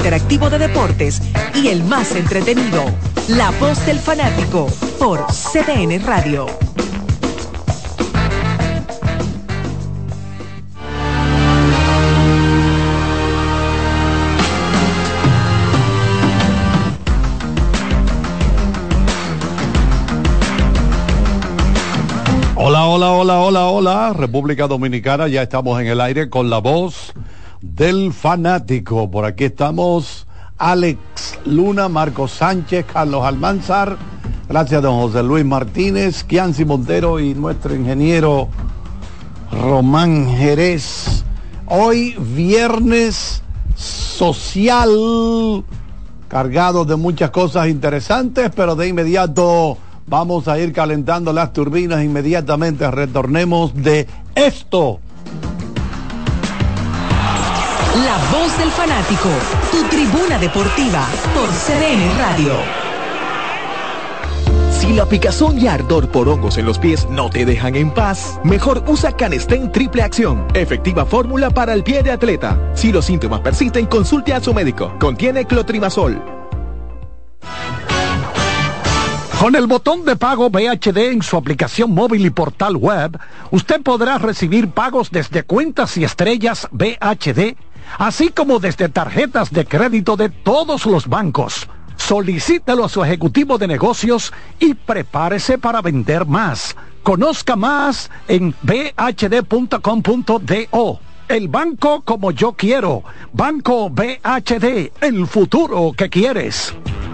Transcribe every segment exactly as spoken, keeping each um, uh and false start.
interactivo de deportes y el más entretenido. La Voz del Fanático por C D N Radio. Hola, hola, hola, hola, hola, República Dominicana, ya estamos en el aire con la Voz del Fanático. Por aquí estamos Alex Luna, Marcos Sánchez, Carlos Almanzar, gracias a don José Luis Martínez, Kianci Montero y nuestro ingeniero Román Jerez. Hoy viernes social, cargado de muchas cosas interesantes, pero de inmediato vamos a ir calentando las turbinas. Inmediatamente retornemos de esto. La Voz del Fanático, tu tribuna deportiva por C D N Radio. Si la picazón y ardor por hongos en los pies no te dejan en paz, mejor usa Canestén Triple Acción, efectiva fórmula para el pie de atleta. Si los síntomas persisten, consulte a su médico. Contiene clotrimazol. Con el botón de pago B H D en su aplicación móvil y portal web, usted podrá recibir pagos desde cuentas y estrellas B H D, así como desde tarjetas de crédito de todos los bancos. Solicítelo a su ejecutivo de negocios y prepárese para vender más. Conozca más en b h d punto com punto do. El banco como yo quiero. Banco B H D, el futuro que quieres.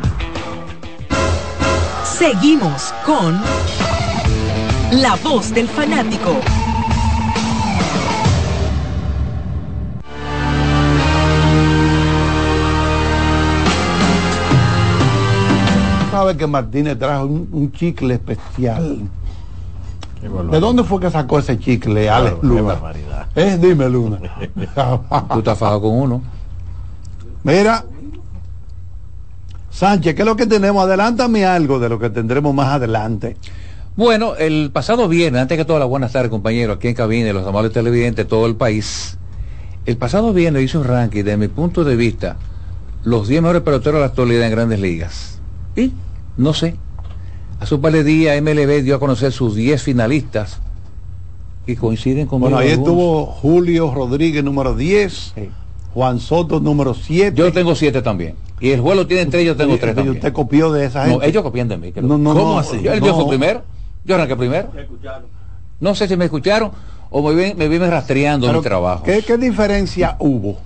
Seguimos con La Voz del Fanático. Sabe que Martínez trajo un, un chicle especial. ¿De dónde fue que sacó ese chicle, Alex Luna? Qué barbaridad. Eh, dime, Luna. Tú estás fajado con uno. Mira, Sánchez, ¿qué es lo que tenemos? Adelántame algo de lo que tendremos más adelante. Bueno, el pasado viernes, antes que todo, las buenas tardes, compañeros, aquí en cabina, los amables televidentes, todo el país. El pasado viernes hice un ranking, de mi punto de vista, los diez mejores peloteros de la actualidad en Grandes Ligas. Y, no sé, hace un par de días M L B dio a conocer sus diez finalistas y coinciden con... Bueno, ahí algunos. Estuvo Julio Rodríguez, número diez, sí. Juan Soto, número siete. Yo tengo siete también. Y el juego tiene tres, yo tengo tres y también. ¿Usted copió de esa gente? No, ellos copian de mí. Que no, no, ¿Cómo no, así? Yo, yo no. fui primero, yo arranqué primero. ¿Me escucharon? No sé si me escucharon o me vi, me vi rastreando mi trabajo. ¿Qué, ¿Qué diferencia hubo?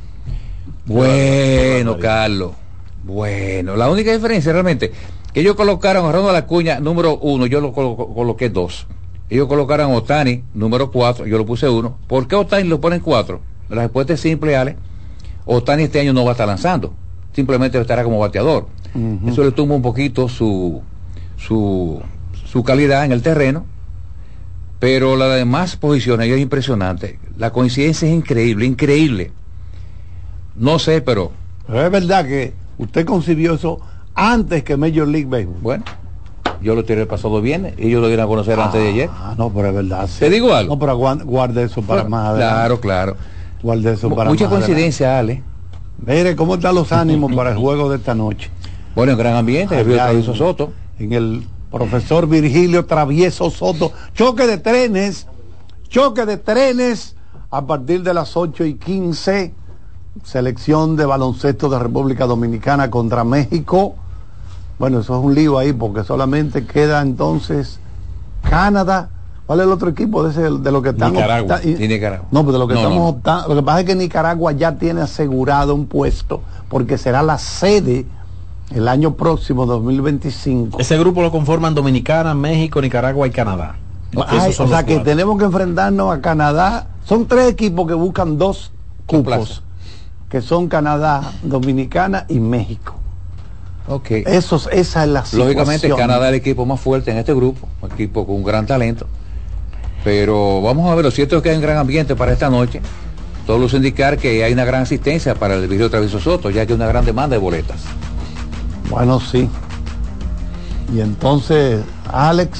Bueno, Carlos. Bueno, la única diferencia realmente, que ellos colocaron a Ronald Acuña número uno, yo lo colo coloqué dos. Ellos colocaron a Ohtani número cuatro, yo lo puse uno. ¿Por qué Ohtani lo ponen cuatro? La respuesta es simple, Ale. Ohtani este año no va a estar lanzando, simplemente estará como bateador. Uh-huh. Eso le tumba un poquito su, su, su calidad en el terreno, pero las demás posiciones es impresionante. La coincidencia es increíble, increíble. No sé, pero... pero es verdad que usted concibió eso antes que Major League Baseball. Bueno, yo lo tiré el pasado viernes, ellos lo dieron a conocer ah, antes de ayer. Ah, no, pero es verdad. Sí. ¿Te digo algo? No, pero guarde eso para bueno, más adelante. Claro, claro. Guarde eso para Mucha más coincidencia, Ale. Mire, ¿cómo están los ánimos para el juego de esta noche? Bueno, en gran ambiente, el Travieso Soto. En el profesor Virgilio Travieso Soto. Choque de trenes, choque de trenes a partir de las ocho y quince. Selección de baloncesto de República Dominicana contra México. Bueno, eso es un lío ahí porque solamente queda entonces Canadá. ¿Cuál es el otro equipo de, ese, de lo que estamos Nicaragua, opta- y Nicaragua. No, pero de lo que no, estamos no. optando. Lo que pasa es que Nicaragua ya tiene asegurado un puesto porque será la sede el año próximo, dos mil veinticinco. Ese grupo lo conforman Dominicana, México, Nicaragua y Canadá. Ay, o sea que cuatro. Tenemos que enfrentarnos a Canadá. Son tres equipos que buscan dos cupos, que son Canadá, Dominicana y México. Okay. Esos, esa es la situación. Lógicamente Canadá es el equipo más fuerte en este grupo, un equipo con un gran talento. Pero vamos a ver, lo cierto es que hay un gran ambiente para esta noche. Todo luce indicar que hay una gran asistencia para el Virgilio Travieso Soto, ya que hay una gran demanda de boletas. Bueno, sí. Y entonces, Alex,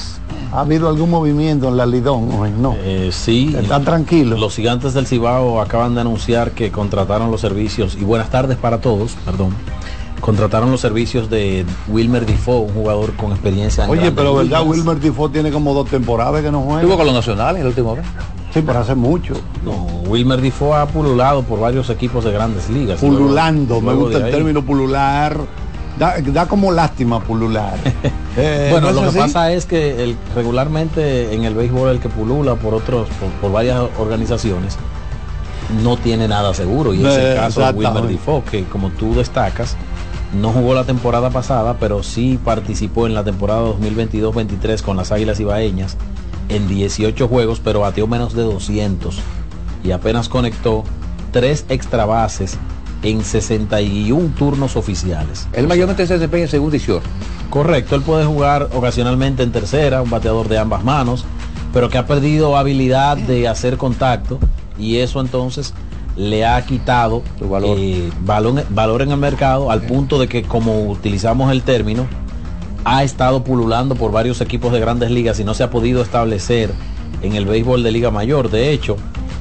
¿Ha habido algún movimiento en la Lidón hoy? No. Eh, sí. ¿Están tranquilos? Los Gigantes del Cibao acaban de anunciar que contrataron los servicios, y buenas tardes para todos, perdón, contrataron los servicios de Wilmer Difo, un jugador con experiencia en Oye, pero verdad, ligas. Wilmer Difo tiene como dos temporadas que no juega. Estuvo con los nacionales la última vez. Sí, pero hace mucho. No, Wilmer Difo ha pululado por varios equipos de grandes ligas. Pululando, Luego, me luego gusta el ahí. término pulular. Da, da como lástima pulular. eh, Bueno, ¿no lo que así? pasa es que el, regularmente en el béisbol el que pulula por otros, por, por varias organizaciones, no tiene nada seguro. Y es Eh, el caso de Wilmer exactamente. Difo, que como tú destacas, no jugó la temporada pasada, pero sí participó en la temporada dos mil veintidós veintitrés con las Águilas Ibaeñas en dieciocho juegos, pero batió menos de doscientos y apenas conectó tres extra bases en sesenta y uno turnos oficiales. Él mayormente se desempeña en segunda y short. Correcto, él puede jugar ocasionalmente en tercera, un bateador de ambas manos, pero que ha perdido habilidad de hacer contacto, y eso entonces le ha quitado Su valor. eh, valor, valor en el mercado, al punto de que, como utilizamos el término, ha estado pululando por varios equipos de grandes ligas y no se ha podido establecer en el béisbol de Liga Mayor. De hecho,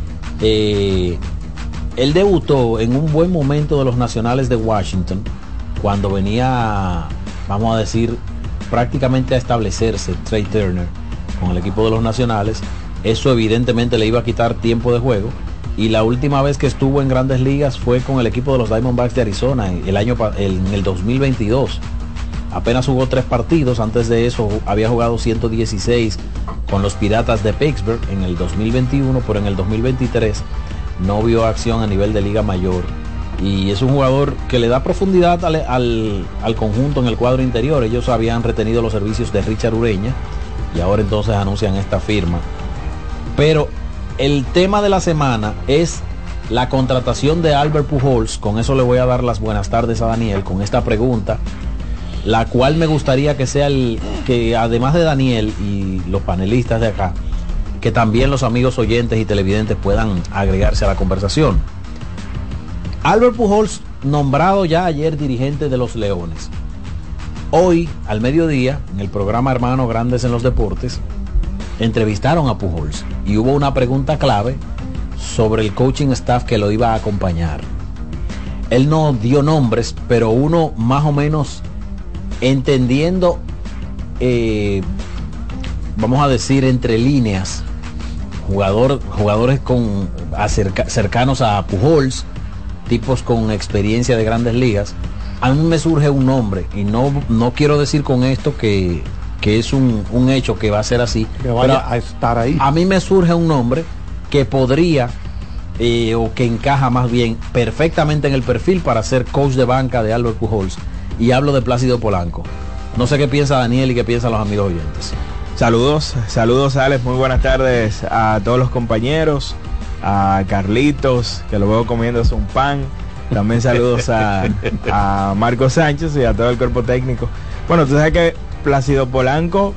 eh, él debutó en un buen momento de los Nacionales de Washington, cuando venía, vamos a decir, prácticamente a establecerse Trey Turner con el equipo de los Nacionales. Eso evidentemente le iba a quitar tiempo de juego, y la última vez que estuvo en grandes ligas fue con el equipo de los Diamondbacks de Arizona el año pa- el- en el dos mil veintidós. Apenas jugó tres partidos. Antes de eso había jugado ciento dieciséis con los Piratas de Pittsburgh en el dos mil veintiuno, pero en el dos mil veintitrés no vio acción a nivel de Liga Mayor. Y es un jugador que le da profundidad al, al, al conjunto en el cuadro interior. Ellos habían retenido los servicios de Richard Ureña y ahora entonces anuncian esta firma. Pero el tema de la semana es la contratación de Albert Pujols. Con eso le voy a dar las buenas tardes a Daniel con esta pregunta, la cual me gustaría que sea el que, además de Daniel y los panelistas de acá, que también los amigos oyentes y televidentes puedan agregarse a la conversación. Albert Pujols, nombrado ya ayer dirigente de los Leones. Hoy, al mediodía, en el programa Hermano Grandes en los Deportes, entrevistaron a Pujols y hubo una pregunta clave sobre el coaching staff que lo iba a acompañar. Él no dio nombres, pero uno más o menos entendiendo, eh, vamos a decir, entre líneas, jugador, jugadores con, acerca, cercanos a Pujols, tipos con experiencia de grandes ligas. A mí me surge un nombre, y no, no quiero decir con esto que, que es un, un hecho que va a ser así, Que vaya pero a estar ahí. a mí me surge un nombre que podría eh, o que encaja más bien perfectamente en el perfil para ser coach de banca de Albert Pujols, y hablo de Plácido Polanco. No sé qué piensa Daniel y qué piensan los amigos oyentes. Saludos, saludos Alex, muy buenas tardes a todos los compañeros, a Carlitos, que lo veo comiéndose un pan. También saludos a, a Marco Sánchez y a todo el cuerpo técnico. Bueno, tú sabes que Plácido Polanco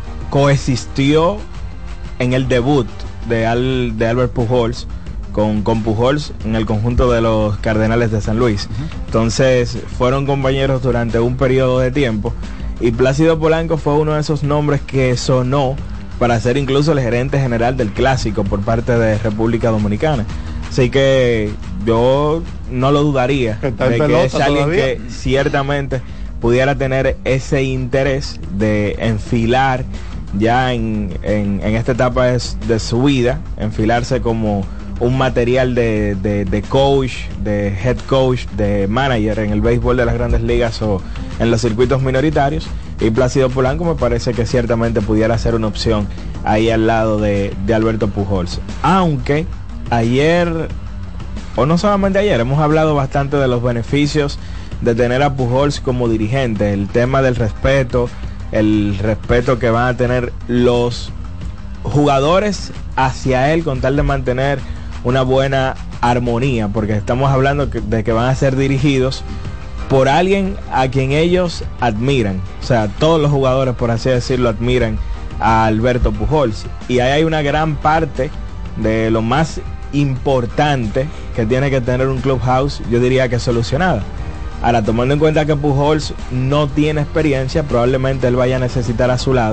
coexistió en el debut de, Al, de Albert Pujols con, con Pujols en el conjunto de los Cardenales de San Luis. Uh-huh. Entonces fueron compañeros durante un periodo de tiempo, y Plácido Polanco fue uno de esos nombres que sonó para ser incluso el gerente general del Clásico por parte de República Dominicana. Así que yo no lo dudaría que está en de pelota que es alguien todavía, que ciertamente pudiera tener ese interés de enfilar ya en, en, en esta etapa de, de su vida, enfilarse como un material de, de, de coach, de head coach, de manager en el béisbol de las grandes ligas o en los circuitos minoritarios. Y Plácido Polanco me parece que ciertamente pudiera ser una opción ahí al lado de, de Alberto Pujols. Aunque ayer, o no solamente ayer, hemos hablado bastante de los beneficios de tener a Pujols como dirigente, el tema del respeto, el respeto que van a tener los jugadores hacia él con tal de mantener una buena armonía, porque estamos hablando de que van a ser dirigidos por alguien a quien ellos admiran. O sea, todos los jugadores, por así decirlo, admiran a Alberto Pujols, y ahí hay una gran parte de lo más importante que tiene que tener un clubhouse, yo diría que solucionada. Ahora, tomando en cuenta que Pujols no tiene experiencia, probablemente él vaya a necesitar a su lado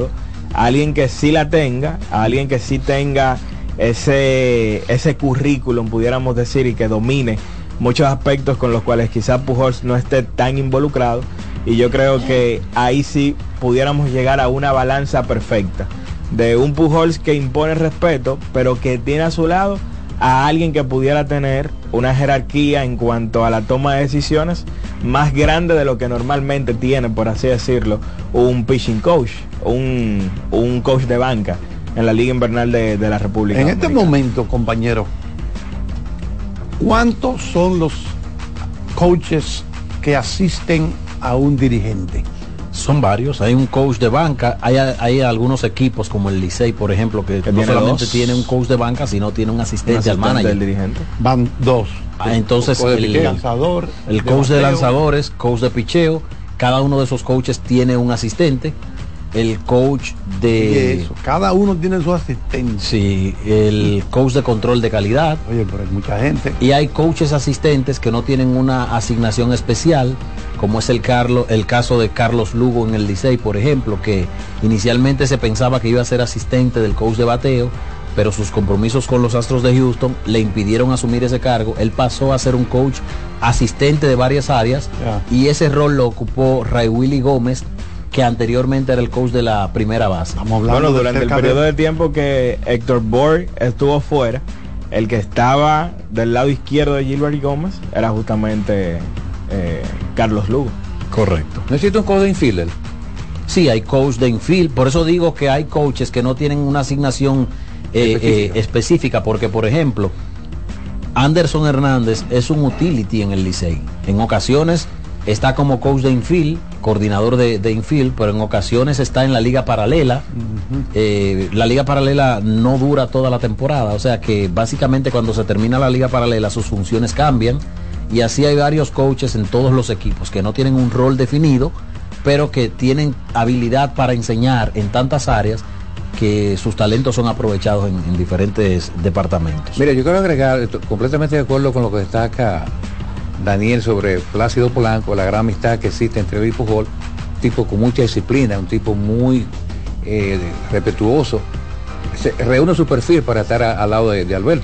a alguien que sí la tenga, a alguien que sí tenga ese, ese currículum, pudiéramos decir, y que domine muchos aspectos con los cuales quizás Pujols no esté tan involucrado. Y yo creo que ahí sí pudiéramos llegar a una balanza perfecta de un Pujols que impone respeto, pero que tiene a su lado a alguien que pudiera tener una jerarquía en cuanto a la toma de decisiones más grande de lo que normalmente tiene, por así decirlo, un pitching coach, un, un coach de banca en la Liga Invernal de, de la República En Dominicana. este momento, compañero, ¿cuántos son los coaches que asisten a un dirigente? Son varios, hay un coach de banca, hay, hay algunos equipos como el Licey, por ejemplo, que, Que no tiene solamente dos. tiene un coach de banca, sino tiene un asistente, Un asistente al manager. del dirigente. Van dos. Ah, entonces O de el- picheo, lanzador, El coach de bateo. lanzadores, coach de picheo, cada uno de esos coaches tiene un asistente. El coach Y de... eso, cada uno tiene su asistente. Sí, el coach de control de calidad. Oye, pero hay mucha gente. Y hay coaches asistentes que no tienen una asignación especial, como es el, Carlos, el caso de Carlos Lugo en el Licey, por ejemplo, que inicialmente se pensaba que iba a ser asistente del coach de bateo, pero sus compromisos con los Astros de Houston le impidieron asumir ese cargo. Él pasó a ser un coach asistente de varias áreas, Ya. y ese rol lo ocupó Ray Willy Gómez, que anteriormente era el coach de la primera base. Estamos hablando Bueno, de durante el cerca periodo de... de tiempo que Héctor Bohr estuvo fuera, el que estaba del lado izquierdo de Gilbert Gómez era justamente eh, Carlos Lugo. Correcto. ¿No existe un coach de infielder? Sí, hay coach de infield, por eso digo que hay coaches que no tienen una asignación eh, Específica. eh, específica, porque por ejemplo, Anderson Hernández es un utility en el Licey. En ocasiones está como coach de infield, coordinador de, de infield, pero en ocasiones está en la liga paralela. Eh, la liga paralela no dura toda la temporada, o sea que básicamente cuando se termina la liga paralela sus funciones cambian, y así hay varios coaches en todos los equipos que no tienen un rol definido, pero que tienen habilidad para enseñar en tantas áreas que sus talentos son aprovechados en, en diferentes departamentos. Mira, yo quiero agregar, estoy completamente de acuerdo con lo que destaca Daniel sobre Plácido Polanco, la gran amistad que existe entre él y Pujol, un tipo con mucha disciplina, un tipo muy eh, respetuoso, se reúne su perfil para estar a- al lado de, de Alberto.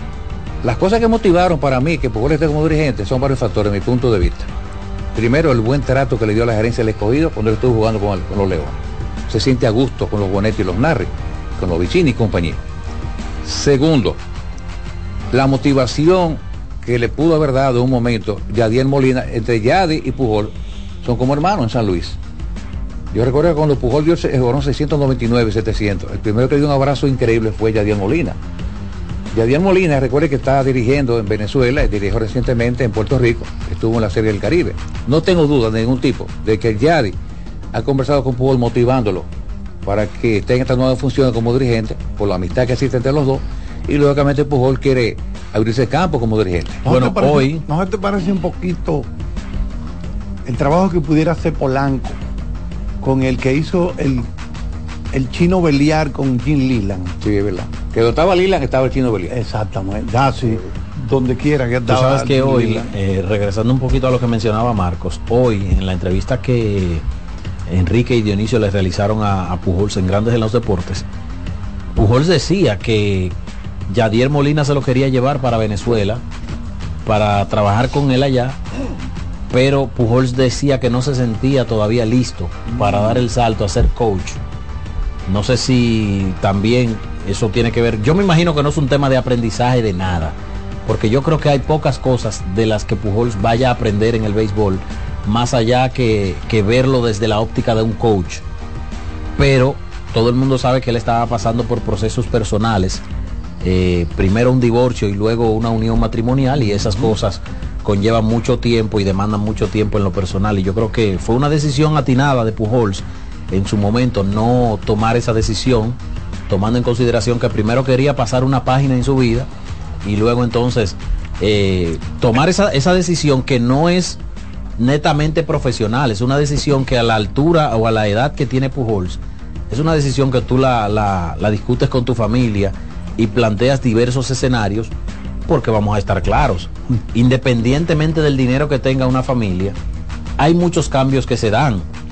Las cosas que motivaron para mí que Pujol esté como dirigente son varios factores, de mi punto de vista. Primero, el buen trato que le dio la gerencia del escogido cuando él estuvo jugando con, el- con los Leones. Se siente a gusto con los Bonetti y los Narri, con los Vicini y compañía. Segundo, la motivación que le pudo haber dado en un momento Yadier Molina, entre Yadi y Pujol, son como hermanos en San Luis. Yo recuerdo que cuando Pujol dio el seiscientos noventa y nueve, setecientos, el primero que dio un abrazo increíble fue Yadier Molina. Yadier Molina, recuerde que estaba dirigiendo en Venezuela, dirigió recientemente en Puerto Rico, estuvo en la Serie del Caribe. No tengo duda de ningún tipo de que Yadi ha conversado con Pujol motivándolo para que esté en esta nueva función como dirigente, por la amistad que existe entre los dos, y lógicamente Pujol quiere abrirse campo como dirigente. ¿No Bueno, te parece- hoy- ¿no te parece un poquito el trabajo que pudiera hacer Polanco con el que hizo el, el chino Beliar con Jim Leland? Sí, es verdad. Que donde estaba Lilan estaba el chino Belial. Exactamente. Ah, sí. Donde quiera que Tú estaba. sabes que Jim hoy, Leland. eh, regresando un poquito a lo que mencionaba Marcos, hoy en la entrevista que Enrique y Dionisio le realizaron a, a Pujols en Grandes en los Deportes, Pujols decía que Yadier Molina se lo quería llevar para Venezuela para trabajar con él allá, pero Pujols decía que no se sentía todavía listo para dar el salto a ser coach. No sé si también eso tiene que ver, yo me imagino que no es un tema de aprendizaje de nada, porque yo creo que hay pocas cosas de las que Pujols vaya a aprender en el béisbol, más allá que, que verlo desde la óptica de un coach. Pero todo el mundo sabe que él estaba pasando por procesos personales, eh, primero un divorcio y luego una unión matrimonial, y esas cosas conllevan mucho tiempo y demandan mucho tiempo en lo personal, y yo creo que fue una decisión atinada de Pujols en su momento no tomar esa decisión, tomando en consideración que primero quería pasar una página en su vida y luego entonces eh, tomar esa, esa decisión que no es netamente profesional, es una decisión que a la altura o a la edad que tiene Pujols, es una decisión que tú la, la, la discutes con tu familia y planteas diversos escenarios, porque vamos a estar claros, independientemente del dinero que tenga una familia, hay muchos cambios que se dan.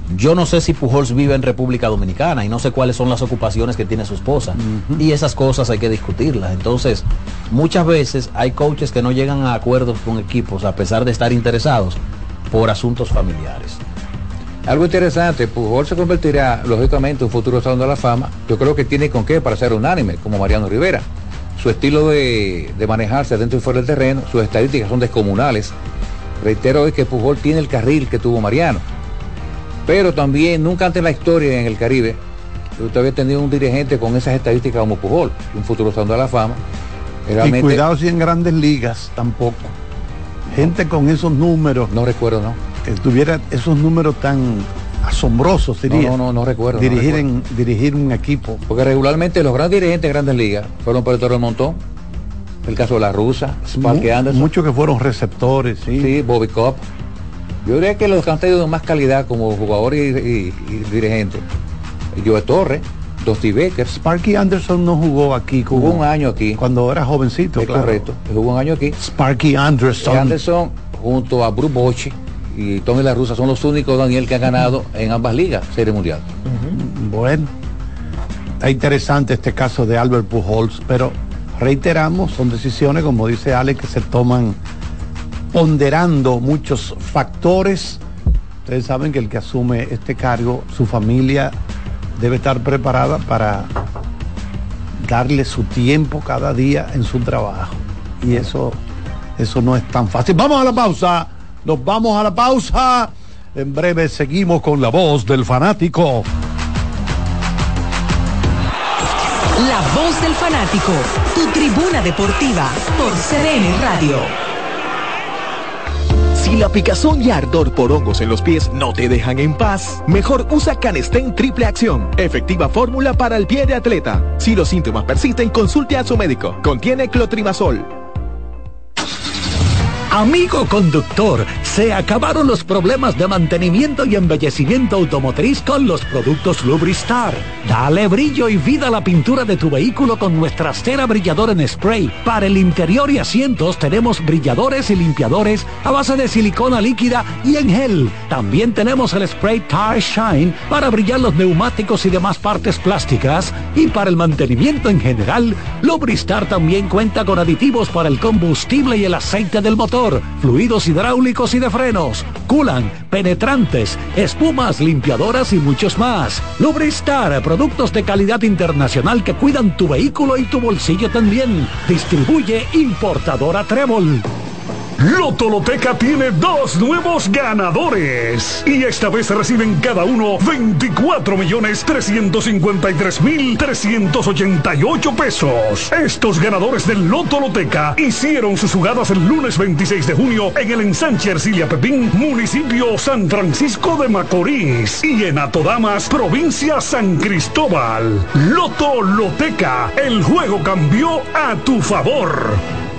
Yo no sé si Pujols vive en República Dominicana y no sé cuáles son las ocupaciones que tiene su esposa. Uh-huh. Y esas cosas hay que discutirlas. Entonces, muchas veces hay coaches que no llegan a acuerdos con equipos a pesar de estar interesados por asuntos familiares. Algo interesante, Pujols se convertirá lógicamente en un futuro Salón de la Fama. Yo creo que tiene con qué para ser unánime, como Mariano Rivera. Su estilo de, de manejarse dentro y fuera del terreno, sus estadísticas son descomunales. Reitero hoy que Pujols tiene el carril que tuvo Mariano. Pero también nunca antes en la historia en el Caribe usted había tenido un dirigente con esas estadísticas como Pujols, un futuro Salón de la Fama. Realmente, y cuidado si en grandes ligas tampoco. Gente con esos números. No recuerdo, ¿no? Que tuviera esos números tan asombrosos, diría. No, no, no, no recuerdo. Dirigir, no recuerdo. En, dirigir un equipo. Porque regularmente los grandes dirigentes de grandes ligas fueron por el Toro del Montón. El caso de la Rusa, Sparky Anderson. Muchos que fueron receptores, sí. Sí, Bobby Cobb. Yo diría que los que han tenido más calidad como jugador y, y, y dirigente, Joe Torre, Dusty Baker. Sparky Anderson no jugó aquí. Jugó un año aquí. Cuando era jovencito, es claro. Correcto. Jugó un año aquí. Sparky Anderson. Anderson junto a Bruce Bochy y Tony La Russa son los únicos, Daniel, que han ganado uh-huh. en ambas ligas Serie Mundial. Uh-huh. Bueno, está interesante este caso de Albert Pujols, pero reiteramos, son decisiones, como dice Alex, que se toman ponderando muchos factores. Ustedes saben que el que asume este cargo, su familia debe estar preparada para darle su tiempo cada día en su trabajo. Y eso, eso no es tan fácil. Vamos a la pausa. Nos vamos a la pausa. En breve seguimos con la voz del fanático. La voz del fanático, tu tribuna deportiva por C D N Radio. Si la picazón y ardor por hongos en los pies no te dejan en paz, mejor usa Canestén Triple Acción, efectiva fórmula para el pie de atleta. Si los síntomas persisten, consulte a su médico. Contiene clotrimazol. Amigo conductor, se acabaron los problemas de mantenimiento y embellecimiento automotriz con los productos Lubristar. Dale brillo y vida a la pintura de tu vehículo con nuestra cera brilladora en spray. Para el interior y asientos tenemos brilladores y limpiadores a base de silicona líquida y en gel. También tenemos el spray Tire Shine para brillar los neumáticos y demás partes plásticas. Y para el mantenimiento en general, Lubristar también cuenta con aditivos para el combustible y el aceite del motor, fluidos hidráulicos y de frenos, culan, penetrantes, espumas, limpiadoras y muchos más. Lubristar, productos de calidad internacional que cuidan tu vehículo y tu bolsillo también. Distribuye importadora Trébol. Lotoloteca tiene dos nuevos ganadores y esta vez reciben cada uno veinticuatro millones trescientos cincuenta y tres mil trescientos ochenta y ocho pesos. Estos ganadores del Lotoloteca hicieron sus jugadas el lunes veintiséis de junio en el ensanche Ercilia Pepín, municipio San Francisco de Macorís, y en Atodamas, provincia San Cristóbal. Lotoloteca, el juego cambió a tu favor.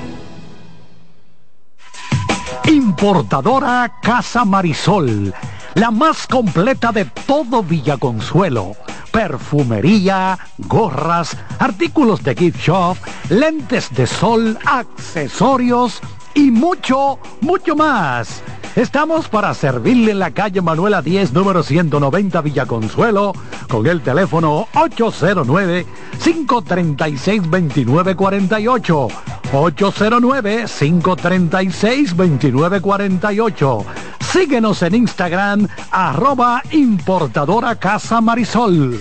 Importadora Casa Marisol, la más completa de todo Villaconsuelo. Perfumería, gorras, artículos de gift shop, lentes de sol, accesorios y mucho, mucho más. Estamos para servirle en la calle Manuela diez, número ciento noventa, Villaconsuelo, con el teléfono ocho cero nueve, cinco tres seis, dos nueve cuatro ocho, ocho cero nueve, cinco tres seis, dos nueve cuatro ocho. Síguenos en Instagram, arroba importadora Casa Marisol.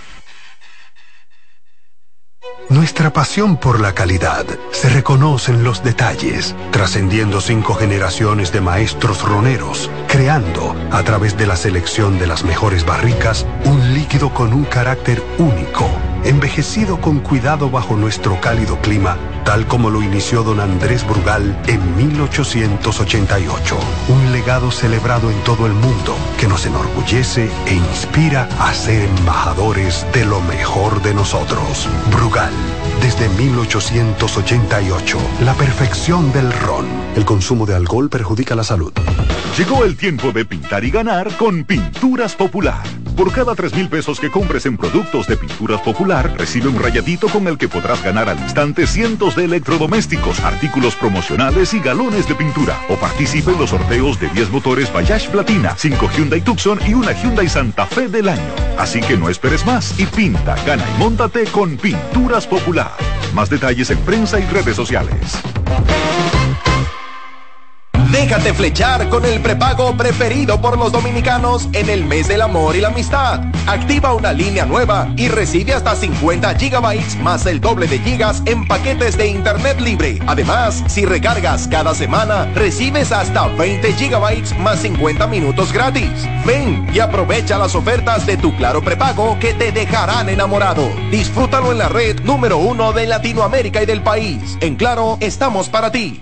Nuestra pasión por la calidad se reconoce en los detalles, trascendiendo cinco generaciones de maestros roneros, creando, a través de la selección de las mejores barricas, un líquido con un carácter único, envejecido con cuidado bajo nuestro cálido clima, tal como lo inició don Andrés Brugal en mil ochocientos ochenta y ocho. Un legado celebrado en todo el mundo que nos enorgullece e inspira a ser embajadores de lo mejor de nosotros. Brugal, desde mil ochocientos ochenta y ocho, la perfección del ron. El consumo de alcohol perjudica la salud. Llegó el tiempo de pintar y ganar con Pinturas Popular. Por cada tres mil pesos que compres en productos de Pinturas Popular, recibe un rayadito con el que podrás ganar al instante cientos de electrodomésticos, artículos promocionales y galones de pintura. O participe en los sorteos de diez motores Bayash Platina, cinco Hyundai Tucson y una Hyundai Santa Fe del año. Así que no esperes más y pinta, gana y móntate con Pinturas Popular. Más detalles en prensa y redes sociales. Déjate flechar con el prepago preferido por los dominicanos en el mes del amor y la amistad. Activa una línea nueva y recibe hasta cincuenta gigabytes más el doble de gigas en paquetes de internet libre. Además, si recargas cada semana, recibes hasta veinte gigabytes más cincuenta minutos gratis. Ven y aprovecha las ofertas de tu Claro prepago que te dejarán enamorado. Disfrútalo en la red número uno de Latinoamérica y del país. En Claro, estamos para ti.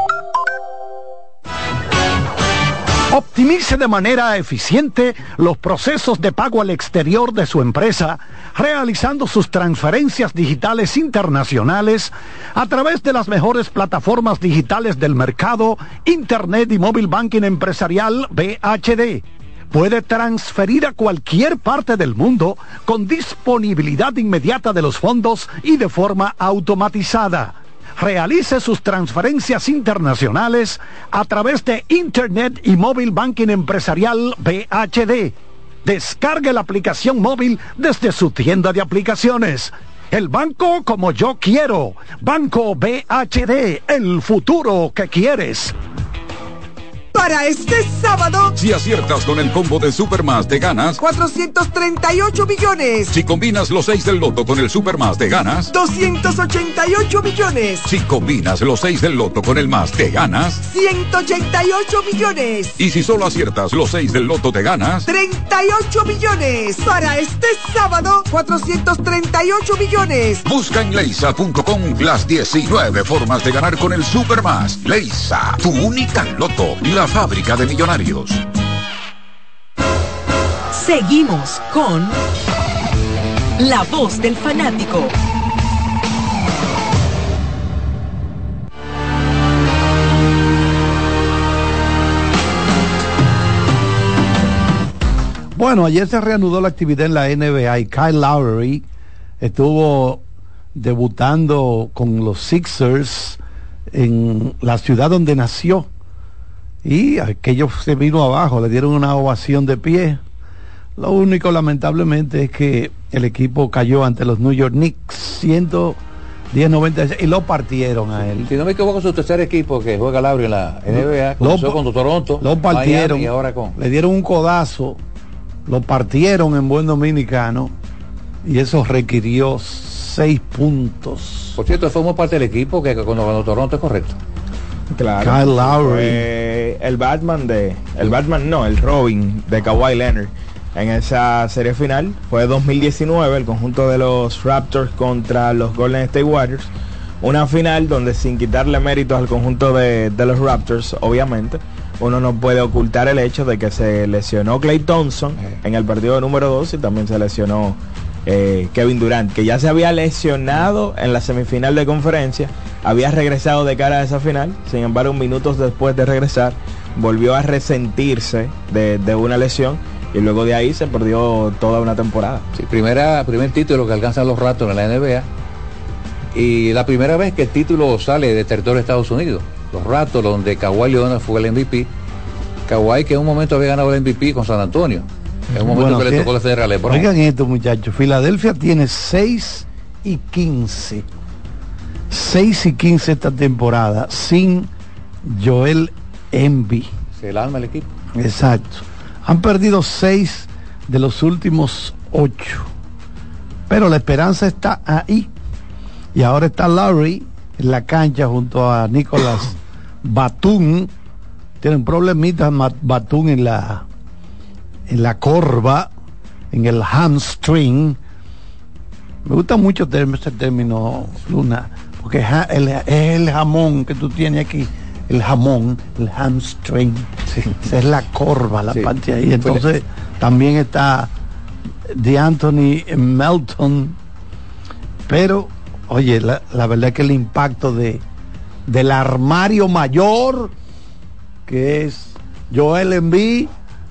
Optimice de manera eficiente los procesos de pago al exterior de su empresa, realizando sus transferencias digitales internacionales a través de las mejores plataformas digitales del mercado, Internet y Mobile Banking Empresarial B H D. Puede transferir a cualquier parte del mundo con disponibilidad inmediata de los fondos y de forma automatizada. Realice sus transferencias internacionales a través de Internet y Mobile Banking Empresarial B H D. Descargue la aplicación móvil desde su tienda de aplicaciones. El banco como yo quiero. Banco B H D, el futuro que quieres. Para este sábado, si aciertas con el combo de Supermás, te ganas cuatrocientos treinta y ocho millones. Si combinas los seis del loto con el Supermás, te ganas doscientos ochenta y ocho millones. Si combinas los seis del loto con el más, te ganas ciento ochenta y ocho millones. Y si solo aciertas los seis del loto, te ganas treinta y ocho millones. Para este sábado, cuatrocientos treinta y ocho millones. Busca en leisa punto com las diecinueve formas de ganar con el Supermás. Leisa, tu única loto, la fábrica de millonarios. Seguimos con La Voz del Fanático. Bueno, ayer se reanudó la actividad en la N B A y Kyle Lowry estuvo debutando con los Sixers en la ciudad donde nació. Y aquello se vino abajo, le dieron una ovación de pie. Lo único, lamentablemente, es que el equipo cayó ante los New York Knicks ciento diez noventa y lo partieron a él. Si no me equivoco, su tercer equipo que juega Lowry en la N B A, comenzó con Toronto, lo partieron, Miami, y ahora con... le dieron un codazo, lo partieron en buen dominicano y eso requirió seis puntos. Por cierto, formó parte del equipo que cuando ganó Toronto, es correcto. Claro. Kyle Lowry. Eh, el Batman de. El Batman no, el Robin de Kawhi Leonard en esa serie final. Fue dos mil diecinueve, el conjunto de los Raptors contra los Golden State Warriors. Una final donde, sin quitarle méritos al conjunto de, de los Raptors, obviamente, uno no puede ocultar el hecho de que se lesionó Klay Thompson en el partido número dos y también se lesionó eh, Kevin Durant, que ya se había lesionado en la semifinal de conferencia. Había regresado de cara a esa final, sin embargo, minutos después de regresar, volvió a resentirse de, de una lesión y luego de ahí se perdió toda una temporada. Sí, primera, primer título que alcanzan los Raptors en la N B A y la primera vez que el título sale de territorio de Estados Unidos. Los Raptors, donde Kawhi Leonard fue el M V P. Kawhi, que en un momento había ganado el M V P con San Antonio. En un momento bueno, que le tocó la cederra a LeBron. Oigan esto, muchachos, Filadelfia tiene seis y quince. seis y quince esta temporada sin Joel Embiid. Se el alma el equipo. Exacto. Han perdido seis de los últimos ocho. Pero la esperanza está ahí. Y ahora está Lowry en la cancha junto a Nicolás Batum. Tienen problemitas Batum en la en la corva, en el hamstring. Me gusta mucho ese término, Luna, porque es el, es el jamón que tú tienes aquí, el jamón, el hamstring. Sí. Esa es la corva, la sí. parte ahí. Entonces también está de Anthony Melton. Pero, oye, la, la verdad es que el impacto de del armario mayor, que es Joel Embiid,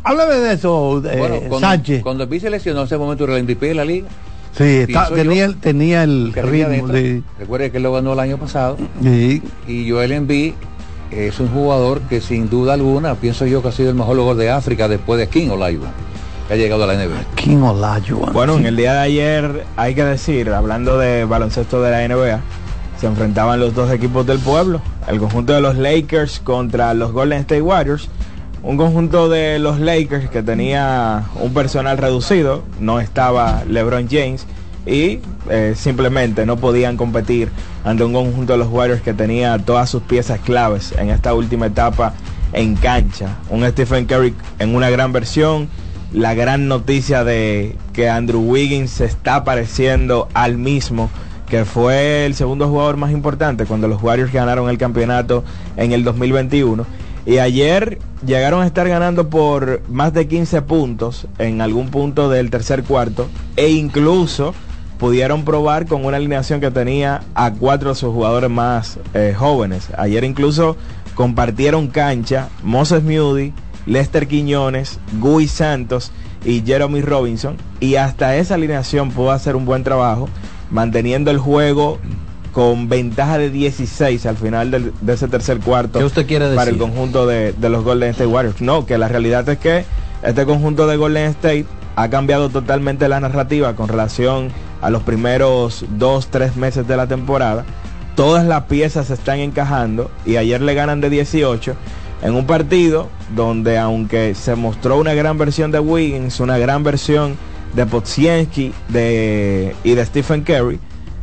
Háblame de eso, eh, Bueno, cuando, Sánchez. cuando el se lesionó, en ese momento era el M V P de la liga. Sí, está, tenía, el, tenía el ritmo. De... Recuerde que él lo ganó el año pasado. Sí. Y Joel Embiid es un jugador que sin duda alguna, pienso yo que ha sido el mejor jugador de África después de King Olajuwon, que ha llegado a la N B A. King Olajuwon. Bueno, sí. En el día de ayer, hay que decir, hablando de baloncesto de la N B A, se enfrentaban los dos equipos del pueblo, el conjunto de los Lakers contra los Golden State Warriors. Un conjunto de los Lakers que tenía un personal reducido, no estaba LeBron James y eh, simplemente no podían competir ante un conjunto de los Warriors que tenía todas sus piezas claves en esta última etapa en cancha. Un Stephen Curry en una gran versión, la gran noticia de que Andrew Wiggins se está pareciendo al mismo, que fue el segundo jugador más importante cuando los Warriors ganaron el campeonato en el dos mil veintiuno. Y ayer llegaron a estar ganando por más de quince puntos en algún punto del tercer cuarto, e incluso pudieron probar con una alineación que tenía a cuatro de sus jugadores más eh, jóvenes. Ayer incluso compartieron cancha Moses Moody, Lester Quiñones, Guy Santos y Jeremy Robinson, y hasta esa alineación pudo hacer un buen trabajo manteniendo el juego con ventaja de dieciséis al final del, de ese tercer cuarto. ¿Qué usted quiere decir? Para el conjunto de, de los Golden State Warriors. No, que la realidad es que este conjunto de Golden State ha cambiado totalmente la narrativa con relación a los primeros dos, tres meses de la temporada. Todas las piezas se están encajando y ayer le ganan de dieciocho en un partido donde, aunque se mostró una gran versión de Wiggins, una gran versión de Podziemski de, y de Stephen Curry,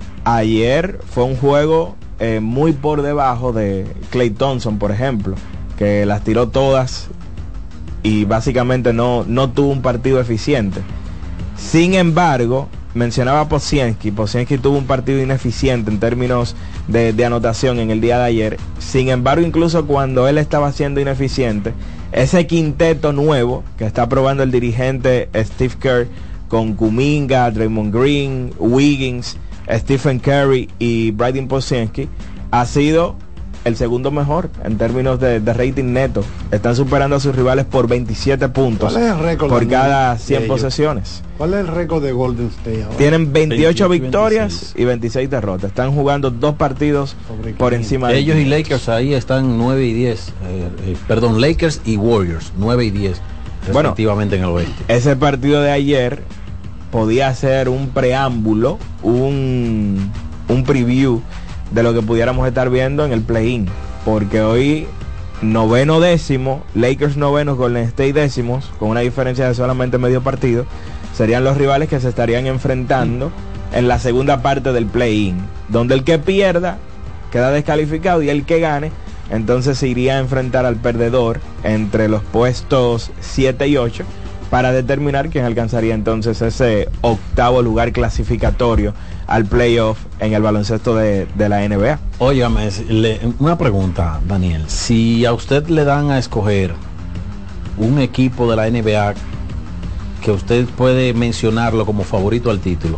ayer fue un juego eh, muy por debajo de Klay Thompson, por ejemplo, que las tiró todas y básicamente no, no tuvo un partido eficiente. Sin embargo, mencionaba Podziemski, Podziemski tuvo un partido ineficiente en términos de, de anotación en el día de ayer. Sin embargo, incluso cuando él estaba siendo ineficiente, ese quinteto nuevo que está probando el dirigente Steve Kerr, con Kuminga, Draymond Green, Wiggins, Stephen Curry y Bryden Podziemski, ha sido el segundo mejor en términos de, de rating neto. Están superando a sus rivales por veintisiete puntos por cada cien posesiones. ¿Cuál es el récord de Golden State ahora? Tienen veintiocho victorias y veintiséis derrotas. Están jugando dos partidos por encima de ellos. Y Lakers ahí están nueve y diez. Eh, eh, perdón, Lakers y Warriors nueve y diez respectivamente, bueno, en el oeste. Ese partido de ayer podía ser un preámbulo, un, un preview de lo que pudiéramos estar viendo en el play-in, porque hoy noveno décimo, Lakers novenos, Golden State décimos, con una diferencia de solamente medio partido, serían los rivales que se estarían enfrentando en la segunda parte del play-in, donde el que pierda queda descalificado y el que gane entonces se iría a enfrentar al perdedor entre los puestos siete y ocho para determinar quién alcanzaría entonces ese octavo lugar clasificatorio al playoff en el baloncesto de, de la N B A. Óigame, le, una pregunta, Daniel. Si a usted le dan a escoger un equipo de la N B A que usted puede mencionarlo como favorito al título,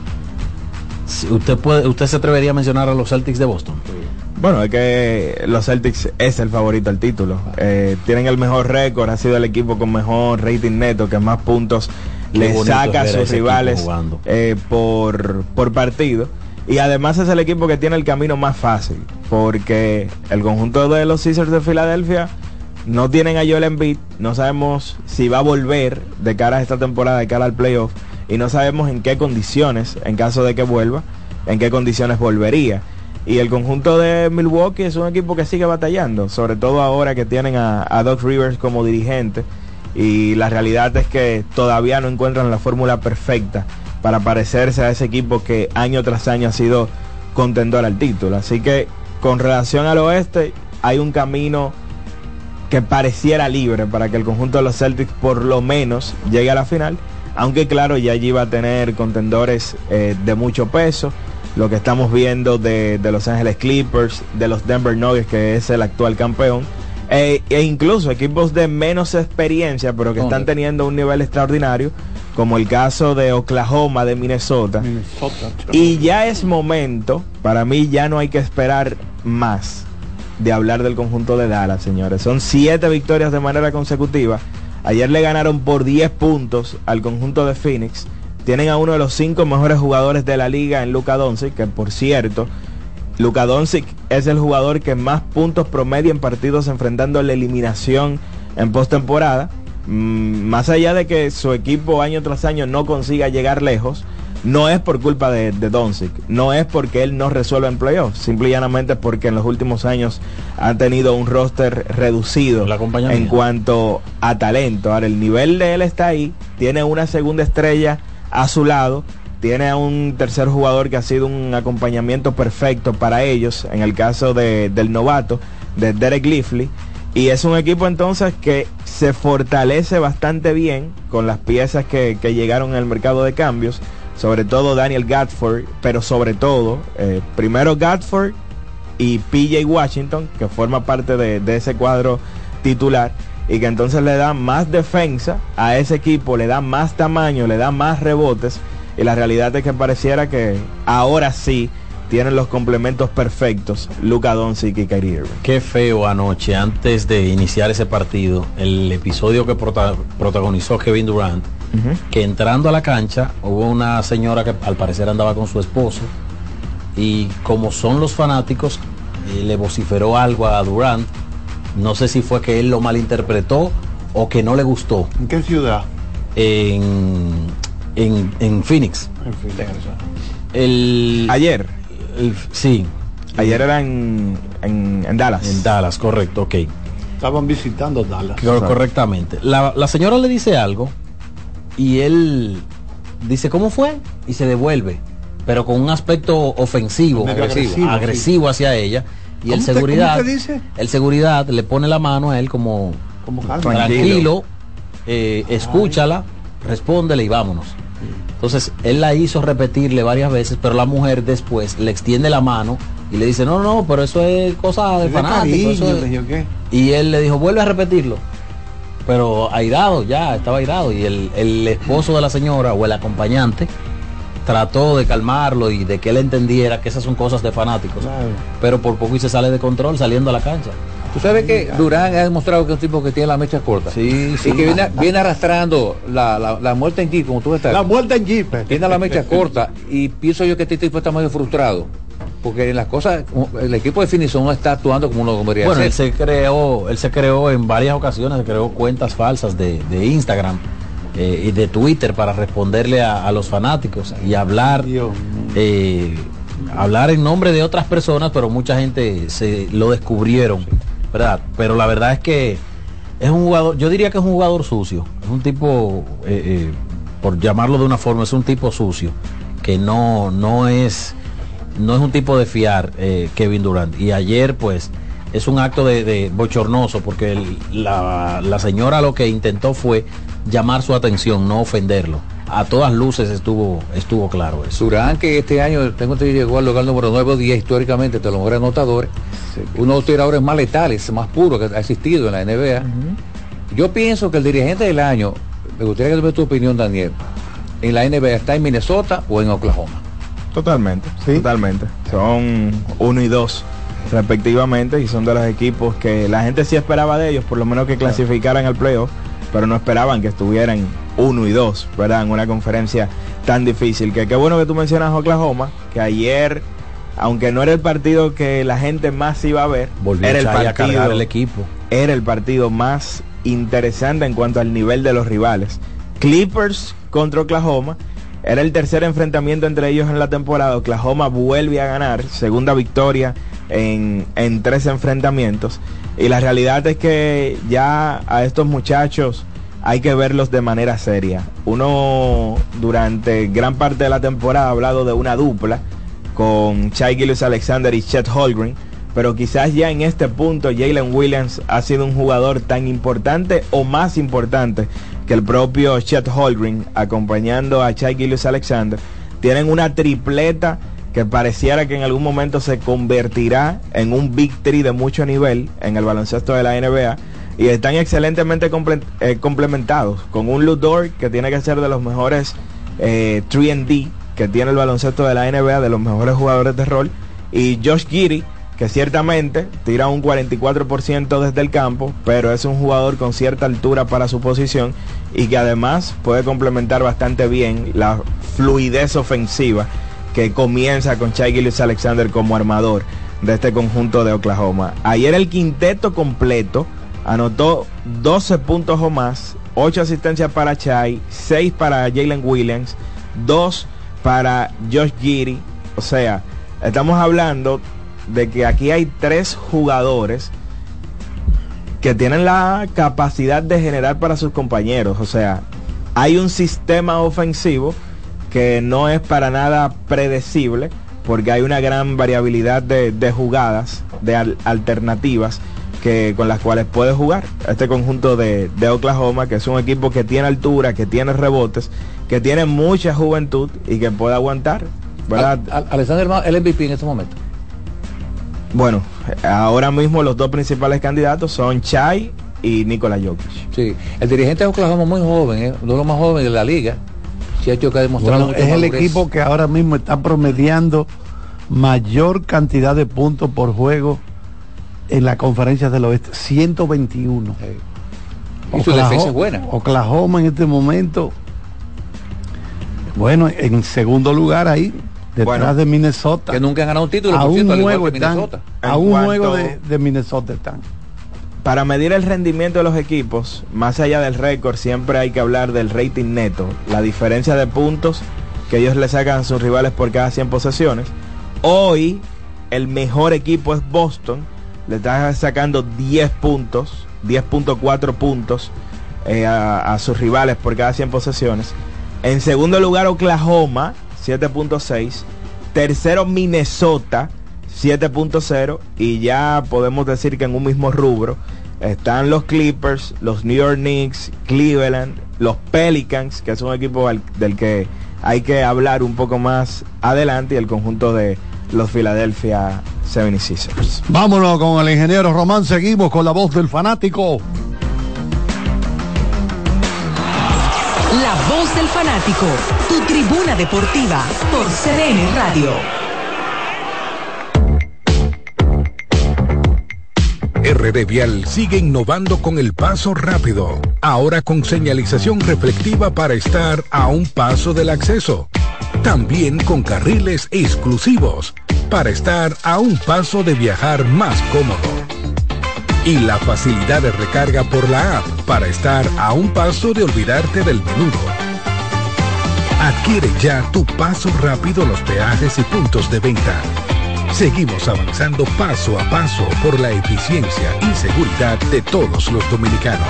¿usted puede, usted se atrevería a mencionar a los Celtics de Boston? Bueno, es que los Celtics es el favorito al título. Eh, tienen el mejor récord, ha sido el equipo con mejor rating neto, que más puntos le saca a sus rivales eh, por, por partido. Y además es el equipo que tiene el camino más fácil, porque el conjunto de los Sixers de Filadelfia no tienen a Joel Embiid, no sabemos si va a volver de cara a esta temporada, de cara al playoff, y no sabemos en qué condiciones, en caso de que vuelva, en qué condiciones volvería. Y el conjunto de Milwaukee es un equipo que sigue batallando, sobre todo ahora que tienen a, a Doc Rivers como dirigente, y la realidad es que todavía no encuentran la fórmula perfecta para parecerse a ese equipo que año tras año ha sido contendor al título. Así que con relación al oeste hay un camino que pareciera libre para que el conjunto de los Celtics por lo menos llegue a la final, aunque claro, ya allí va a tener contendores eh, de mucho peso. Lo que estamos viendo de, de Los Ángeles Clippers, de los Denver Nuggets, que es el actual campeón, e, e incluso equipos de menos experiencia, pero que están teniendo un nivel extraordinario, como el caso de Oklahoma, de Minnesota. Minnesota y ya es momento, para mí ya no hay que esperar más de hablar del conjunto de Dallas, señores. Son siete victorias de manera consecutiva Ayer le ganaron por diez puntos al conjunto de Phoenix. Tienen a uno de los cinco mejores jugadores de la liga en Luka Doncic, que por cierto, Luka Doncic es el jugador que más puntos promedia en partidos enfrentando la eliminación en postemporada. Mm, más allá de que su equipo año tras año no consiga llegar lejos, no es por culpa de, de Doncic, no es porque él no resuelve en playoffs, simple y llanamente porque en los últimos años han tenido un roster reducido en cuanto a talento. Ahora el nivel de él está ahí, tiene una segunda estrella a su lado, tiene a un tercer jugador que ha sido un acompañamiento perfecto para ellos, en el caso de, del novato, de Derek Lively, y es un equipo entonces que se fortalece bastante bien con las piezas que, que llegaron en el mercado de cambios, sobre todo Daniel Gafford, pero sobre todo, eh, primero Gafford y P J Washington, que forma parte de, de ese cuadro titular, y que entonces le da más defensa a ese equipo, le da más tamaño, le da más rebotes, y la realidad es que pareciera que ahora sí tienen los complementos perfectos Luka Doncic y Kyrie Irving. Qué feo anoche, antes de iniciar ese partido, el episodio que prota- protagonizó Kevin Durant, uh-huh. que entrando a la cancha hubo una señora que al parecer andaba con su esposo, y como son los fanáticos, eh, le vociferó algo a Durant. No sé si fue que él lo malinterpretó o que no le gustó. ¿En qué ciudad? En, en, en Phoenix. En Phoenix. El, Ayer. El, sí. Ayer era en, en, en Dallas. En Dallas, correcto, ok. Estaban visitando Dallas. Cor- correctamente. La, la señora le dice algo y él dice, ¿cómo fue? Y se devuelve, pero con un aspecto ofensivo, agresivo, agresivo, agresivo sí. hacia ella. Y el seguridad, te, ¿cómo te dice? el seguridad le pone la mano a él como, como tranquilo, tranquilo eh, escúchala, respóndele y vámonos. Entonces él la hizo repetirle varias veces, pero la mujer después le extiende la mano y le dice, no, no, pero eso es cosa de fanático. Eso es... ¿Qué? Y él le dijo, vuelve a repetirlo. Pero airado, ya, estaba airado. Y el, el esposo de la señora o el acompañante trató de calmarlo y de que él entendiera que esas son cosas de fanáticos. Claro. Pero por poco y se sale de control saliendo a la cancha. Tú sabes que Durán ha demostrado que es un tipo que tiene la mecha corta. Sí, sí. Y que viene, viene arrastrando la, la, la muerte en Jeep, como tú estás. La muerte en Jeep. Tiene la mecha corta. Y pienso yo que este tipo está medio frustrado. Porque en las cosas, el equipo de Phoenix no está actuando como uno debería bueno, hacer. Él se creó, él se creó en varias ocasiones, se creó cuentas falsas de, de Instagram eh, y de Twitter para responderle a, a los fanáticos y hablar eh, hablar en nombre de otras personas, pero mucha gente se lo descubrieron, ¿verdad? Pero la verdad es que es un jugador, yo diría que es un jugador sucio, es un tipo, eh, eh, por llamarlo de una forma, es un tipo sucio, que no, no es no es un tipo de fiar, eh, Kevin Durant. Y ayer pues es un acto de, de bochornoso, porque el, la, la señora lo que intentó fue llamar su atención, no ofenderlo. A todas luces estuvo estuvo claro eso. Durant, que este año tengo que llegó al lugar número nueve o diez históricamente de los mejores anotadores, sí, uno de los tiradores más letales, más puros que ha existido en la N B A. Uh-huh. Yo pienso que el dirigente del año, me gustaría que te dé tu opinión, Daniel, en la N B A está en Minnesota o en Oklahoma. Totalmente, ¿sí? Totalmente. Son uno y dos respectivamente, y son de los equipos que la gente sí esperaba de ellos, por lo menos que clasificaran al playoff, pero no esperaban que estuvieran uno y dos, ¿verdad? En una conferencia tan difícil. Que qué bueno que tú mencionas Oklahoma, que ayer, aunque no era el partido que la gente más iba a ver, volvió era el partido, a cargar el equipo. Era el partido más interesante en cuanto al nivel de los rivales. Clippers contra Oklahoma. Era el tercer enfrentamiento entre ellos en la temporada. Oklahoma vuelve a ganar, segunda victoria en, en tres enfrentamientos. Y la realidad es que ya a estos muchachos hay que verlos de manera seria. Uno durante gran parte de la temporada ha hablado de una dupla con Shai Gilgeous-Alexander y Chet Holmgren, pero quizás ya en este punto Jalen Williams ha sido un jugador tan importante o más importante que el propio Chet Holmgren, acompañando a Shai Gilgeous-Alexander. Tienen una tripleta que pareciera que en algún momento se convertirá en un Big Three de mucho nivel en el baloncesto de la N B A, y están excelentemente comple- eh, complementados con un Lu Dort que tiene que ser de los mejores eh, tres and D que tiene el baloncesto de la N B A, de los mejores jugadores de rol, y Josh Giddey, que ciertamente tira un cuarenta y cuatro por ciento desde el campo, pero es un jugador con cierta altura para su posición y que además puede complementar bastante bien la fluidez ofensiva que comienza con Shai Gilgeous-Alexander como armador de este conjunto de Oklahoma. Ayer el quinteto completo anotó doce puntos o más, ocho asistencias para Shai, seis para Jalen Williams, dos para Josh Giddey. O sea, estamos hablando de que aquí hay tres jugadores que tienen la capacidad de generar para sus compañeros. O sea, hay un sistema ofensivo que no es para nada predecible, porque hay una gran variabilidad de, de jugadas, de al, alternativas que, con las cuales puede jugar este conjunto de, de Oklahoma, que es un equipo que tiene altura, que tiene rebotes, que tiene mucha juventud y que puede aguantar, ¿verdad? Al, al, Alexander, el M V P en este momento. Bueno, ahora mismo los dos principales candidatos son Shai y Nikola Jokic. Sí, el dirigente de Oklahoma muy joven, ¿eh? Uno de los más jóvenes de la liga. Sí, ha hecho que ha demostrado bueno, es el equipo que ahora mismo está promediando mayor cantidad de puntos por juego en la conferencia del oeste, ciento veintiuno. Sí. Y su defensa es buena. Oklahoma en este momento, bueno, en segundo lugar ahí, detrás bueno, de Minnesota, que nunca han ganado un título, a por un cierto, juego están, a un cuanto, juego de, de Minnesota están. Para medir el rendimiento de los equipos, más allá del récord, siempre hay que hablar del rating neto, la diferencia de puntos que ellos le sacan a sus rivales por cada cien posesiones. Hoy el mejor equipo es Boston, le está sacando diez puntos, diez punto cuatro puntos eh, a, a sus rivales por cada cien posesiones. En segundo lugar Oklahoma, siete punto seis. Tercero Minnesota, siete punto cero. Y ya podemos decir que en un mismo rubro están los Clippers, los New York Knicks, Cleveland, los Pelicans, que es un equipo al, del que hay que hablar un poco más adelante, y el conjunto de los Philadelphia setenta y seis ers. Vámonos con el ingeniero Román, seguimos con la voz del fanático. La voz del fanático, tu tribuna deportiva por C D N Radio. R D Vial sigue innovando con el paso rápido, ahora con señalización reflectiva para estar a un paso del acceso. También con carriles exclusivos para estar a un paso de viajar más cómodo. Y la facilidad de recarga por la app para estar a un paso de olvidarte del menudo. Adquiere ya tu paso rápido los peajes y puntos de venta. Seguimos avanzando paso a paso por la eficiencia y seguridad de todos los dominicanos.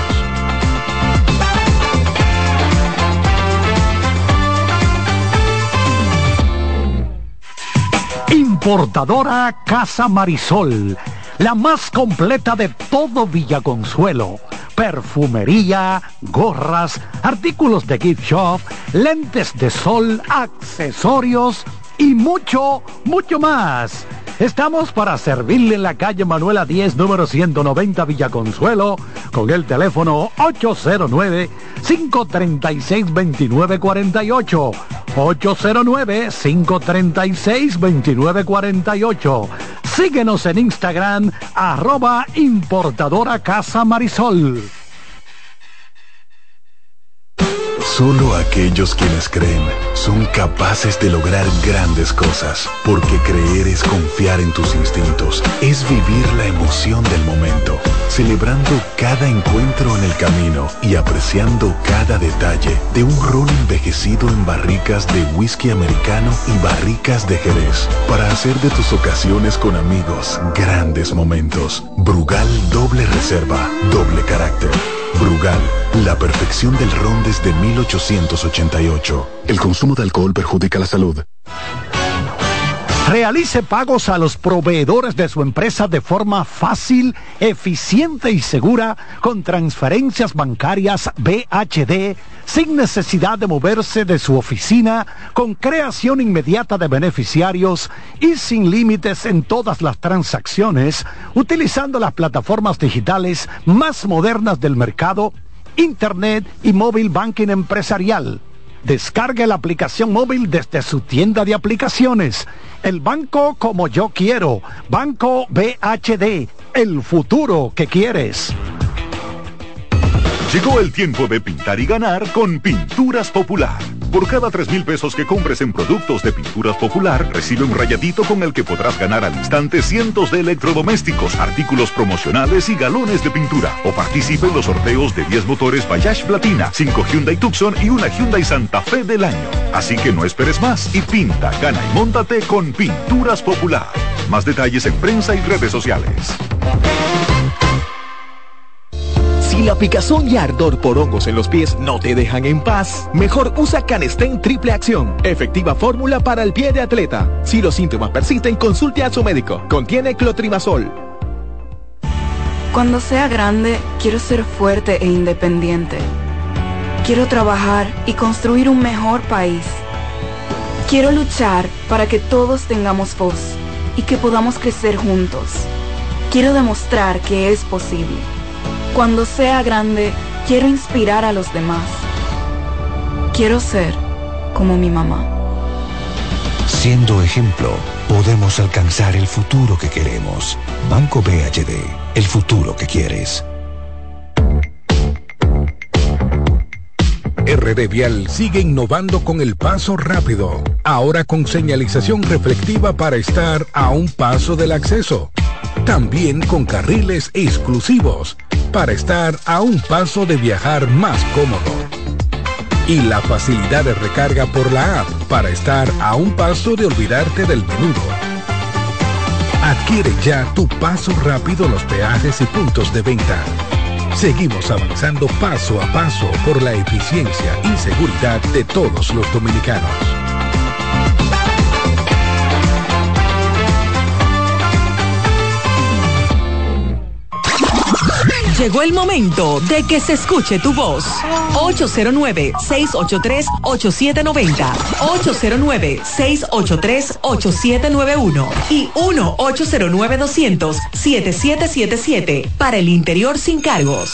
Importadora Casa Marisol, la más completa de todo Villaconsuelo. Perfumería, gorras, artículos de gift shop, lentes de sol, accesorios y mucho, mucho más. Estamos para servirle en la calle Manuela diez, número ciento noventa, Villaconsuelo, con el teléfono ocho cero nueve, cinco tres seis, dos nueve cuatro ocho, ocho cero nueve, cinco tres seis, dos nueve cuatro ocho. Síguenos en Instagram, arroba importadora Casa Marisol. Solo aquellos quienes creen son capaces de lograr grandes cosas, porque creer es confiar en tus instintos, es vivir la emoción del momento, celebrando cada encuentro en el camino y apreciando cada detalle de un ron envejecido en barricas de whisky americano y barricas de Jerez, para hacer de tus ocasiones con amigos grandes momentos. Brugal doble reserva, doble carácter. Brugal, la perfección del ron desde mil ochocientos ochenta y ocho. El consumo de alcohol perjudica la salud. Realice pagos a los proveedores de su empresa de forma fácil, eficiente y segura con transferencias bancarias B H D, sin necesidad de moverse de su oficina, con creación inmediata de beneficiarios y sin límites en todas las transacciones, utilizando las plataformas digitales más modernas del mercado, Internet y móvil banking empresarial. Descargue la aplicación móvil desde su tienda de aplicaciones. El banco como yo quiero. Banco B H D. El futuro que quieres. Llegó el tiempo de pintar y ganar con Pinturas Popular. Por cada tres mil pesos que compres en productos de Pinturas Popular, recibe un rayadito con el que podrás ganar al instante cientos de electrodomésticos, artículos promocionales y galones de pintura. O participe en los sorteos de diez motores Bayash Platina, cinco Hyundai Tucson y una Hyundai Santa Fe del año. Así que no esperes más y pinta, gana y móntate con Pinturas Popular. Más detalles en prensa y redes sociales. Si la picazón y ardor por hongos en los pies no te dejan en paz, mejor usa Canestén Triple Acción, efectiva fórmula para el pie de atleta. Si los síntomas persisten, consulte a su médico. Contiene clotrimazol. Cuando sea grande, quiero ser fuerte e independiente. Quiero trabajar y construir un mejor país. Quiero luchar para que todos tengamos voz y que podamos crecer juntos. Quiero demostrar que es posible. Cuando sea grande, quiero inspirar a los demás. Quiero ser como mi mamá. Siendo ejemplo, podemos alcanzar el futuro que queremos. Banco B H D, el futuro que quieres. R D Vial sigue innovando con el paso rápido, ahora con señalización reflectiva para estar a un paso del acceso. También con carriles exclusivos para estar a un paso de viajar más cómodo. Y la facilidad de recarga por la app para estar a un paso de olvidarte del menudo. Adquiere ya tu paso rápido en los peajes y puntos de venta. Seguimos avanzando paso a paso por la eficiencia y seguridad de todos los dominicanos. Llegó el momento de que se escuche tu voz. ocho cero nueve, seis ocho tres, ocho siete nueve cero, ocho cero nueve, seis ocho tres, ocho siete nueve uno y uno ocho cero nueve, dos cero cero, siete siete siete siete para el interior sin cargos.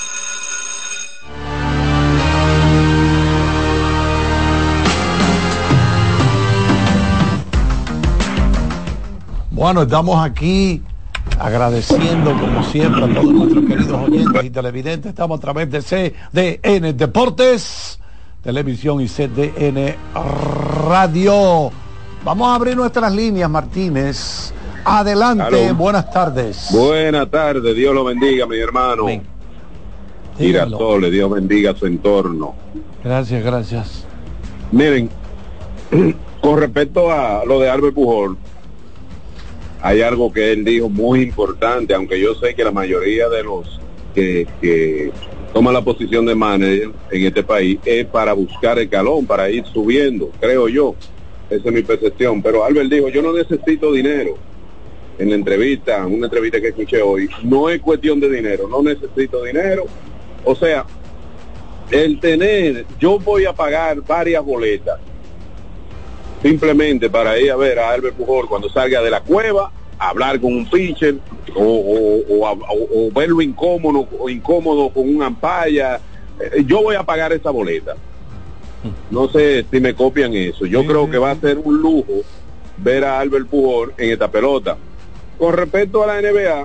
Bueno, estamos aquí agradeciendo como siempre a todos nuestros queridos oyentes y televidentes. Estamos a través de C D N Deportes, Televisión y C D N Radio. Vamos a abrir nuestras líneas, Martínez. Adelante, Claro. buenas tardes. Buenas tardes, Dios lo bendiga, mi hermano. Girasoles, Dios bendiga su entorno. Gracias, gracias. Miren, con respecto a lo de Albert Pujol, hay algo que él dijo muy importante, aunque yo sé que la mayoría de los que, que toman la posición de manager en este país es para buscar el calón, para ir subiendo, creo yo. Esa es mi percepción. Pero Albert dijo, yo no necesito dinero. En la entrevista, una entrevista que escuché hoy, no es cuestión de dinero, no necesito dinero. O sea, el tener, yo voy a pagar varias boletas simplemente para ir a ver a Albert Pujol cuando salga de la cueva, hablar con un pitcher o, o, o, o, o verlo incómodo o incómodo con un ampalla. Eh, yo voy a pagar esa boleta. No sé si me copian eso. Yo sí, creo sí, que va a ser un lujo ver a Albert Pujol en esta pelota. Con respecto a la N B A,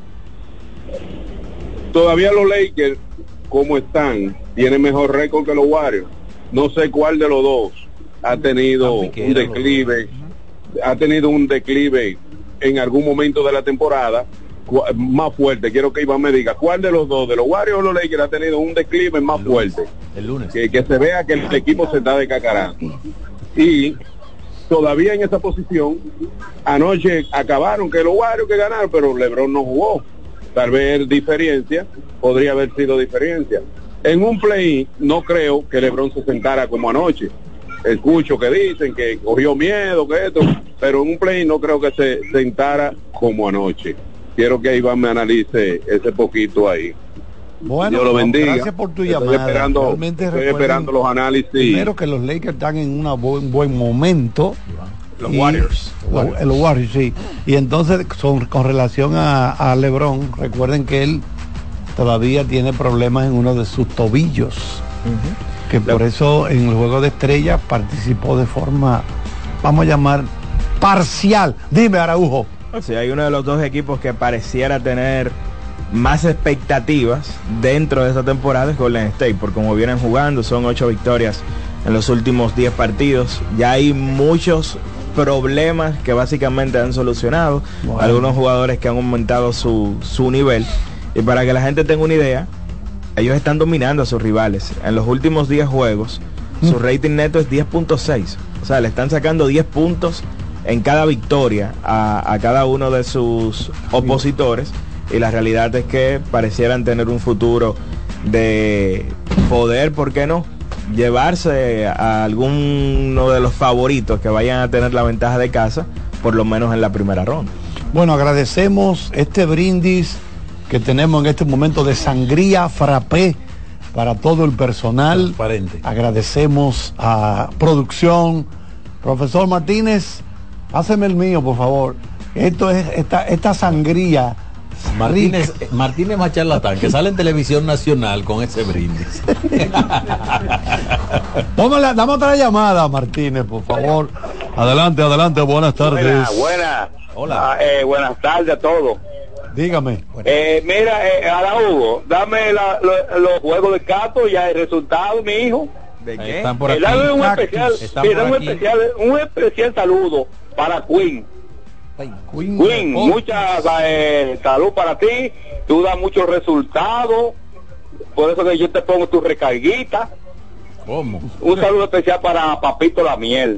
todavía los Lakers, como están, tienen mejor récord que los Warriors. No sé cuál de los dos ha tenido un declive, ha tenido un declive en algún momento de la temporada más fuerte. Quiero que Iván me diga cuál de los dos, de los Warriors o los Lakers, ha tenido un declive más el lunes, fuerte. El lunes. Que, que se vea que el equipo se está decacarando. Y todavía en esa posición, anoche acabaron que los Warriors que ganaron, pero LeBron no jugó. Tal vez diferencia, podría haber sido diferencia. En un play no creo que LeBron se sentara como anoche. Escucho que dicen que cogió miedo, que esto, pero en un play no creo que se sentara como anoche. Quiero que Iván me analice ese poquito ahí. Bueno, Dios lo bendiga. Gracias por tu estoy llamada. Esperando, Realmente estoy esperando los análisis. Primero que los Lakers están en un buen, buen momento. Los y, Warriors. Los, Warriors. los Warriors, sí. Y entonces, son, con relación a, a LeBron, recuerden que él todavía tiene problemas en uno de sus tobillos. Uh-huh. que por eso en el Juego de Estrellas participó de forma, vamos a llamar, parcial. Dime, Araujo. Sí, hay uno de los dos equipos que pareciera tener más expectativas dentro de esta temporada es Golden State, porque como vienen jugando, son ocho victorias en los últimos diez partidos. Ya hay muchos problemas que básicamente han solucionado. Bueno. Algunos jugadores que han aumentado su, su nivel. Y para que la gente tenga una idea, ellos están dominando a sus rivales. En los últimos diez juegos, mm. su rating neto es diez punto seis. O sea, le están sacando diez puntos en cada victoria a, a cada uno de sus opositores. Y la realidad es que parecieran tener un futuro de poder, ¿por qué no?, llevarse a alguno de los favoritos que vayan a tener la ventaja de casa, por lo menos en la primera ronda. Bueno, agradecemos este brindis que tenemos en este momento de sangría frappé para todo el personal. Agradecemos a producción. Profesor Martínez, páseme el mío, por favor. Esto es esta, esta sangría. Martínez, Martínez Macharlatán, que sale en televisión nacional con ese brindis. Póngale, dame otra llamada, Martínez, por favor. Adelante, adelante, buenas tardes. Buenas, buenas. Hola. Ah, eh, buenas tardes a todos. Dígame. Eh, mira, eh, ahora Hugo, dame la, lo, los juegos de Cato, ya el resultado, mi hijo. ¿De qué? Están por aquí. Dame un especial, Están mira, por un aquí. especial, un especial saludo para Queen. Ay, Queen, Queen, mucha eh, salud para ti, tú das muchos resultados, por eso que yo te pongo tu recarguita. ¿Cómo? Un saludo especial para Papito La Miel.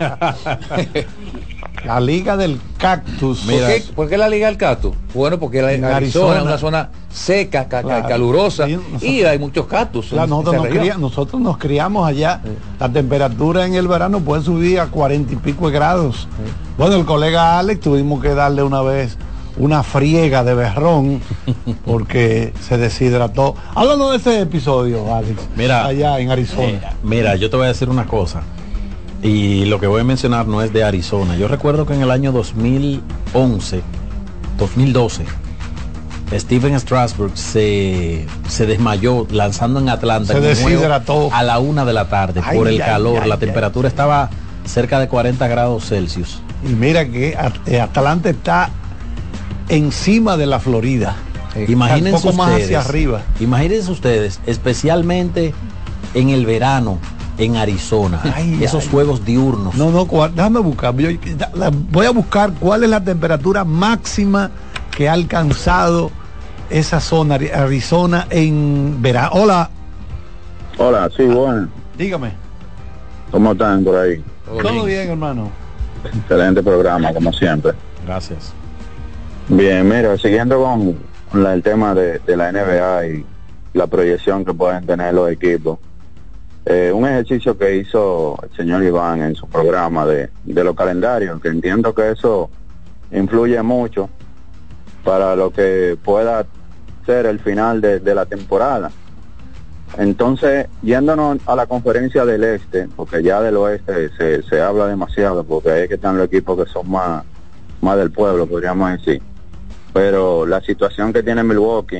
La Liga del Cactus. ¿Por qué, ¿Por qué la Liga del Cactus? Bueno, porque la Arizona, Arizona es una zona seca, ca claro. calurosa, sí, nosotros, y hay muchos cactus. Claro, nosotros, nos cría, nosotros nos criamos allá. Sí. La temperatura en el verano puede subir a cuarenta y pico de grados. Sí. Bueno, el colega Alex tuvimos que darle una vez una friega de berrón porque se deshidrató. Háblanos de ese episodio, Alex. Mira, allá en Arizona. Eh, mira, yo te voy a decir una cosa. Y lo que voy a mencionar no es de Arizona. Yo recuerdo que en el año dos mil once, dos mil doce, Steven Strasburg se, se desmayó lanzando en Atlanta. Se deshidrató a la una de la tarde ay, por el ay, calor. Ay, la ay, temperatura ay. estaba cerca de cuarenta grados Celsius. Y mira que Atlanta está encima de la Florida. Imagínense un poco ustedes, más hacia arriba. Imagínense ustedes, especialmente en el verano, en Arizona, ay, esos ay. juegos diurnos. No, no, déjame buscar. Yo, voy a buscar cuál es la temperatura máxima que ha alcanzado esa zona, Arizona, en verano. Hola. Hola, sí, bueno. Dígame. ¿Cómo están por ahí? Todo, Todo bien. bien, hermano. Excelente programa, como siempre. Gracias. Bien, mira, siguiendo con, con la, el tema de, de la N B A y la proyección que pueden tener los equipos. Eh, un ejercicio que hizo el señor Iván en su programa de, de los calendarios, que entiendo que eso influye mucho para lo que pueda ser el final de, de la temporada. Entonces, yéndonos a la conferencia del este, porque ya del oeste se, se habla demasiado, porque ahí es que están los equipos que son más, más del pueblo, podríamos decir. Pero la situación que tiene Milwaukee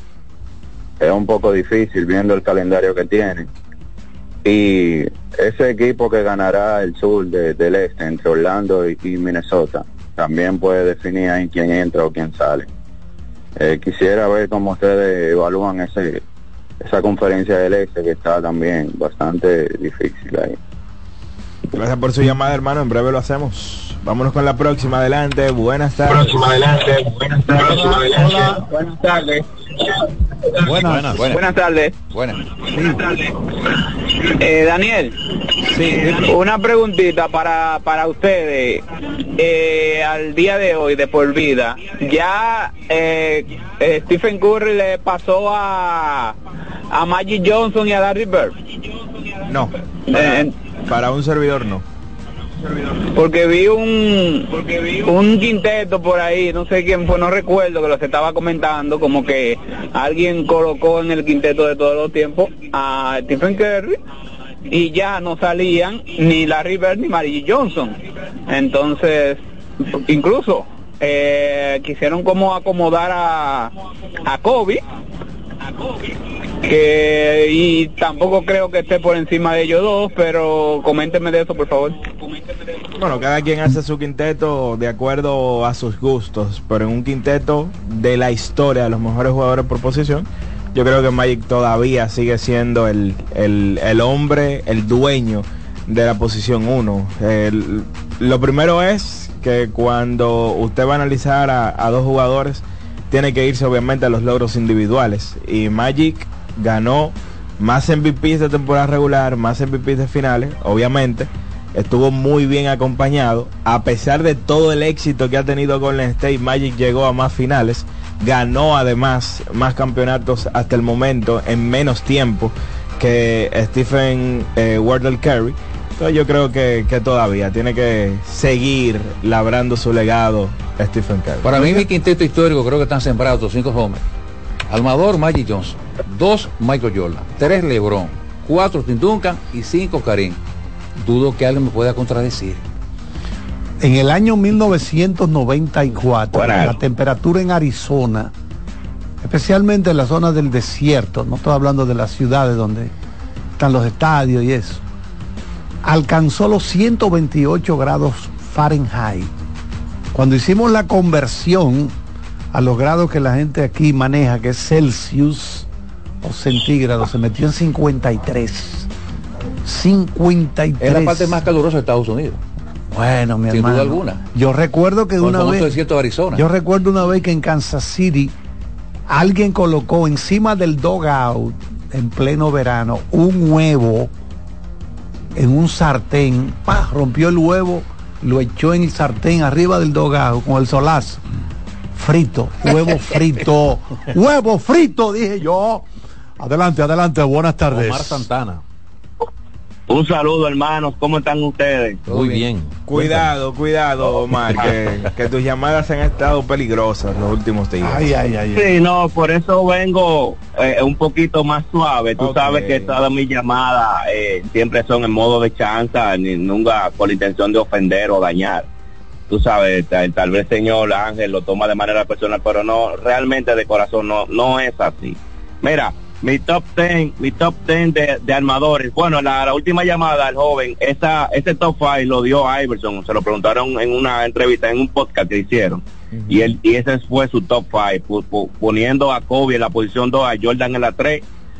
es un poco difícil viendo el calendario que tiene. Y ese equipo que ganará el sur de, del este, entre Orlando y, y Minnesota, también puede definir ahí quién entra o quién sale. Eh, quisiera ver cómo ustedes evalúan ese esa conferencia del este, que está también bastante difícil ahí. Gracias por su llamada, hermano. En breve lo hacemos. Vámonos con la próxima. Adelante. Buenas tardes. Próxima adelante. Buenas tardes. Hola, adelante. hola. Buenas tardes. Buenas, buenas, buenas. Buenas tardes. Buenas. Buenas tardes. Eh, Daniel, sí, una preguntita para, para ustedes. Eh, al día de hoy, de por vida, ya eh, eh, Stephen Curry le pasó a, a Magic Johnson y a Larry Bird. No, para, eh, para un servidor no. Porque vi un porque vi un quinteto por ahí, no sé quién fue, no recuerdo, que los estaba comentando, como que alguien colocó en el quinteto de todos los tiempos a Stephen Curry y ya no salían ni Larry Bird ni Magic Johnson. Entonces, incluso eh, quisieron como acomodar a a Kobe que y tampoco creo que esté por encima de ellos dos, pero coméntenme de eso, por favor. Bueno, cada quien hace su quinteto de acuerdo a sus gustos, pero en un quinteto de la historia de los mejores jugadores por posición, yo creo que Magic todavía sigue siendo el, el, el hombre, el dueño de la posición uno. Lo primero es que cuando usted va a analizar a, a dos jugadores, tiene que irse obviamente a los logros individuales, y Magic ganó más M V Pes de temporada regular, más M V Pes de finales, obviamente estuvo muy bien acompañado. A pesar de todo el éxito que ha tenido Golden State, Magic llegó a más finales, ganó además más campeonatos hasta el momento en menos tiempo que Stephen eh, Wardell Curry. Entonces yo creo que, que todavía tiene que seguir labrando su legado Stephen Curry. Para mí mi quinteto histórico creo que están sembrados los cinco hombres: Almador, Magic Johnson; dos, Michael Jordan; tres, LeBron; cuatro, Tim Duncan; y cinco, Karim. Dudo que alguien me pueda contradecir. En el año mil novecientos noventa y cuatro, bueno, la temperatura en Arizona, especialmente en la zona del desierto, no estoy hablando de las ciudades donde están los estadios y eso, alcanzó los ciento veintiocho grados Fahrenheit. Cuando hicimos la conversión a los grados que la gente aquí maneja, que es Celsius o centígrados, se metió en cincuenta y tres. cincuenta y tres. Es la parte más calurosa de Estados Unidos. Bueno, mi sin hermano, duda alguna. Yo recuerdo que Con una el vez desierto de Arizona. Yo recuerdo una vez que en Kansas City alguien colocó encima del dugout en pleno verano un huevo en un sartén, ¡pah! Rompió el huevo, lo echó en el sartén arriba del dugout con el solazo. Frito, huevo frito, huevo frito, dije yo. Adelante, adelante, buenas tardes. Omar Santana. Un saludo, hermanos, ¿cómo están ustedes? Muy bien. Cuidado, cuidado, Omar, que, que tus llamadas han estado peligrosas los últimos días. Ay, ay, ay. Sí, no, por eso vengo eh, un poquito más suave. Tú okay. sabes que todas mis llamadas eh, siempre son en modo de chanza, ni nunca con la intención de ofender o dañar. Tú sabes, tal, tal vez señor Ángel lo toma de manera personal, pero no, realmente de corazón no, no es así. Mira, mi top ten, mi top ten de, de armadores. Bueno, la, la última llamada al joven, esa, ese top five lo dio Iverson, se lo preguntaron en una entrevista, en un podcast que hicieron, uh-huh. y él, y ese fue su top five, pu, pu, poniendo a Kobe en la posición dos, a Jordan en la tres,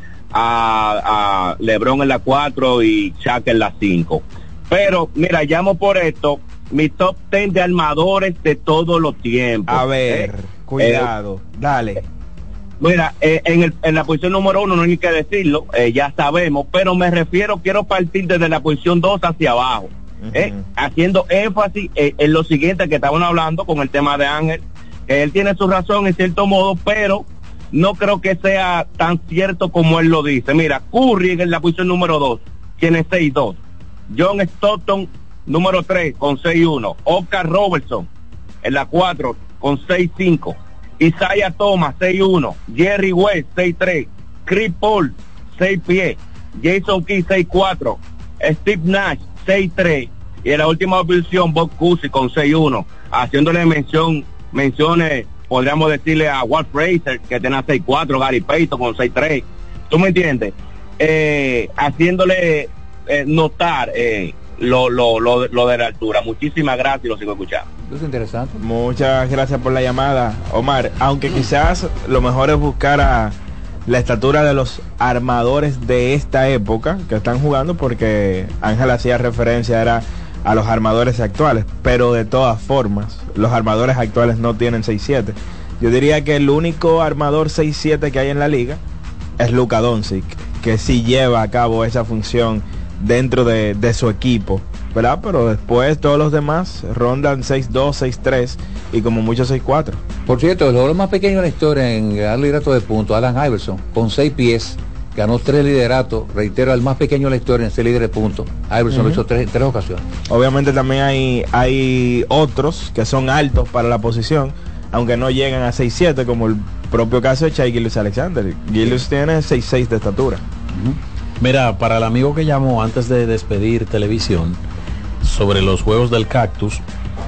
a, a LeBron en la cuatro y Shaq en la cinco. Pero, mira, llamo por esto, mi top ten de armadores de todos los tiempos. A ver, eh, cuidado, eh, dale. Mira, eh, en, el, en la posición número uno no hay que decirlo, eh, ya sabemos, pero me refiero, quiero partir desde la posición dos hacia abajo, uh-huh. eh, haciendo énfasis eh, en lo siguiente que estaban hablando con el tema de Ángel, que él tiene su razón en cierto modo, pero no creo que sea tan cierto como él lo dice. Mira, Curry en la posición número dos tiene seis dos, John Stockton número tres con seis uno, Oscar Robertson en la cuatro con seis cinco, Isaiah Thomas seis uno, Jerry West seis tres, Chris Paul seis pies, Jason Kidd seis cuatro, Steve Nash seis tres, y en la última posición Bob Cousy con seis uno, haciéndole mención, menciones, podríamos decirle a Walt Frazier que tenía seis cuatro, Gary Payton con seis tres, ¿tú me entiendes? Eh, haciéndole eh, notar eh, Lo, lo, lo, lo de la altura. Muchísimas gracias y lo sigo escuchando. Eso es interesante. Muchas gracias por la llamada, Omar. Aunque quizás lo mejor es buscar a la estatura de los armadores de esta época que están jugando, porque Ángel hacía referencia era a los armadores actuales, pero de todas formas los armadores actuales no tienen seis siete. Yo diría que el único armador seis siete que hay en la liga es Luka Doncic, que sí lleva a cabo esa función dentro de, de su equipo, ¿verdad? Pero después todos los demás rondan seis dos, seis tres y como mucho seis cuatro. Por cierto, el jugador más pequeño de la historia en ganar liderato de puntos, Allen Iverson, con seis pies, ganó tres lideratos, reitero, el más pequeño de la historia en ser líder de puntos. Iverson uh-huh. lo hizo tres, en tres ocasiones. Obviamente también hay, hay otros que son altos para la posición, aunque no llegan a seis siete, como el propio caso de Shai Gilgeous-Alexander. Gilgeous sí. tiene seis seis de estatura. Uh-huh. Mira, para el amigo que llamó antes de despedir televisión sobre los juegos del Cactus,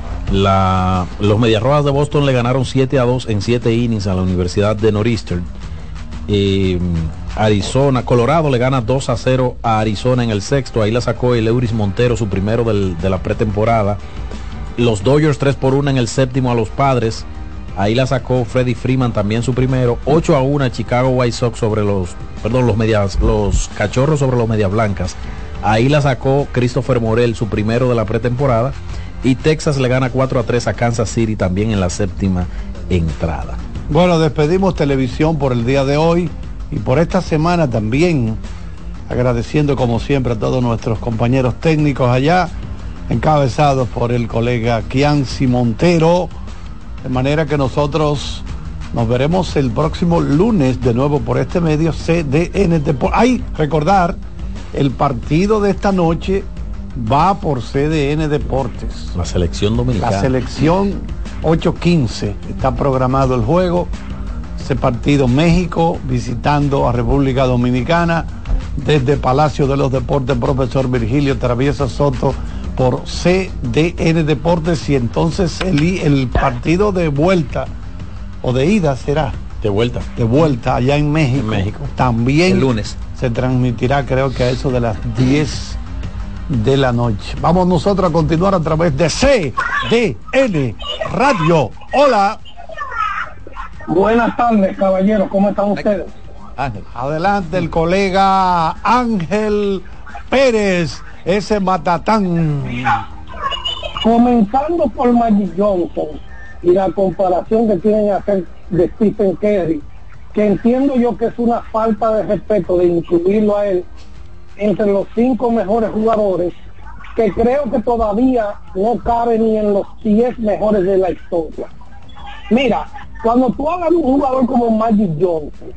la, los Medias Rojas de Boston le ganaron siete a dos en siete innings a la Universidad de Northeastern. Eh, Arizona, Colorado le gana dos a cero a Arizona en el sexto. Ahí la sacó el Euris Montero, su primero del, de la pretemporada. Los Dodgers tres por uno en el séptimo a los Padres. Ahí la sacó Freddie Freeman, también su primero. ocho a uno a Chicago White Sox sobre los, perdón, los medias, los Cachorros sobre los Medias Blancas. Ahí la sacó Christopher Morel, su primero de la pretemporada. Y Texas le gana cuatro a tres a Kansas City, también en la séptima entrada. Bueno, despedimos televisión por el día de hoy y por esta semana también, agradeciendo como siempre a todos nuestros compañeros técnicos allá, encabezados por el colega Kianci Montero, de manera que nosotros nos veremos el próximo lunes de nuevo por este medio C D N Deportes. Ay, recordar, el partido de esta noche va por C D N Deportes. La selección dominicana. La selección ocho quince está programado el juego. Ese partido, México visitando a República Dominicana desde Palacio de los Deportes Profesor Virgilio Traviesa Soto por C D N Deportes. Y entonces el, el partido de vuelta o de ida será de vuelta de vuelta allá en México, en México. También el lunes se transmitirá, creo que a eso de las diez de la noche. Vamos nosotros a continuar a través de C D N Radio. Hola. Buenas tardes, caballeros, ¿cómo están ustedes? Ángel. Adelante el colega Ángel Pérez, ese matatán. Comenzando por Magic Johnson y la comparación que tienen que hacer de Stephen Curry, que entiendo yo que es una falta de respeto de incluirlo a él entre los cinco mejores jugadores, que creo que todavía no cabe ni en los diez mejores de la historia. Mira, cuando tú hablas de un jugador como Magic Johnson,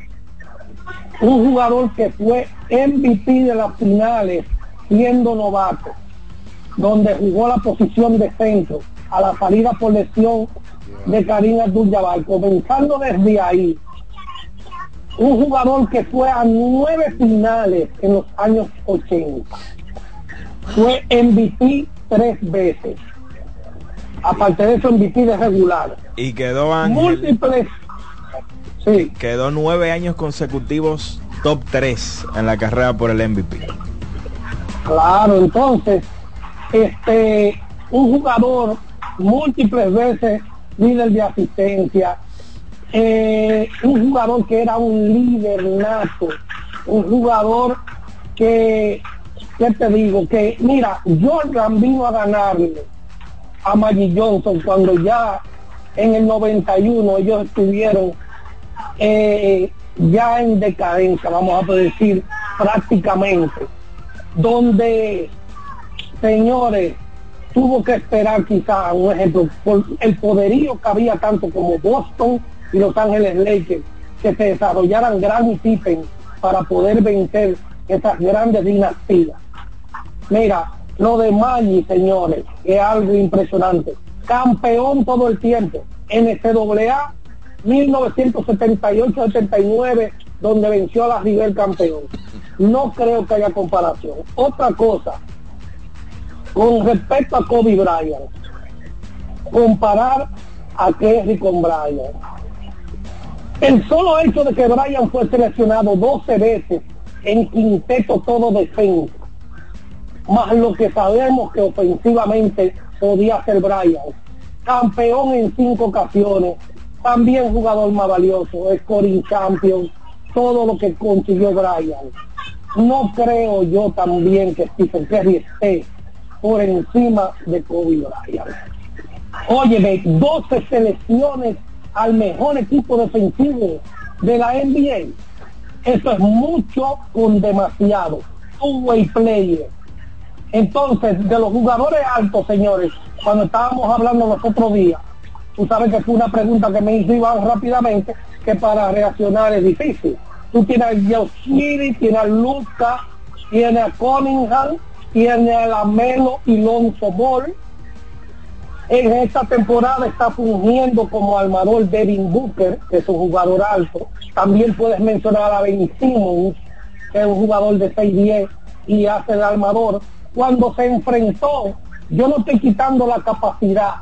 un jugador que fue M V P de las finales siendo novato, donde jugó la posición de centro a la salida por lesión de Kareem Abdul-Jabbar, comenzando desde ahí, un jugador que fue a nueve finales en los años ochenta, fue M V P tres veces, aparte de eso M V P de regular, y quedó Ángel, múltiples, sí, quedó nueve años consecutivos top tres en la carrera por el M V P. Claro, entonces este un jugador múltiples veces líder de asistencia, eh, un jugador que era un líder nato, un jugador que, ¿qué te digo? Que mira, Jordan vino a ganarle a Magic Johnson cuando ya en el noventa y uno ellos estuvieron eh, ya en decadencia, vamos a decir, prácticamente, donde, señores, tuvo que esperar quizá, un ejemplo, por el poderío que había tanto como Boston y Los Ángeles Lakers, que se desarrollaran Grant y Pippen para poder vencer esas grandes dinastías. Mira, lo de Magic, señores, es algo impresionante. Campeón todo el tiempo, N C A A, mil novecientos setenta y ocho setenta y nueve, donde venció a la River campeón. No creo que haya comparación. Otra cosa, con respecto a Kobe Bryant, comparar a Kerry con Bryant, el solo hecho de que Bryant fue seleccionado doce veces en quinteto todo defensa, más lo que sabemos que ofensivamente podía hacer Bryant, campeón en cinco ocasiones, también jugador más valioso, scoring champion, todo lo que consiguió Bryant. No creo yo también que Stephen Curry esté por encima de Kobe Bryant. Óyeme, doce selecciones al mejor equipo defensivo de la N B A. Eso es mucho con demasiado. Two-way player. Entonces, de los jugadores altos, señores, cuando estábamos hablando los otros días, tú sabes que fue una pregunta que me hizo Iván rápidamente, que para reaccionar es difícil. Tú tienes a Josh Giddey, tienes a Luka, tienes a Cunningham, tiene a Lamelo y Lonzo Ball. En esta temporada está fungiendo como armador Devin Booker, que es un jugador alto. También puedes mencionar a Ben Simmons, que es un jugador de seis diez y hace de armador. Cuando se enfrentó, yo no estoy quitando la capacidad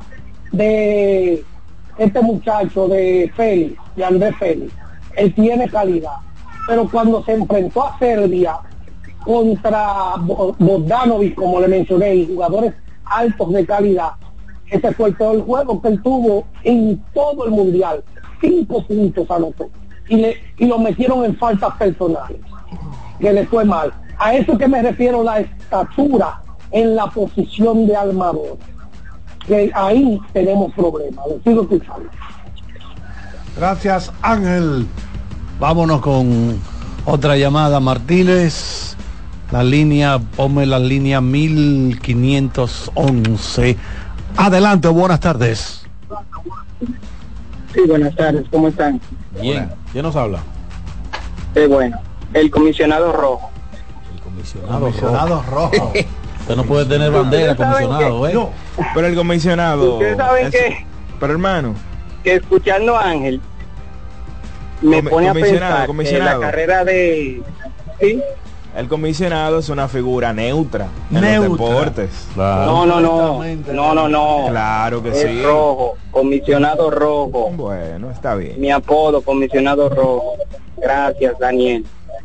de este muchacho de Félix, de Andrés Félix. Él tiene calidad. pero cuando se enfrentó a Serbia contra Bogdanovic, como le mencioné, y jugadores altos de calidad, ese fue el peor juego que él tuvo en todo el mundial. Cinco puntos anotó y, le, y lo metieron en faltas personales, que le fue mal. A eso que me refiero, la estatura en la posición de armador, que ahí tenemos problemas. Lo sigo escuchando. Gracias, Ángel. Vámonos con otra llamada, Martínez. La línea, ponme la línea mil quinientos once. Adelante, buenas tardes. Sí, buenas tardes, ¿cómo están? Bien, ¿quién nos habla? Sí, bueno, el comisionado rojo. El comisionado, comisionado rojo. rojo. Usted no puede tener bandera, comisionado, que, ¿eh? No, pero el comisionado... Ustedes saben es, que... Pero hermano... Que escuchando a Ángel, me Com pone a comisionado, pensar comisionado. que la carrera de... ¿Sí? El comisionado es una figura neutra en Neutra. los deportes. Claro. No, no, no. No, no, no. Claro que es sí. rojo, comisionado rojo. Bueno, está bien. Mi apodo, comisionado rojo. Gracias, Daniel.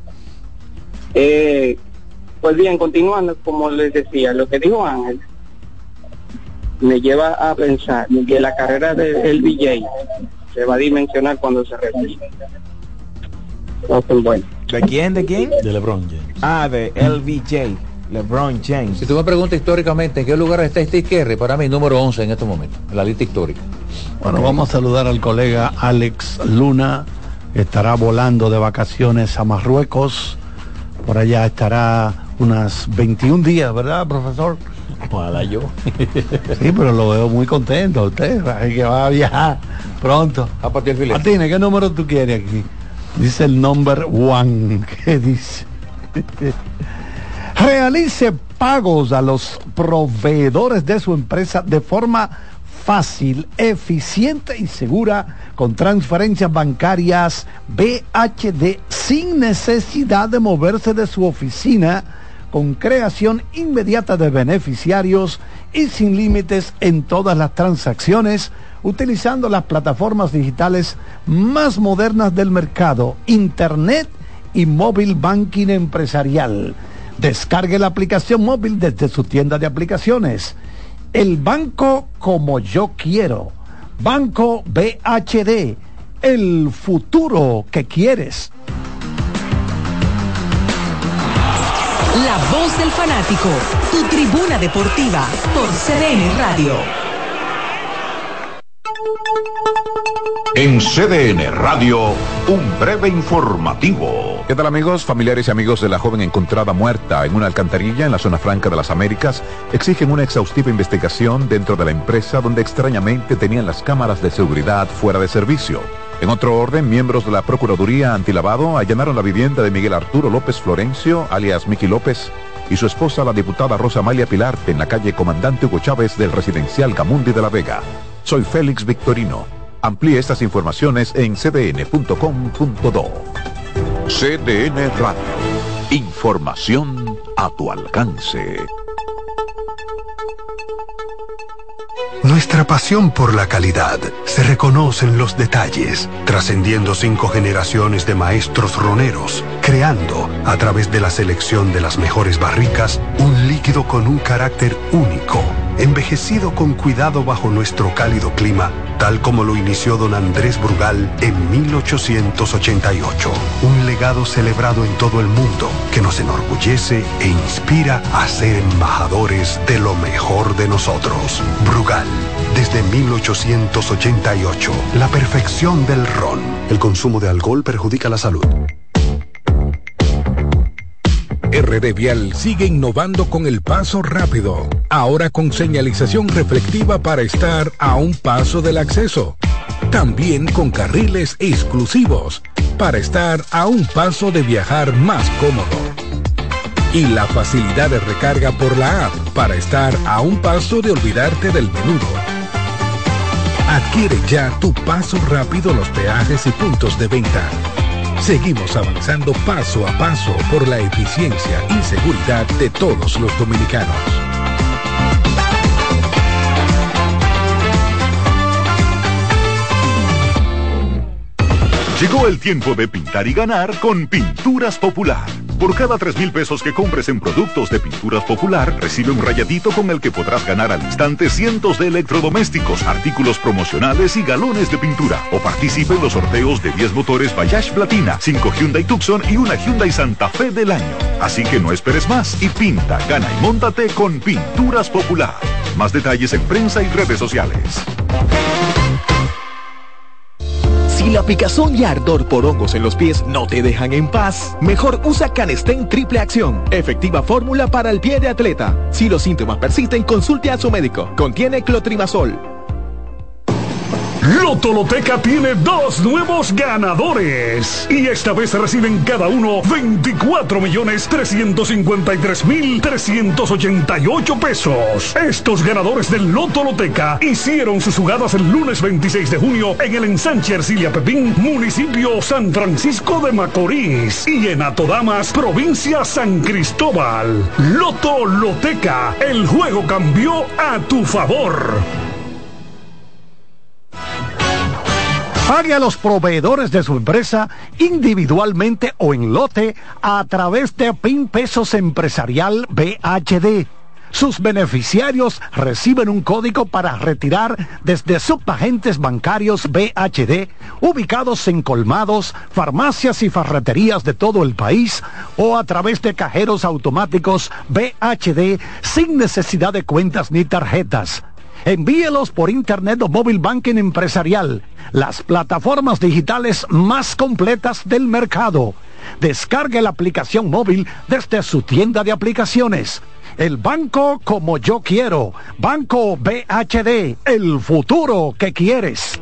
Eh, pues bien, continuando, como les decía, lo que dijo Ángel me lleva a pensar que la carrera del D J se va a dimensionar cuando se retire. Entonces, bueno. ¿De quién? ¿De quién? De LeBron James. Ah, de L B J, LeBron James. Si tú me preguntas históricamente en qué lugar está Steve Kerr, para mí número once en este momento, en la lista histórica. Bueno, vamos a saludar al colega Alex Luna, que estará volando de vacaciones a Marruecos. Por allá estará unas veintiún días, ¿verdad, profesor? Ojalá yo. Sí, pero lo veo muy contento usted, hay que va a viajar pronto. A partir del Martínez, ¿qué número tú quieres aquí? Dice el number one. ¿Qué dice? Realice pagos a los proveedores de su empresa de forma fácil, eficiente y segura con transferencias bancarias B H D sin necesidad de moverse de su oficina, con creación inmediata de beneficiarios y sin límites en todas las transacciones, utilizando las plataformas digitales más modernas del mercado, Internet y móvil banking empresarial. Descargue la aplicación móvil desde su tienda de aplicaciones. El banco como yo quiero. Banco B H D. El futuro que quieres. La voz del fanático, tu tribuna deportiva por C D N Radio. En C D N Radio, un breve informativo. ¿Qué tal, amigos? Familiares y amigos de la joven encontrada muerta en una alcantarilla en la zona franca de las Américas exigen una exhaustiva investigación dentro de la empresa donde extrañamente tenían las cámaras de seguridad fuera de servicio. En otro orden, miembros de la Procuraduría Antilavado allanaron la vivienda de Miguel Arturo López Florencio, alias Miki López, y su esposa, la diputada Rosa Amalia Pilarte, en la calle Comandante Hugo Chávez del residencial Gamundi de la Vega. Soy Félix Victorino. Amplíe estas informaciones en c d n punto com punto do. C D N Radio. Información a tu alcance. Nuestra pasión por la calidad se reconoce en los detalles, trascendiendo cinco generaciones de maestros roneros, creando, a través de la selección de las mejores barricas, un líquido con un carácter único, envejecido con cuidado bajo nuestro cálido clima, tal como lo inició don Andrés Brugal en mil ochocientos ochenta y ocho. Un legado celebrado en todo el mundo que nos enorgullece e inspira a ser embajadores de lo mejor de nosotros. Brugal, desde mil ochocientos ochenta y ocho, la perfección del ron. El consumo de alcohol perjudica la salud. R D Vial sigue innovando con el paso rápido, ahora con señalización reflectiva para estar a un paso del acceso. También con carriles exclusivos para estar a un paso de viajar más cómodo. Y la facilidad de recarga por la app para estar a un paso de olvidarte del menudo. Adquiere ya tu paso rápido en los peajes y puntos de venta. Seguimos avanzando paso a paso por la eficiencia y seguridad de todos los dominicanos. Llegó el tiempo de pintar y ganar con Pinturas Popular. Por cada tres mil pesos que compres en productos de Pinturas Popular, recibe un rayadito con el que podrás ganar al instante cientos de electrodomésticos, artículos promocionales y galones de pintura. O participe en los sorteos de diez motores Bayash Platina, cinco Hyundai Tucson y una Hyundai Santa Fe del año. Así que no esperes más y pinta, gana y móntate con Pinturas Popular. Más detalles en prensa y redes sociales. Si la picazón y ardor por hongos en los pies no te dejan en paz, mejor usa Canestén Triple Acción, efectiva fórmula para el pie de atleta. Si los síntomas persisten, consulte a su médico. Contiene clotrimazol. Loto Loteca tiene dos nuevos ganadores y esta vez reciben cada uno veinticuatro millones trescientos cincuenta y tres mil trescientos ochenta y ocho pesos. Estos ganadores del Loto Loteca hicieron sus jugadas el lunes veintiséis de junio en el ensanche Ercilia Pepín, municipio San Francisco de Macorís, y en Atodamas, provincia San Cristóbal. Loto Loteca, el juego cambió a tu favor. Pague a los proveedores de su empresa individualmente o en lote a través de PIN Pesos Empresarial B H D. Sus beneficiarios reciben un código para retirar desde subagentes bancarios B H D ubicados en colmados, farmacias y ferreterías de todo el país o a través de cajeros automáticos B H D sin necesidad de cuentas ni tarjetas. Envíelos por Internet o Móvil Banking Empresarial, las plataformas digitales más completas del mercado. Descargue la aplicación móvil desde su tienda de aplicaciones. El banco como yo quiero. Banco B H D, el futuro que quieres.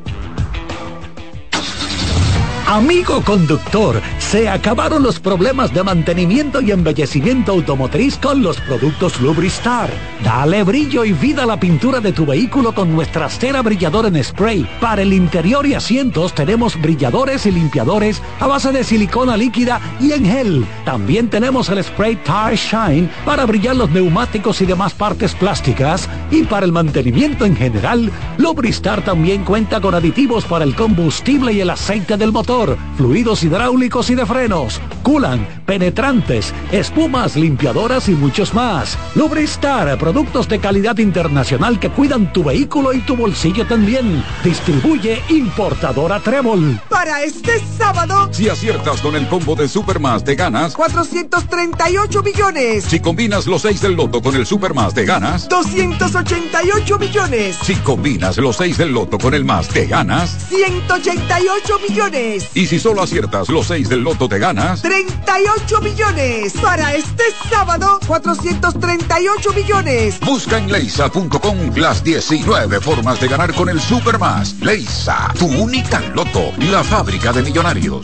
Amigo conductor, se acabaron los problemas de mantenimiento y embellecimiento automotriz con los productos Lubristar. Dale brillo y vida a la pintura de tu vehículo con nuestra cera brilladora en spray. Para el interior y asientos tenemos brilladores y limpiadores a base de silicona líquida y en gel. También tenemos el spray Tire Shine para brillar los neumáticos y demás partes plásticas. Y para el mantenimiento en general, Lubristar también cuenta con aditivos para el combustible y el aceite del motor, fluidos hidráulicos y de frenos, culan, penetrantes, espumas, limpiadoras y muchos más. Lubristar, productos de calidad internacional que cuidan tu vehículo y tu bolsillo también. Distribuye importadora Trébol. Para este sábado, si aciertas con el combo de Supermás, te ganas cuatrocientos treinta y ocho millones. Si combinas los seis del loto con el Supermás, te ganas doscientos ochenta y ocho millones. Si combinas los seis del loto con el más, te ganas ciento ochenta y ocho millones. Y si solo aciertas los seis del loto, te ganas treinta y ocho millones. Para este sábado, cuatrocientos treinta y ocho millones. Busca en leisa punto com las diecinueve formas de ganar con el Supermás. Leisa, tu única loto, la fábrica de millonarios.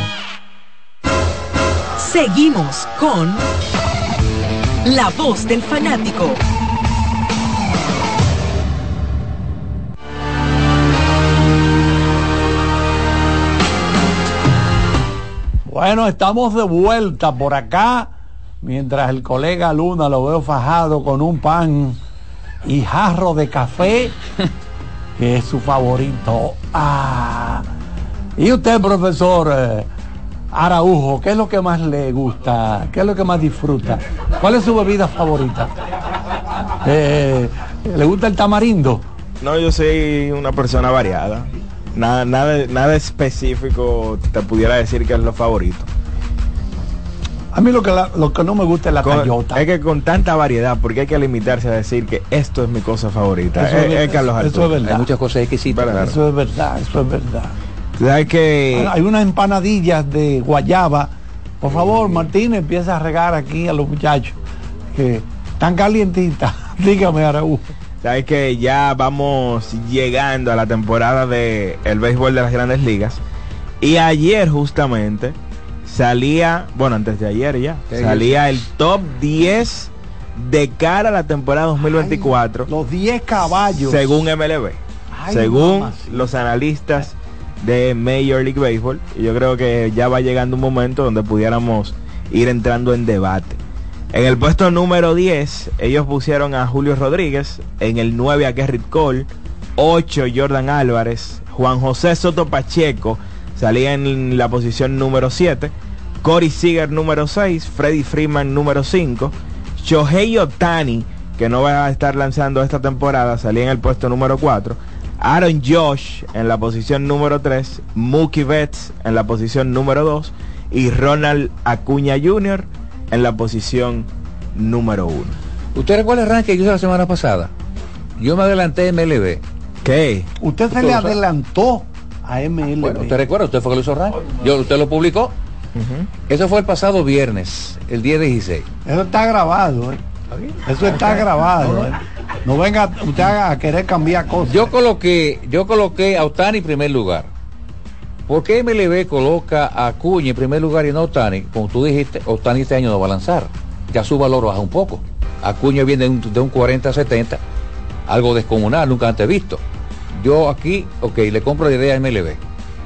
Seguimos con La Voz del Fanático. Bueno, estamos de vuelta por acá, mientras el colega Luna lo veo fajado con un pan y jarro de café, que es su favorito. Ah. Y usted, profesor eh, Araujo, ¿qué es lo que más le gusta? ¿Qué es lo que más disfruta? ¿Cuál es su bebida favorita? Eh, ¿Le gusta el tamarindo? No, yo soy una persona variada. Nada, nada, nada específico te pudiera decir que es lo favorito. A mí lo que, la, lo que no me gusta es la cayota. Es que con tanta variedad, porque hay que limitarse a decir que esto es mi cosa favorita. Eso, es, es, es Carlos eso, eso es verdad. Hay muchas cosas exquisitas. Claro. Eso es verdad, eso es verdad. ¿Sabes que hay unas empanadillas de guayaba? Por favor, Martínez, empieza a regar aquí a los muchachos que están calientitas. Dígame, Araújo. Sabes que ya vamos llegando a la temporada de el béisbol de las Grandes Ligas y ayer justamente salía, bueno, antes de ayer ya, salía el top diez de cara a la temporada dos mil veinticuatro. Ay, los diez caballos. Según M L B. Ay, según mamá, sí. Los analistas de Major League Baseball. Y yo creo que ya va llegando un momento donde pudiéramos ir entrando en debate. En el puesto número diez, ellos pusieron a Julio Rodríguez. En el nueve a Gerrit Cole. ocho Jordan Álvarez. Juan José Soto Pacheco. salía en la posición número siete, Corey Seager número seis, Freddie Freeman número cinco, Shohei Ohtani, que no va a estar lanzando esta temporada, salía en el puesto número cuatro, Aaron Josh en la posición número tres, Mookie Betts en la posición número dos y Ronald Acuña junior en la posición número uno. ¿Usted recuerda el ranking que hizo la semana pasada? Yo me adelanté a M L B. ¿Qué? Usted se le adelantó a M L B. Bueno, ¿usted recuerda? ¿Usted fue que lo hizo ranking? Yo, ¿usted lo publicó? Uh-huh. Eso fue el pasado viernes, el día dieciséis. Eso está grabado, ¿eh? Eso está grabado, ¿eh? No venga usted a querer cambiar cosas. Yo coloqué, yo coloqué a Ohtani en primer lugar. ¿Por qué M L B coloca a Acuña en primer lugar y no a Ohtani? Como tú dijiste, Ohtani este año no va a lanzar. Ya su valor baja un poco. Acuña viene de un, de un cuarenta a setenta, algo descomunal, nunca antes visto. Yo aquí, ok, le compro la idea a M L B.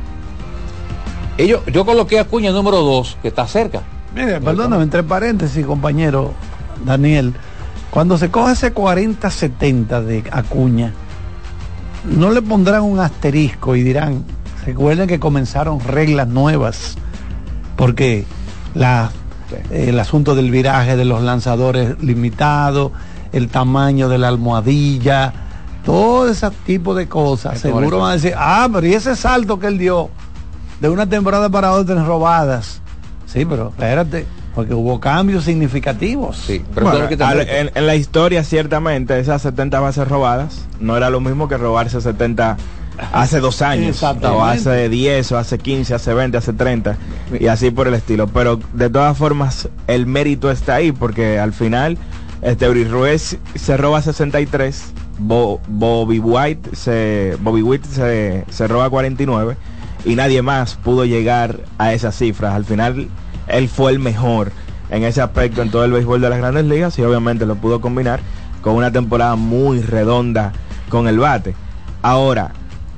Ellos, yo coloqué a Acuña número dos, que está cerca. Mire, perdóname, entre paréntesis, compañero Daniel, cuando se coge ese cuarenta setenta de Acuña, no le pondrán un asterisco y dirán, recuerden que comenzaron reglas nuevas, porque la, eh, el asunto del viraje de los lanzadores limitados, el tamaño de la almohadilla, todo ese tipo de cosas, seguro van a decir, ah, pero y ese salto que él dio de una temporada para otra en robadas. Sí, pero espérate, porque hubo cambios significativos. Sí, pero bueno, que al, en, en la historia ciertamente esas setenta bases robadas no era lo mismo que robarse setenta hace dos años, o hace diez, o hace quince, hace veinte, hace treinta, y así por el estilo. Pero de todas formas el mérito está ahí, porque al final este Eury Ruiz se roba sesenta y tres, Bo, Bobby White se Bobby Witt se, se roba cuarenta y nueve, y nadie más pudo llegar a esas cifras. Al final él fue el mejor en ese aspecto en todo el béisbol de las Grandes Ligas, y obviamente lo pudo combinar con una temporada muy redonda con el bate. Ahora,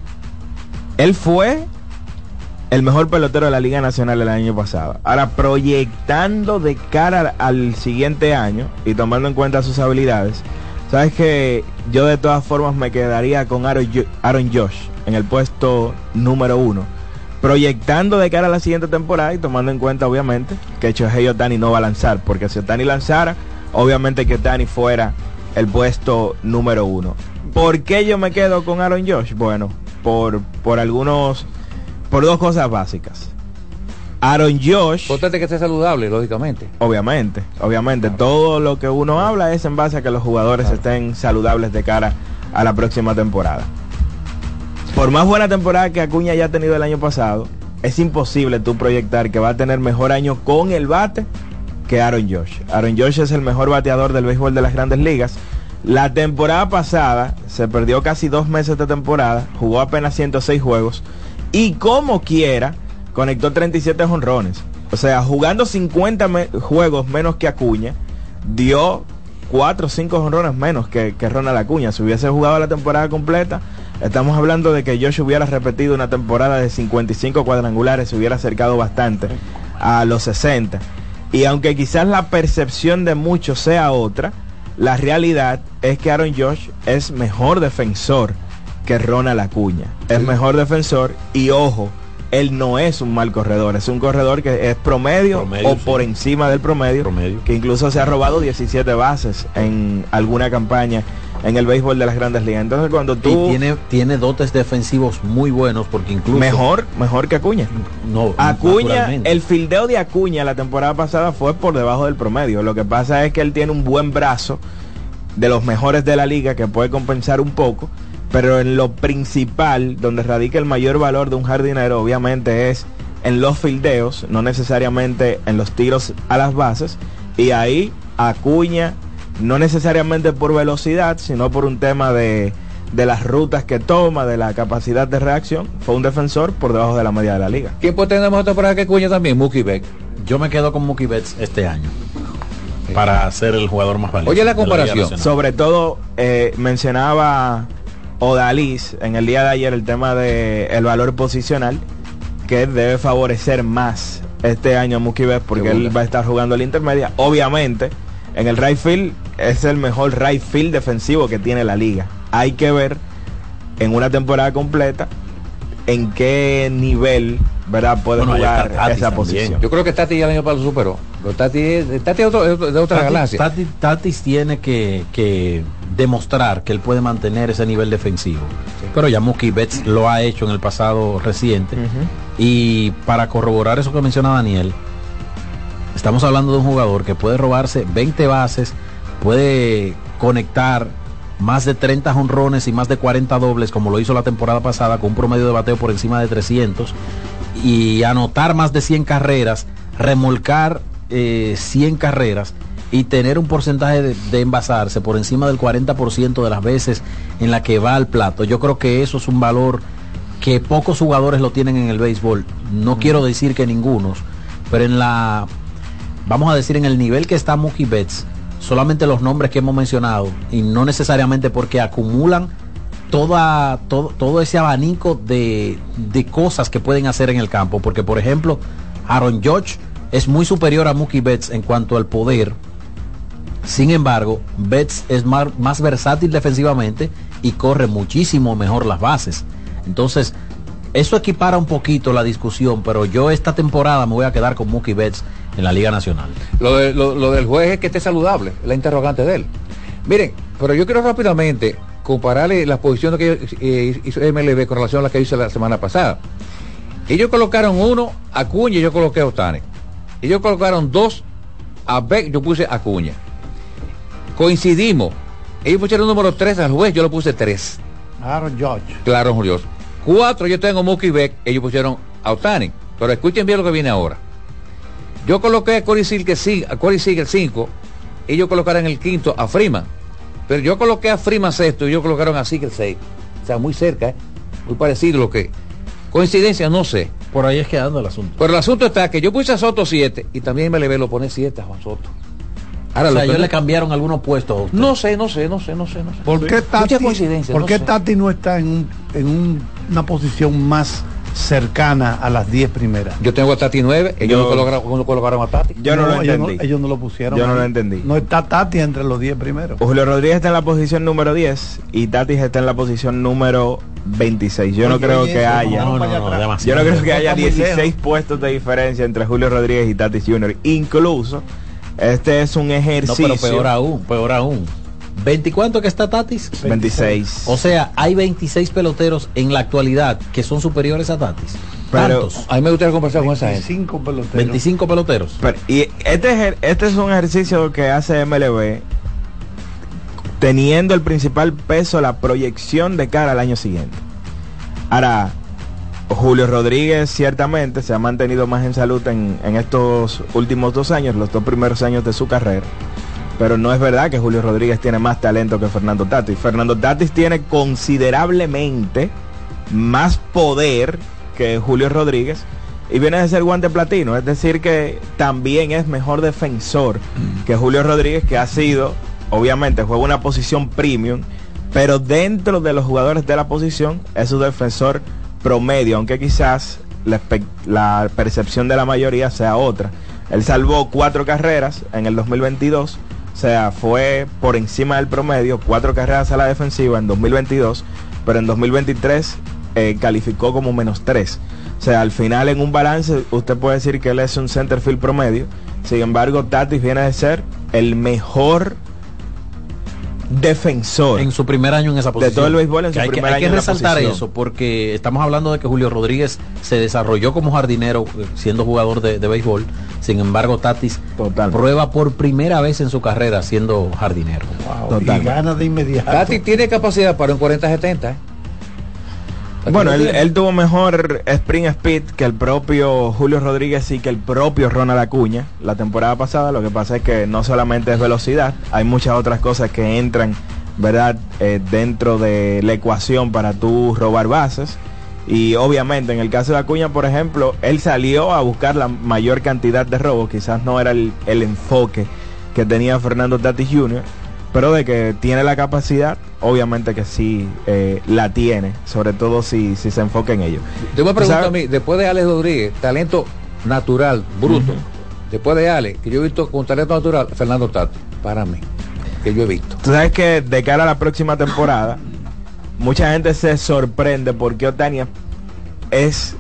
él fue el mejor pelotero de la Liga Nacional el año pasado. Ahora, proyectando de cara al siguiente año y tomando en cuenta sus habilidades, sabes que yo de todas formas me quedaría con Aaron, Aaron Josh en el puesto número uno, proyectando de cara a la siguiente temporada y tomando en cuenta obviamente que Shohei Ohtani no va a lanzar, porque si Ohtani lanzara, obviamente que Ohtani fuera el puesto número uno. ¿Por qué yo me quedo con Aaron Josh? Bueno, por, por algunos, por dos cosas básicas. Aaron Josh, importante que esté saludable, lógicamente. Obviamente, obviamente, claro. Todo lo que uno habla es en base a que los jugadores claro. estén saludables de cara a la próxima temporada. Por más buena temporada que Acuña haya tenido el año pasado, es imposible tú proyectar que va a tener mejor año con el bate que Aaron Josh. Aaron Josh es el mejor bateador del béisbol de las Grandes Ligas. La temporada pasada se perdió casi dos meses de temporada, jugó apenas ciento seis juegos y como quiera conectó treinta y siete jonrones. O sea, jugando cincuenta me- juegos menos que Acuña, dio cuatro o cinco jonrones menos que, que Ronald Acuña. Si hubiese jugado la temporada completa, estamos hablando de que Josh hubiera repetido una temporada de cincuenta y cinco cuadrangulares, se hubiera acercado bastante a los sesenta. Y aunque quizás la percepción de muchos sea otra, la realidad es que Aaron Josh es mejor defensor que Ronald Acuña. Es mejor defensor y ojo, él no es un mal corredor, es un corredor que es promedio, promedio o sí. por encima del promedio, promedio, que incluso se ha robado diecisiete bases en alguna campaña en el béisbol de las Grandes Ligas. Entonces cuando tú... Y tiene, tiene dotes defensivos muy buenos, porque incluso... Mejor, mejor que Acuña. No, Acuña, el fildeo de Acuña la temporada pasada fue por debajo del promedio. Lo que pasa es que él tiene un buen brazo, de los mejores de la liga, que puede compensar un poco, pero en lo principal, donde radica el mayor valor de un jardinero, obviamente es en los fildeos, no necesariamente en los tiros a las bases, y ahí Acuña, no necesariamente por velocidad, sino por un tema de, de las rutas que toma, de la capacidad de reacción, fue un defensor por debajo de la media de la liga. ¿Quién puede tener mejor temporada que Acuña también? Mookie Betts. Yo me quedo con Mookie Betts este año para ser el jugador más valioso. Oye la comparación. La Sobre todo, eh, mencionaba Odalis en el día de ayer el tema de el valor posicional, que debe favorecer más este año a Mookie Betts, porque él va a estar jugando el intermedia. Obviamente, en el right field es el mejor right field defensivo que tiene la liga. Hay que ver en una temporada completa en qué nivel ¿verdad? Puede Bueno, jugar Tatis esa también. posición. Yo creo que Tati ya el año pasado lo superó. Pero Tati es, Tati es, otro, es de otra Tatis, galaxia. Tatis, Tatis tiene que, que demostrar que él puede mantener ese nivel defensivo. Sí. Pero ya Mookie Betts lo ha hecho en el pasado reciente. Uh-huh. Y para corroborar eso que menciona Daniel, estamos hablando de un jugador que puede robarse veinte bases, puede conectar más de treinta jonrones y más de cuarenta dobles, como lo hizo la temporada pasada, con un promedio de bateo por encima de trescientos, y anotar más de cien carreras, remolcar eh, cien carreras y tener un porcentaje de, de envasarse por encima del cuarenta por ciento de las veces en la que va al plato. Yo creo que eso es un valor que pocos jugadores lo tienen en el béisbol. No mm. quiero decir que ningunos, pero en la, vamos a decir, en el nivel que está Mookie Betts, solamente los nombres que hemos mencionado, y no necesariamente porque acumulan toda, todo, todo ese abanico de, de cosas que pueden hacer en el campo, porque por ejemplo Aaron Judge es muy superior a Mookie Betts en cuanto al poder. Sin embargo, Betts es más, más versátil defensivamente y corre muchísimo mejor las bases. Entonces eso equipara un poquito la discusión, pero yo esta temporada me voy a quedar con Mookie Betts en la Liga Nacional. Lo, de, lo, lo del juez es que esté saludable, la interrogante de él. Miren, pero yo quiero rápidamente compararle las posiciones que eh, hizo M L B con relación a las que hizo la semana pasada. Ellos colocaron uno a Acuña y yo coloqué a Ohtani. Ellos colocaron dos a Beck, yo puse a Acuña. Coincidimos. Ellos pusieron número tres al juez, yo lo puse tres. Aaron Judge. Claro, Julio. Cuatro, yo tengo Mookie Beck, ellos pusieron a Ohtani. Pero escuchen bien lo que viene ahora. Yo coloqué a Corey Seager el cinco, ellos colocaron en el quinto a Freeman. Pero yo coloqué a Freeman sexto y ellos colocaron a Seager seis. O sea, muy cerca, ¿eh? Muy parecido lo que... Coincidencia, no sé. Por ahí es que anda el asunto. Pero el asunto está que yo puse a Soto siete y también me le lo pone siete a Juan Soto. Ahora, o sea, ellos no... le cambiaron algunos puestos a usted. No sé, no sé, no sé, no sé. No sé. ¿Por qué Tati, Mucha coincidencia, ¿por no qué sé. Tati no está en, un, en un, una posición más cercana a las diez primeras? Yo tengo a Tati nueve, ellos yo, no, colocaron, no colocaron a Tati. Yo no, no lo ellos entendí. No, ellos no lo pusieron. Yo no ahí. lo entendí. No está Tati entre los diez primeros. Julio Rodríguez está en la posición número diez y Tati está en la posición número veintiséis. Yo oye, no creo oye, que haya. No, no, no, yo no creo que haya dieciséis puestos de diferencia entre Julio Rodríguez y Tatis junior Incluso, este es un ejercicio. No, pero peor aún, peor aún. ¿veinte cuánto que está Tatis? veintiséis. O sea, hay veintiséis peloteros en la actualidad que son superiores a Tatis. Pero a mí me gustaría conversar con esa gente. veinticinco peloteros. veinticinco peloteros. Pero, y este, este es un ejercicio que hace M L B teniendo el principal peso la proyección de cara al año siguiente. Ahora, Julio Rodríguez ciertamente se ha mantenido más en salud en, en estos últimos dos años, los dos primeros años de su carrera. Pero no es verdad que Julio Rodríguez tiene más talento que Fernando Tatis. Fernando Tatis tiene considerablemente más poder que Julio Rodríguez y viene de ser guante platino, es decir que también es mejor defensor que Julio Rodríguez, que ha sido, obviamente juega una posición premium, pero dentro de los jugadores de la posición es un defensor promedio, aunque quizás la, la percepción de la mayoría sea otra. Él salvó cuatro carreras en el dos mil veintidós, o sea, fue por encima del promedio, cuatro carreras a la defensiva en dos mil veintidós, pero en dos mil veintitrés eh, calificó como menos tres. O sea, al final en un balance usted puede decir que él es un centerfield promedio. Sin embargo, Tatis viene de ser el mejor defensor en su primer año en esa posición de todo el béisbol en su hay primer que, hay año que resaltar en la eso porque estamos hablando de que Julio Rodríguez se desarrolló como jardinero siendo jugador de, de béisbol. Sin embargo, Tatis Total. prueba por primera vez en su carrera siendo jardinero. Wow, y gana de inmediato. Tatis tiene capacidad para un cuarenta setenta, ¿eh? Bueno, él, él tuvo mejor sprint speed que el propio Julio Rodríguez y que el propio Ronald Acuña la temporada pasada. Lo que pasa es que no solamente es velocidad, hay muchas otras cosas que entran, ¿verdad? Eh, dentro de la ecuación para tú robar bases. Y obviamente en el caso de Acuña, por ejemplo, él salió a buscar la mayor cantidad de robos. Quizás no era el, el enfoque que tenía Fernando Tatis junior Pero de que tiene la capacidad, obviamente que sí eh, la tiene, sobre todo si, si se enfoca en ello. Yo me pregunto a mí, después de Alex Rodríguez, talento natural, bruto, uh-huh. después de Alex, que yo he visto con talento natural, Fernando Tatis, para mí, que yo he visto. Tú sabes que de cara a la próxima temporada, mucha gente se sorprende porque Ohtani es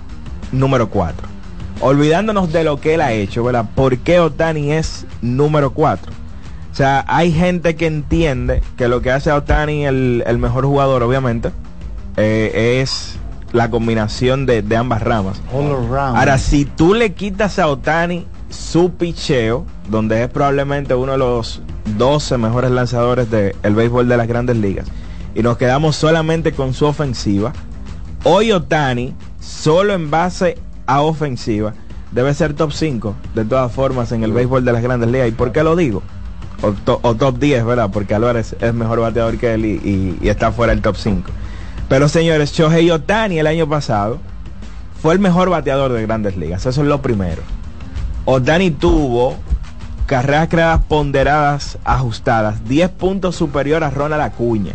número cuatro. Olvidándonos de lo que él ha hecho, ¿verdad? ¿Por qué Ohtani es número cuatro? O sea, hay gente que entiende que lo que hace a Ohtani el, el mejor jugador, obviamente, eh, es la combinación de, de ambas ramas. All around. Ahora, si tú le quitas a Ohtani su picheo, donde es probablemente uno de los doce mejores lanzadores del béisbol de las grandes ligas, y nos quedamos solamente con su ofensiva, hoy Ohtani, solo en base a ofensiva, debe ser top cinco, de todas formas, en el béisbol de las grandes ligas. ¿Y por qué lo digo? O, to, o top diez, ¿verdad? Porque Álvarez es mejor bateador que él y, y, y está fuera del top cinco. Pero señores, Shohei Ohtani el año pasado fue el mejor bateador de grandes ligas. Eso es lo primero. Ohtani tuvo carreras creadas ponderadas ajustadas, diez puntos superior a Ronald Acuña.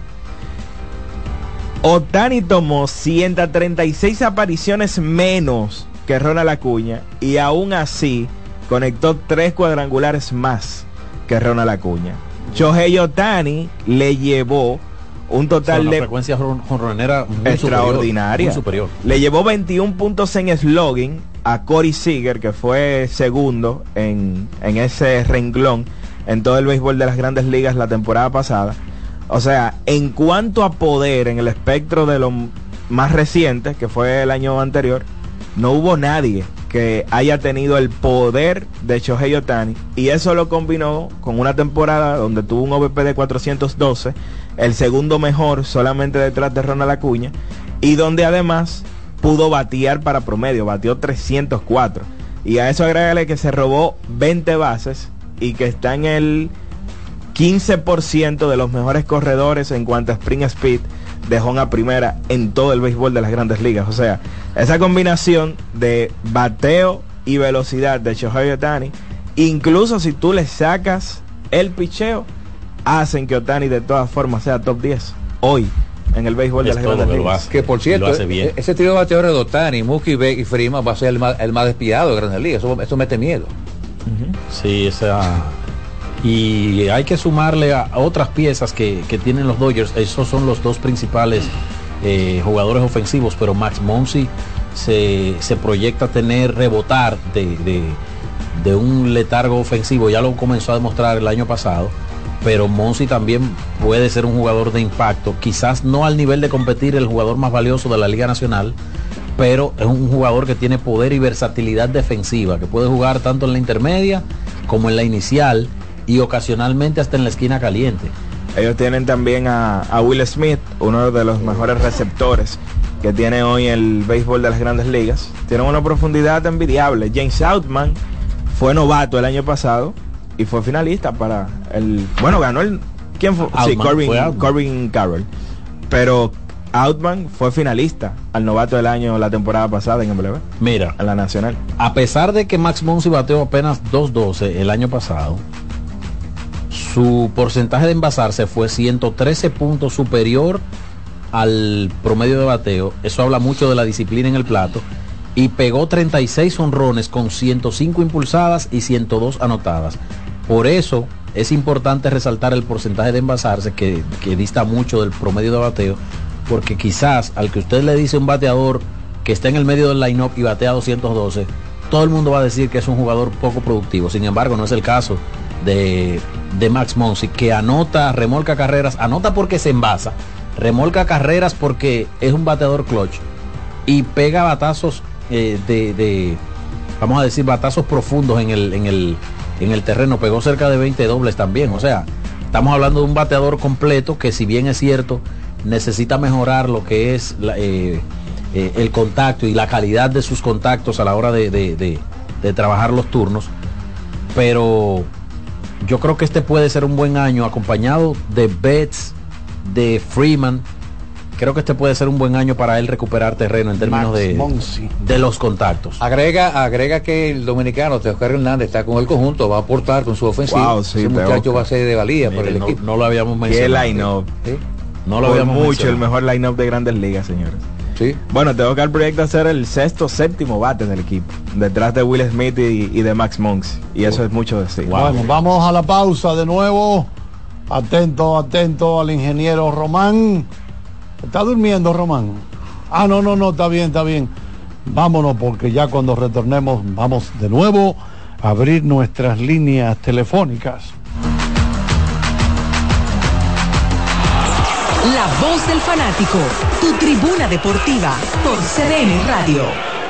Ohtani tomó ciento treinta y seis apariciones menos que Ronald Acuña y aún así conectó tres cuadrangulares más que Ronald Acuña. Shohei Ohtani le llevó un total, o sea, una de frecuencia jonronera extraordinaria. Superior, muy superior. Le llevó veintiún puntos en slugging a Corey Seager, que fue segundo en, en ese renglón en todo el béisbol de las grandes ligas la temporada pasada. O sea, en cuanto a poder en el espectro de lo más reciente, que fue el año anterior, no hubo nadie que haya tenido el poder de Shohei Ohtani, y eso lo combinó con una temporada donde tuvo un O V P de cuatrocientos doce, el segundo mejor solamente detrás de Ronald Acuña, y donde además pudo batear para promedio, batió trescientos cuatro, y a eso agrégale que se robó veinte bases y que está en el quince por ciento de los mejores corredores en cuanto a sprint speed de home a primera en todo el béisbol de las grandes ligas. O sea, esa combinación de bateo y velocidad de Shohei Ohtani, incluso si tú le sacas el picheo, hacen que Ohtani de todas formas sea top diez hoy en el béisbol es de las grandes ligas. Que por cierto, e- ese trío de bateadores de Ohtani, Mookie Betts y Freeman va a ser el más, el más despiadado de grandes ligas. Eso, eso mete miedo. Uh-huh. Sí, esa... Y hay que sumarle a otras piezas que, que tienen los Dodgers. Esos son los dos principales eh, jugadores ofensivos, pero Max Muncy se, se proyecta tener rebotar de, de, de un letargo ofensivo. Ya lo comenzó a demostrar el año pasado, pero Muncy también puede ser un jugador de impacto, quizás no al nivel de competir el jugador más valioso de la Liga Nacional, pero es un jugador que tiene poder y versatilidad defensiva, que puede jugar tanto en la intermedia como en la inicial y ocasionalmente hasta en la esquina caliente. Ellos tienen también a, a Will Smith, uno de los mejores receptores que tiene hoy el béisbol de las grandes ligas. Tienen una profundidad envidiable. James Outman fue novato el año pasado y fue finalista para el... Bueno, ganó el... ¿Quién fue? Outman, sí, Corbin, fue Outman. Corbin Carroll. Pero Outman fue finalista al novato del año la temporada pasada en M L B. Mira, en la nacional. A pesar de que Max Muncy bateó apenas dos doce el año pasado, su porcentaje de envasarse fue ciento trece puntos superior al promedio de bateo. Eso habla mucho de la disciplina en el plato. Y pegó treinta y seis honrones con ciento cinco impulsadas y ciento dos anotadas. Por eso es importante resaltar el porcentaje de envasarse, que, que dista mucho del promedio de bateo, porque quizás al que usted le dice un bateador que está en el medio del line-up y batea doscientos doce, todo el mundo va a decir que es un jugador poco productivo. Sin embargo, no es el caso de, de Max Muncy, que anota, remolca carreras, anota porque se envasa, remolca carreras porque es un bateador clutch y pega batazos eh, de, de, vamos a decir, batazos profundos en el, en el, en el terreno. Pegó cerca de veinte dobles también. O sea, estamos hablando de un bateador completo que, si bien es cierto, necesita mejorar lo que es la, eh, eh, el contacto y la calidad de sus contactos a la hora de, de, de, de trabajar los turnos, pero yo creo que este puede ser un buen año acompañado de Betts, de Freeman. Creo que este puede ser un buen año para él recuperar terreno en términos de, de los contactos. Agrega, agrega que el dominicano Teoscar Hernández está con el conjunto, va a aportar con su ofensiva. Wow, sí, ese muchacho Teoscar va a ser de valía. Mire, por el no, equipo. No lo habíamos mencionado. ¿Qué line-up? ¿Sí? No lo Por habíamos mucho mencionado. el mejor line-up de grandes ligas, señores. Sí. Bueno, Teoscar proyecta ser el sexto, séptimo bate del equipo, detrás de Will Smith y, y de Max Muncy. Y eso es mucho decir. Wow. Bueno, vamos a la pausa de nuevo. Atento, atento al ingeniero Román. ¿Está durmiendo, Román? Ah, no, no, no, está bien, está bien. vámonos porque ya cuando retornemos vamos de nuevo a abrir nuestras líneas telefónicas. La voz del fanático, tu tribuna deportiva por C D N Radio.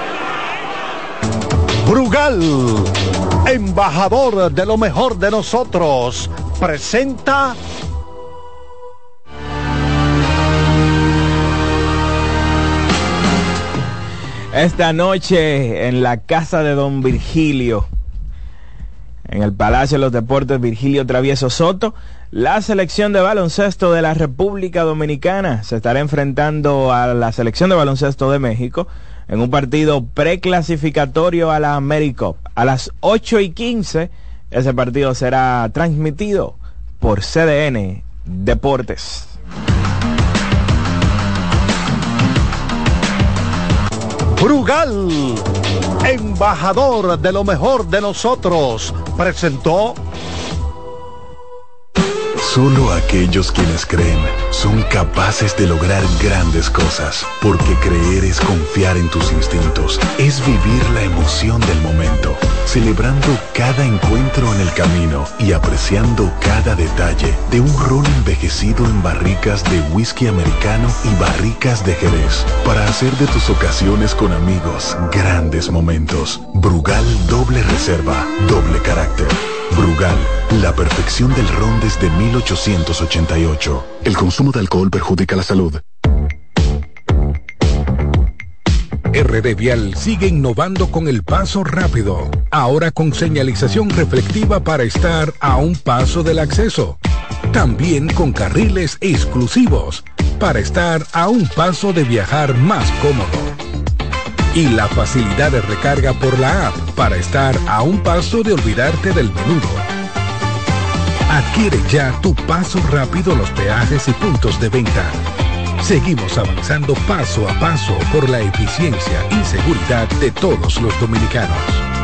Brugal, embajador de lo mejor de nosotros, presenta esta noche en la casa de don Virgilio, en el Palacio de los Deportes Virgilio Travieso Soto, la selección de baloncesto de la República Dominicana se estará enfrentando a la selección de baloncesto de México en un partido preclasificatorio a la AmeriCup. A las ocho y quince, ese partido será transmitido por C D N Deportes. Brugal, embajador de lo mejor de nosotros, presentó. Solo aquellos quienes creen son capaces de lograr grandes cosas, porque creer es confiar en tus instintos, es vivir la emoción del momento, celebrando cada encuentro en el camino y apreciando cada detalle de un ron envejecido en barricas de whisky americano y barricas de Jerez, para hacer de tus ocasiones con amigos grandes momentos. Brugal doble reserva, doble carácter. Brugal, la perfección del ron desde mil ochocientos ochenta y ocho. El consumo de alcohol perjudica la salud. R D Vial sigue innovando con el paso rápido, ahora con señalización reflectiva para estar a un paso del acceso. También con carriles exclusivos, para estar a un paso de viajar más cómodo. Y la facilidad de recarga por la app para estar a un paso de olvidarte del menudo. Adquiere ya tu paso rápido en los peajes y puntos de venta. Seguimos avanzando paso a paso por la eficiencia y seguridad de todos los dominicanos.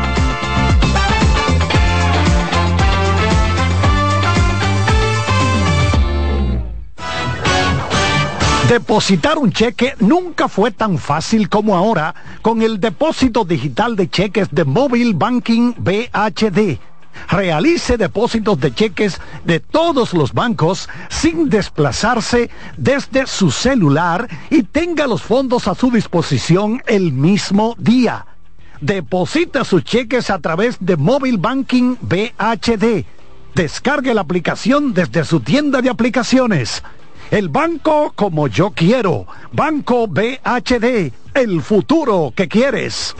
Depositar un cheque nunca fue tan fácil como ahora con el depósito digital de cheques de Mobile Banking B H D. Realice depósitos de cheques de todos los bancos sin desplazarse desde su celular y tenga los fondos a su disposición el mismo día. Deposita sus cheques a través de Mobile Banking B H D. Descargue la aplicación desde su tienda de aplicaciones. El banco como yo quiero. Banco B H D, el futuro que quieres.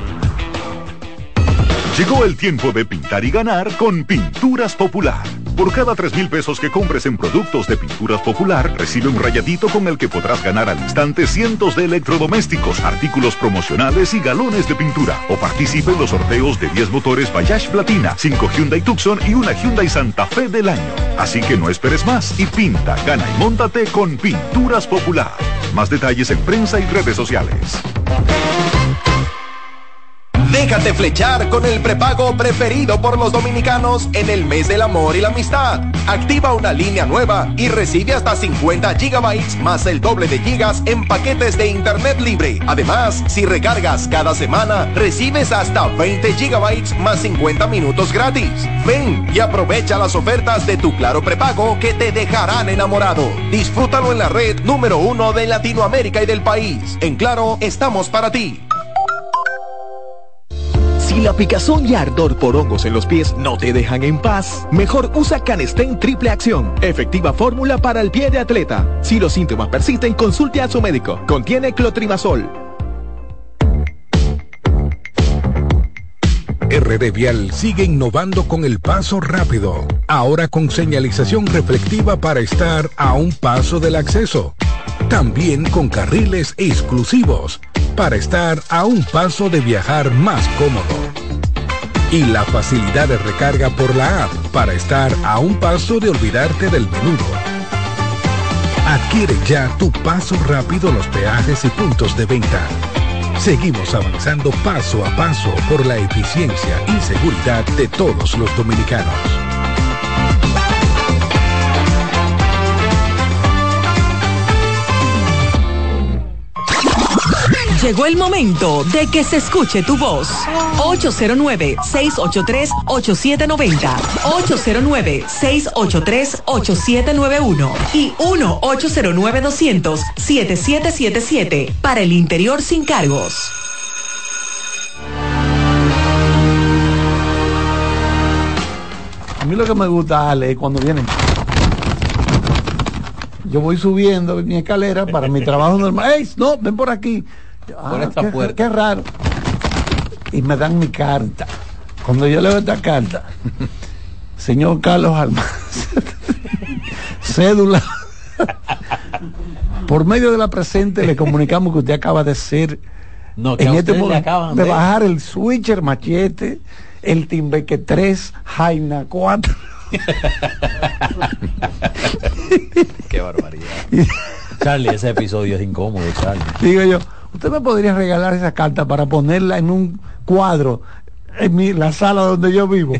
Llegó el tiempo de pintar y ganar con Pinturas Popular. Por cada tres mil pesos que compres en productos de Pinturas Popular, recibe un rayadito con el que podrás ganar al instante cientos de electrodomésticos, artículos promocionales y galones de pintura. O participe en los sorteos de diez motores Bayash Platina, cinco Hyundai Tucson y una Hyundai Santa Fe del año. Así que no esperes más y pinta, gana y móntate con Pinturas Popular. Más detalles en prensa y redes sociales. Déjate flechar con el prepago preferido por los dominicanos en el mes del amor y la amistad. Activa una línea nueva y recibe hasta cincuenta gigabytes más el doble de gigas en paquetes de internet libre. Además, si recargas cada semana, recibes hasta veinte gigabytes más cincuenta minutos gratis. Ven y aprovecha las ofertas de tu Claro prepago que te dejarán enamorado. Disfrútalo en la red número uno de Latinoamérica y del país. En Claro, estamos para ti. Si la picazón y ardor por hongos en los pies no te dejan en paz, mejor usa Canestén Triple Acción, efectiva fórmula para el pie de atleta. Si los síntomas persisten, consulte a su médico. Contiene clotrimazol. R D Vial sigue innovando con el paso rápido, ahora con señalización reflectiva para estar a un paso del acceso. También con carriles exclusivos, para estar a un paso de viajar más cómodo. Y la facilidad de recarga por la app para estar a un paso de olvidarte del menudo. Adquiere ya tu paso rápido en los peajes y puntos de venta. Seguimos avanzando paso a paso por la eficiencia y seguridad de todos los dominicanos. Llegó el momento de que se escuche tu voz. ocho cero nueve, seis ocho tres, ocho siete nueve cero, ocho cero nueve, seis ocho tres, ocho siete nueve uno y uno ocho cero nueve, doscientos, siete siete siete siete para el interior sin cargos. A mí lo que me gusta, Ale, es cuando vienen. Yo voy subiendo mi escalera para mi trabajo normal. ¡Ey, no, ven por aquí! Ah, por esta qué, puerta. Qué raro. Y me dan mi carta. Cuando yo leo esta carta, señor Carlos Almanza, cédula. Por medio de la presente le comunicamos que usted acaba de ser, no, que en a este usted le momento, acaban de de bajar el switcher machete, el Timbeque tres, Jaina cuatro. Qué barbaridad. Charlie, ese episodio es incómodo, Charlie. Digo yo, usted me podría regalar esa carta para ponerla en un cuadro en mi, la sala donde yo vivo.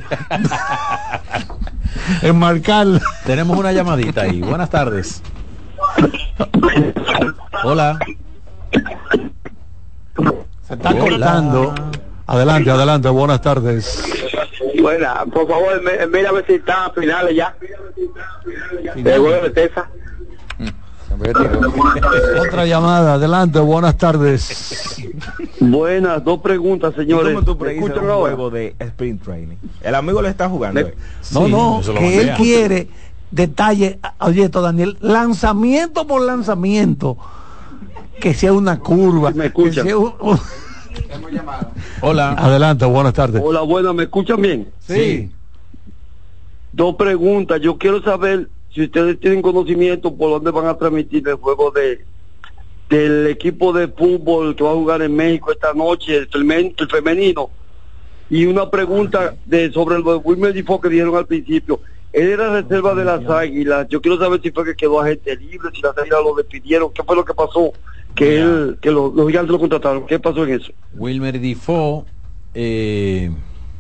Enmarcarla. Tenemos una llamadita ahí. Buenas tardes. Hola. Se está cortando. Adelante, adelante, buenas tardes. Buena, por favor, me, mira a ver si está a finales ya. De huevo de Tesa. Otra llamada, adelante, buenas tardes. Buenas, dos preguntas, señores. ¿Cómo tú predicas ¿Escuchan un ahora? juego de sprint training? El amigo le está jugando. Le- eh. No, Sí, no, eso lo que él mandé. quiere detalle, oye esto, Daniel, lanzamiento por lanzamiento, que sea una curva. Me escuchan. que sea un- un- Hola. Adelante, buenas tardes. Hola, buenas, ¿me escuchan bien? Sí. Dos preguntas. Yo quiero saber si ustedes tienen conocimiento por dónde van a transmitir el juego de del equipo de fútbol que va a jugar en México esta noche, el, femen- el femenino. Y una pregunta de sobre el de Wilmer Difo que dijeron al principio. Él era reserva de las Águilas. Yo quiero saber si fue que quedó agente libre, si las Águilas lo despidieron. ¿Qué fue lo que pasó? Que Ya. él, que lo- los gigantes lo contrataron. ¿Qué pasó en eso? Wilmer Difo eh,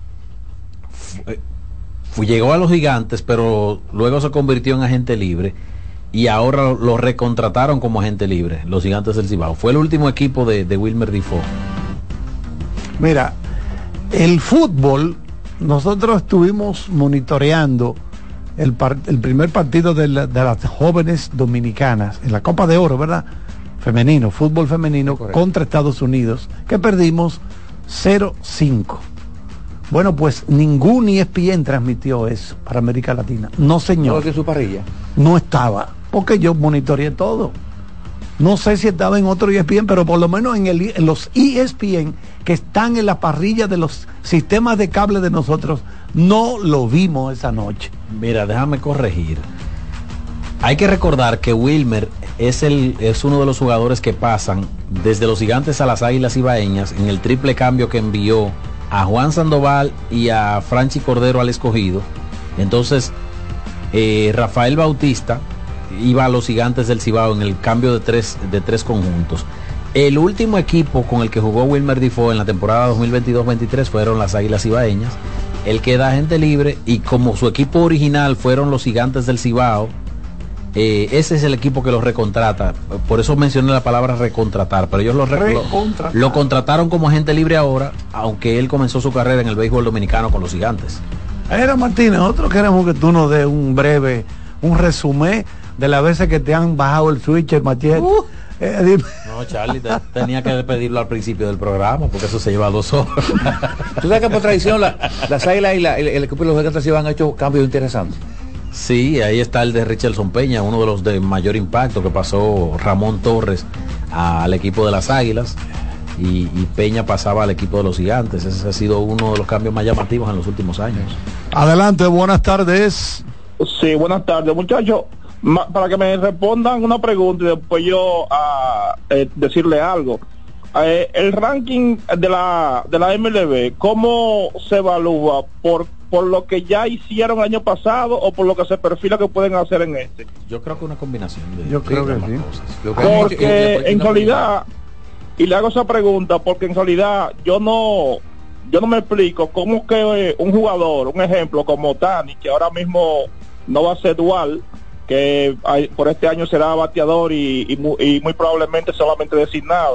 fu- eh, fu- llegó a los Gigantes, pero luego se convirtió en agente libre y ahora lo, lo recontrataron como agente libre, los Gigantes del Cibao. Fue el último equipo de, de Wilmer Difo. Mira, el fútbol, nosotros estuvimos monitoreando el, par- el primer partido de, la- de las jóvenes dominicanas en la Copa de Oro, ¿verdad? Femenino, fútbol femenino contra Estados Unidos, que perdimos cero cinco. Bueno, pues ningún E S P N transmitió eso para América Latina. No, señor. ¿No que su parrilla? No estaba, porque yo monitoreé todo. No sé si estaba en otro E S P N, pero por lo menos en, el, en los E S P N que están en la parrilla de los sistemas de cable de nosotros, no lo vimos esa noche. Mira, déjame corregir. Hay que recordar que Wilmer es, el, es uno de los jugadores que pasan desde los Gigantes a las Águilas Ibaeñas en el triple cambio que envió a Juan Sandoval y a Franchi Cordero al Escogido. Entonces, eh, Rafael Bautista iba a los Gigantes del Cibao en el cambio de tres, de tres conjuntos. El último equipo con el que jugó Wilmer Difo en la temporada dos mil veintidós veintitrés fueron las Águilas Ibaeñas. Él queda agente libre y como su equipo original fueron los Gigantes del Cibao, eh, ese es el equipo que los recontrata. Por eso mencioné la palabra recontratar, pero ellos lo, re- lo, Recontratar. lo contrataron como agente libre ahora, aunque él comenzó su carrera en el béisbol dominicano con los Gigantes. Era Martínez, nosotros queremos que tú nos des un breve, un resumen de las veces que te han bajado el switcher, Machete. Eh, dime. No, Charlie, te- tenía que pedirlo al principio del programa, porque eso se lleva dos horas. Tú sabes que por tradición la- las Águilas y la- el, el equipo de los Gigantes se han hecho cambios interesantes. Sí, ahí está el de Richardson Peña, uno de los de mayor impacto que pasó Ramón Torres al equipo de las Águilas y, y Peña pasaba al equipo de los Gigantes. Ese ha sido uno de los cambios más llamativos en los últimos años. Adelante, buenas tardes. Sí, buenas tardes, muchachos. Ma- Para que me respondan una pregunta y después yo a decirle algo. Eh, el ranking de la de la M L B, ¿cómo se evalúa? ¿Por, por lo que ya hicieron el año pasado o por lo que se perfila que pueden hacer en este? Yo creo que una combinación de Yo creo que ambas sí. cosas. Lo que han hecho- Porque y después en una realidad, y le hago esa pregunta porque en realidad yo no yo no me explico cómo que eh, un jugador, un ejemplo como Tani, que ahora mismo no va a ser dual, que hay- por este año será bateador y, y mu- y muy probablemente solamente designado,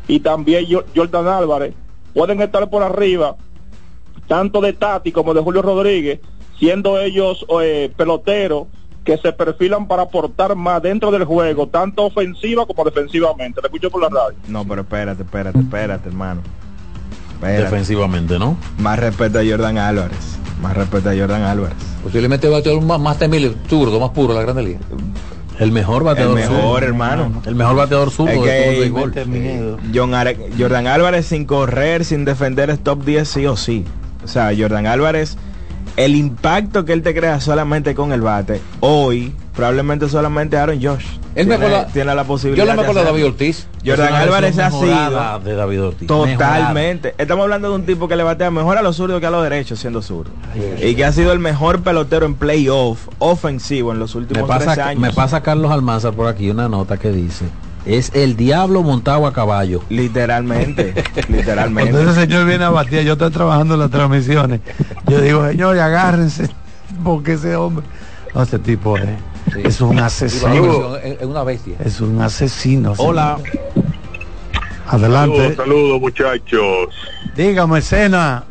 y también Jordan Álvarez pueden estar por arriba tanto de Tati como de Julio Rodríguez, siendo ellos eh, peloteros que se perfilan para aportar más dentro del juego, tanto ofensiva como defensivamente. Te escucho por la radio. No, pero espérate, espérate, espérate, hermano. Espérate. Defensivamente, ¿no? Más respeto a Jordan Álvarez. Más respeto a Jordan Álvarez. Posiblemente va a tener más, más temible, zurdo, más puro la Grande Liga. El mejor bateador El mejor, zurdo, hermano. El mejor bateador zurdo es de todo el que béisbol. John Are- Jordan Álvarez sin correr, sin defender es top diez sí o sí. O sea, Jordan Álvarez, el impacto que él te crea solamente con el bate, hoy probablemente solamente Aaron Josh él tiene, me acuerda, tiene la posibilidad. Yo no me acuerdo de hacerlo. David Ortiz. Jordan Álvarez ha sido de David Ortiz. Totalmente. Mejorada. Estamos hablando de un tipo que le batea mejor a los zurdos que a los derechos siendo zurdo. Ay, y que ha sido el mejor pelotero en playoff ofensivo en los últimos me pasa, tres años. Me pasa Carlos Almanzar por aquí una nota que dice: es el diablo montado a caballo. Literalmente, literalmente. Cuando ese señor viene a batir, yo estoy trabajando en las transmisiones. Yo digo, señores, agárrense, porque ese hombre, no, ese tipo es, sí. es un asesino. Es una bestia. Es un asesino. Hola. Señor. Adelante. Saludos, saludos, muchachos. Dígame, Cena.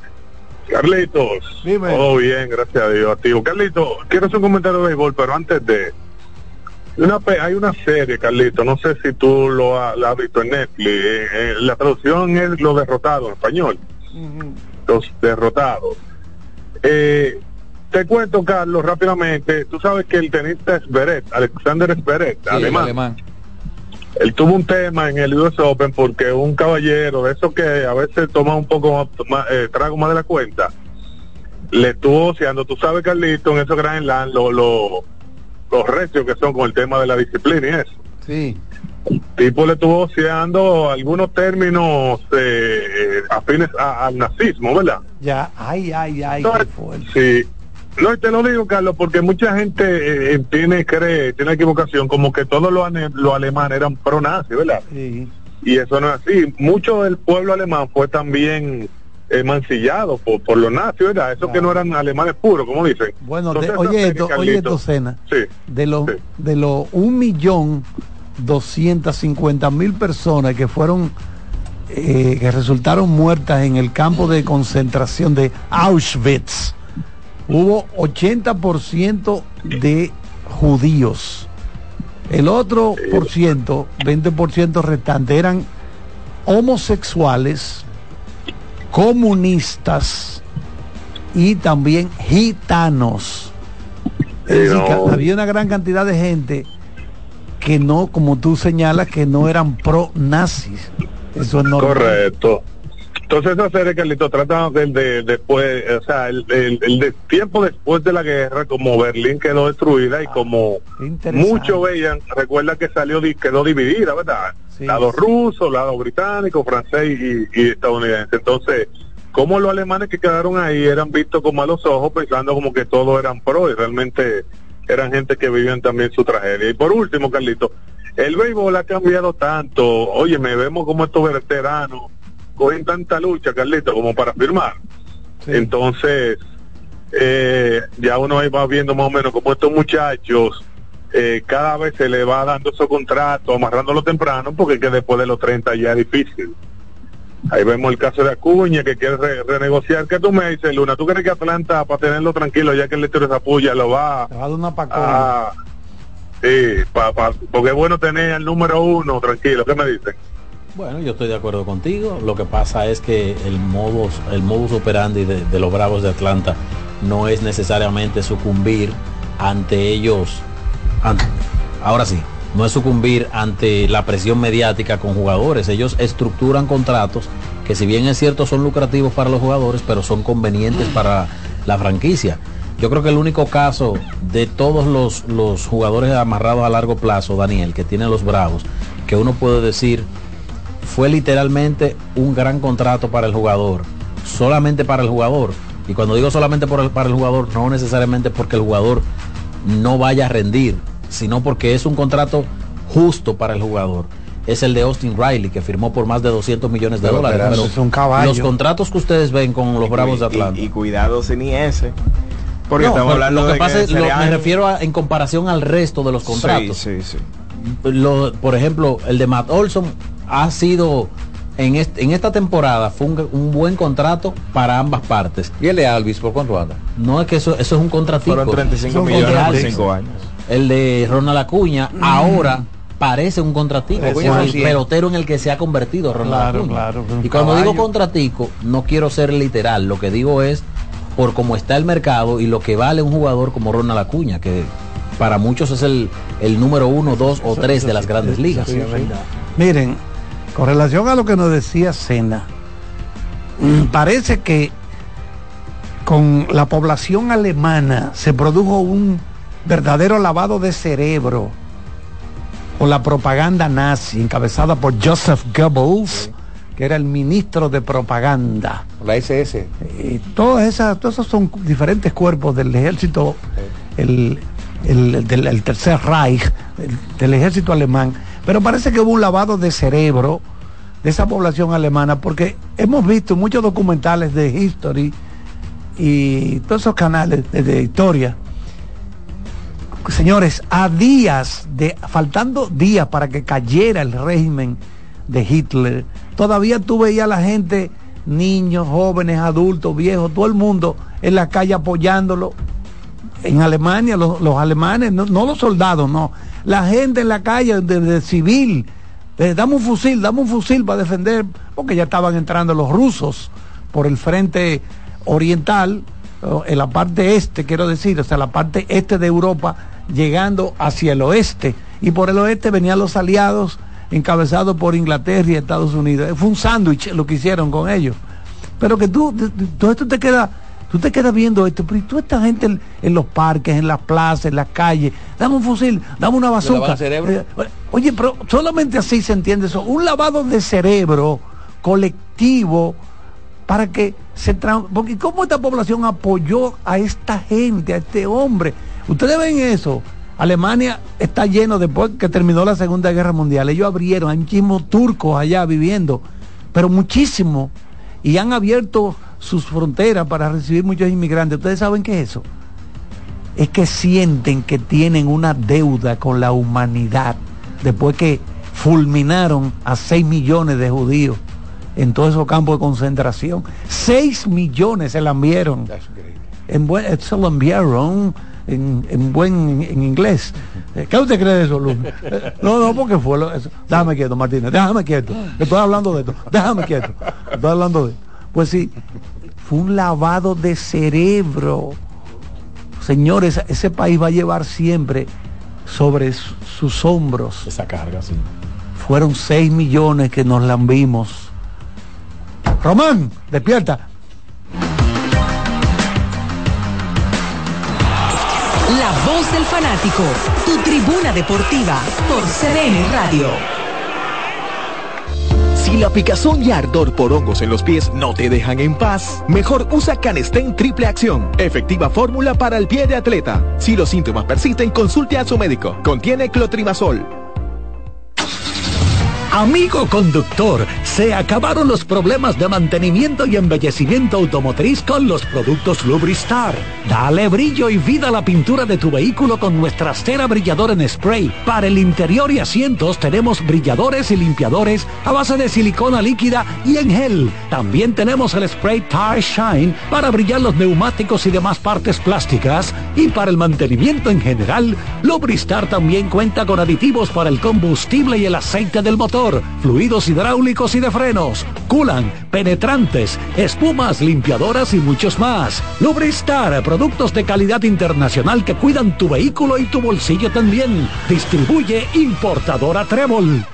Carlitos. Dime. Todo bien, gracias a Dios. Activo. Carlitos, quiero hacer un comentario de béisbol, pero antes de... Una, hay una serie, Carlito, no sé si tú lo has, la has visto en Netflix, eh, eh, la traducción es Los Derrotados en español. Uh-huh. Los Derrotados. Eh, te cuento, Carlos, rápidamente, tú sabes que el tenista Zverev, Alexander Zverev, sí, alemán, alemán, él tuvo un tema en el U S Open porque un caballero, de esos que a veces toma un poco más, más eh, trago más de la cuenta, le estuvo oceando, tú sabes, Carlito, en esos Grand Slam, lo... lo los recios que son con el tema de la disciplina y eso. Sí. El tipo le estuvo oceando algunos términos eh, afines a, al nazismo, ¿verdad? Ya, ay, ay, ay, no, qué fuerte. Sí. No, y te lo digo, Carlos, porque mucha gente eh, tiene, cree, tiene equivocación, como que todos los, los alemanes eran pro-nazi, ¿verdad? Sí. Y eso no es así. Mucho del pueblo alemán fue también eh, mancillado por, por los nazis, ¿verdad? Esos claro. que no eran alemanes puros, como dicen. Bueno, de, oye, esto, oye esto, Cena. Sí. De los sí. de los un millón doscientas cincuenta mil personas que fueron eh, que resultaron muertas en el campo de concentración de Auschwitz, hubo ochenta por ciento de judíos. El otro por ciento, veinte por ciento restante, eran homosexuales, comunistas y también gitanos. Es decir, que había una gran cantidad de gente que no, como tú señalas, que no eran pro-nazis. Eso es normal. Correcto. Entonces esa serie, Carlito, trata del de después, o sea, el, el, el de tiempo después de la guerra, como Berlín quedó destruida y como muchos veían, recuerda que salió, quedó dividida, ¿verdad? Sí, lado sí. ruso, lado británico, francés y, y estadounidense. Entonces, como los alemanes que quedaron ahí eran vistos con malos ojos, pensando como que todos eran pro y realmente eran gente que vivían también su tragedia. Y por último, Carlito, el béisbol ha cambiado tanto. Oye, me vemos como estos veteranos cogen tanta lucha, Carlito, como para firmar. Sí. Entonces, eh, ya uno ahí va viendo más o menos como estos muchachos eh, cada vez se le va dando esos contratos, amarrándolo temprano, porque que después de los treinta ya es difícil. Ahí vemos el caso de Acuña, que quiere re renegociar. ¿Qué tú me dices, Luna? ¿Tú crees que Atlanta, para tenerlo tranquilo, ya que el lector esa puya, lo va a dar una a... Sí, pa, pa, porque es bueno tener el número uno tranquilo. ¿Qué me dicen? Bueno, yo estoy de acuerdo contigo. Lo que pasa es que el modus, el modus operandi de, de los Bravos de Atlanta no es necesariamente sucumbir ante ellos. Ante, ahora sí, no es sucumbir ante la presión mediática con jugadores. Ellos estructuran contratos que, si bien es cierto, son lucrativos para los jugadores, pero son convenientes para la franquicia. Yo creo que el único caso de todos los, los jugadores amarrados a largo plazo, Daniel, que tienen los Bravos, que uno puede decir fue literalmente un gran contrato para el jugador, solamente para el jugador. Y cuando digo solamente por el, para el jugador, no necesariamente porque el jugador no vaya a rendir, sino porque es un contrato justo para el jugador. Es el de Austin Riley, que firmó por más de doscientos millones de pero, dólares. Pero pero es un caballo. Los contratos que ustedes ven con los Bravos de Atlanta. Y, y cuidado sin ni ese. Porque no, estamos hablando lo que de pasa que es, lo, me refiero a, en comparación al resto de los contratos. Sí, sí, sí. Lo, por ejemplo, el de Matt Olson ha sido en, este, en esta temporada fue un, un buen contrato para ambas partes. ¿Y el de Alvis por cuánto anda? No, es que eso, eso es un contratico. Fueron treinta y cinco millones por cinco años. El de Ronald Acuña mm. ahora parece un contratico, es el pelotero en el que se ha convertido Ronald claro, Acuña. Claro, y cuando caballo. digo contratico, no quiero ser literal, lo que digo es por cómo está el mercado y lo que vale un jugador como Ronald Acuña, que para muchos es el, el número uno, dos o tres de las grandes ligas. Sí, sí. Miren, con relación a lo que nos decía Sena, parece que con la población alemana se produjo un verdadero lavado de cerebro por la propaganda nazi encabezada por Joseph Goebbels, sí. que era el ministro de propaganda. La ese ese. Y todas esas, todos esos son diferentes cuerpos del ejército, sí. el, el, el, del el tercer Reich, el, del ejército alemán. Pero parece que hubo un lavado de cerebro de esa población alemana, porque hemos visto muchos documentales de History y todos esos canales de, de historia. Señores, a días de, faltando días para que cayera el régimen de Hitler, todavía tú veías a la gente, niños, jóvenes, adultos, viejos, todo el mundo en la calle apoyándolo. En Alemania, los, los alemanes, no, no los soldados, no, la gente en la calle de, de civil, de, dame un fusil, dame un fusil para defender, porque ya estaban entrando los rusos por el frente oriental, en la parte este, quiero decir, o sea, la parte este de Europa, llegando hacia el oeste, y por el oeste venían los aliados encabezados por Inglaterra y Estados Unidos. Fue un sándwich lo que hicieron con ellos, pero que tú, todo esto te queda, tú te quedas viendo esto, pero tú esta gente en, en los parques, en las plazas, en las calles, dame un fusil, dame una bazooka, eh, oye, pero solamente así se entiende eso, un lavado de cerebro colectivo para que se tra... porque cómo esta población apoyó a esta gente, a este hombre. Ustedes ven eso. Alemania está lleno después que terminó la Segunda Guerra Mundial. Ellos abrieron, hay muchísimos turcos allá viviendo, pero muchísimos, y han abierto sus fronteras para recibir muchos inmigrantes. ¿Ustedes saben qué es eso? Es que sienten que tienen una deuda con la humanidad después que fulminaron a seis millones de judíos en todos esos campos de concentración. seis millones se la enviaron. En buen, se lo enviaron en, en buen en inglés. ¿Qué usted cree de eso, Luz? No, no, porque fue lo, eso. Déjame quieto, Martínez, déjame quieto. Estoy hablando de esto. Déjame quieto. Estoy hablando de... Pues sí, fue un lavado de cerebro. Señores, ese país va a llevar siempre sobre su, sus hombros esa carga, sí. Fueron seis millones que nos lambimos. Román, despierta. La voz del fanático, tu tribuna deportiva por C D N Radio. Si la picazón y ardor por hongos en los pies no te dejan en paz, mejor usa Canestén Triple Acción, efectiva fórmula para el pie de atleta. Si los síntomas persisten, consulte a su médico. Contiene clotrimazol. Amigo conductor, se acabaron los problemas de mantenimiento y embellecimiento automotriz con los productos Lubristar. Dale brillo y vida a la pintura de tu vehículo con nuestra cera brilladora en spray. Para el interior y asientos tenemos brilladores y limpiadores a base de silicona líquida y en gel. También tenemos el spray Tire Shine para brillar los neumáticos y demás partes plásticas. Y para el mantenimiento en general, Lubristar también cuenta con aditivos para el combustible y el aceite del motor, fluidos hidráulicos y de frenos, culan, penetrantes, espumas, limpiadoras y muchos más. Lubristar, productos de calidad internacional que cuidan tu vehículo y tu bolsillo también. Distribuye importadora Trébol.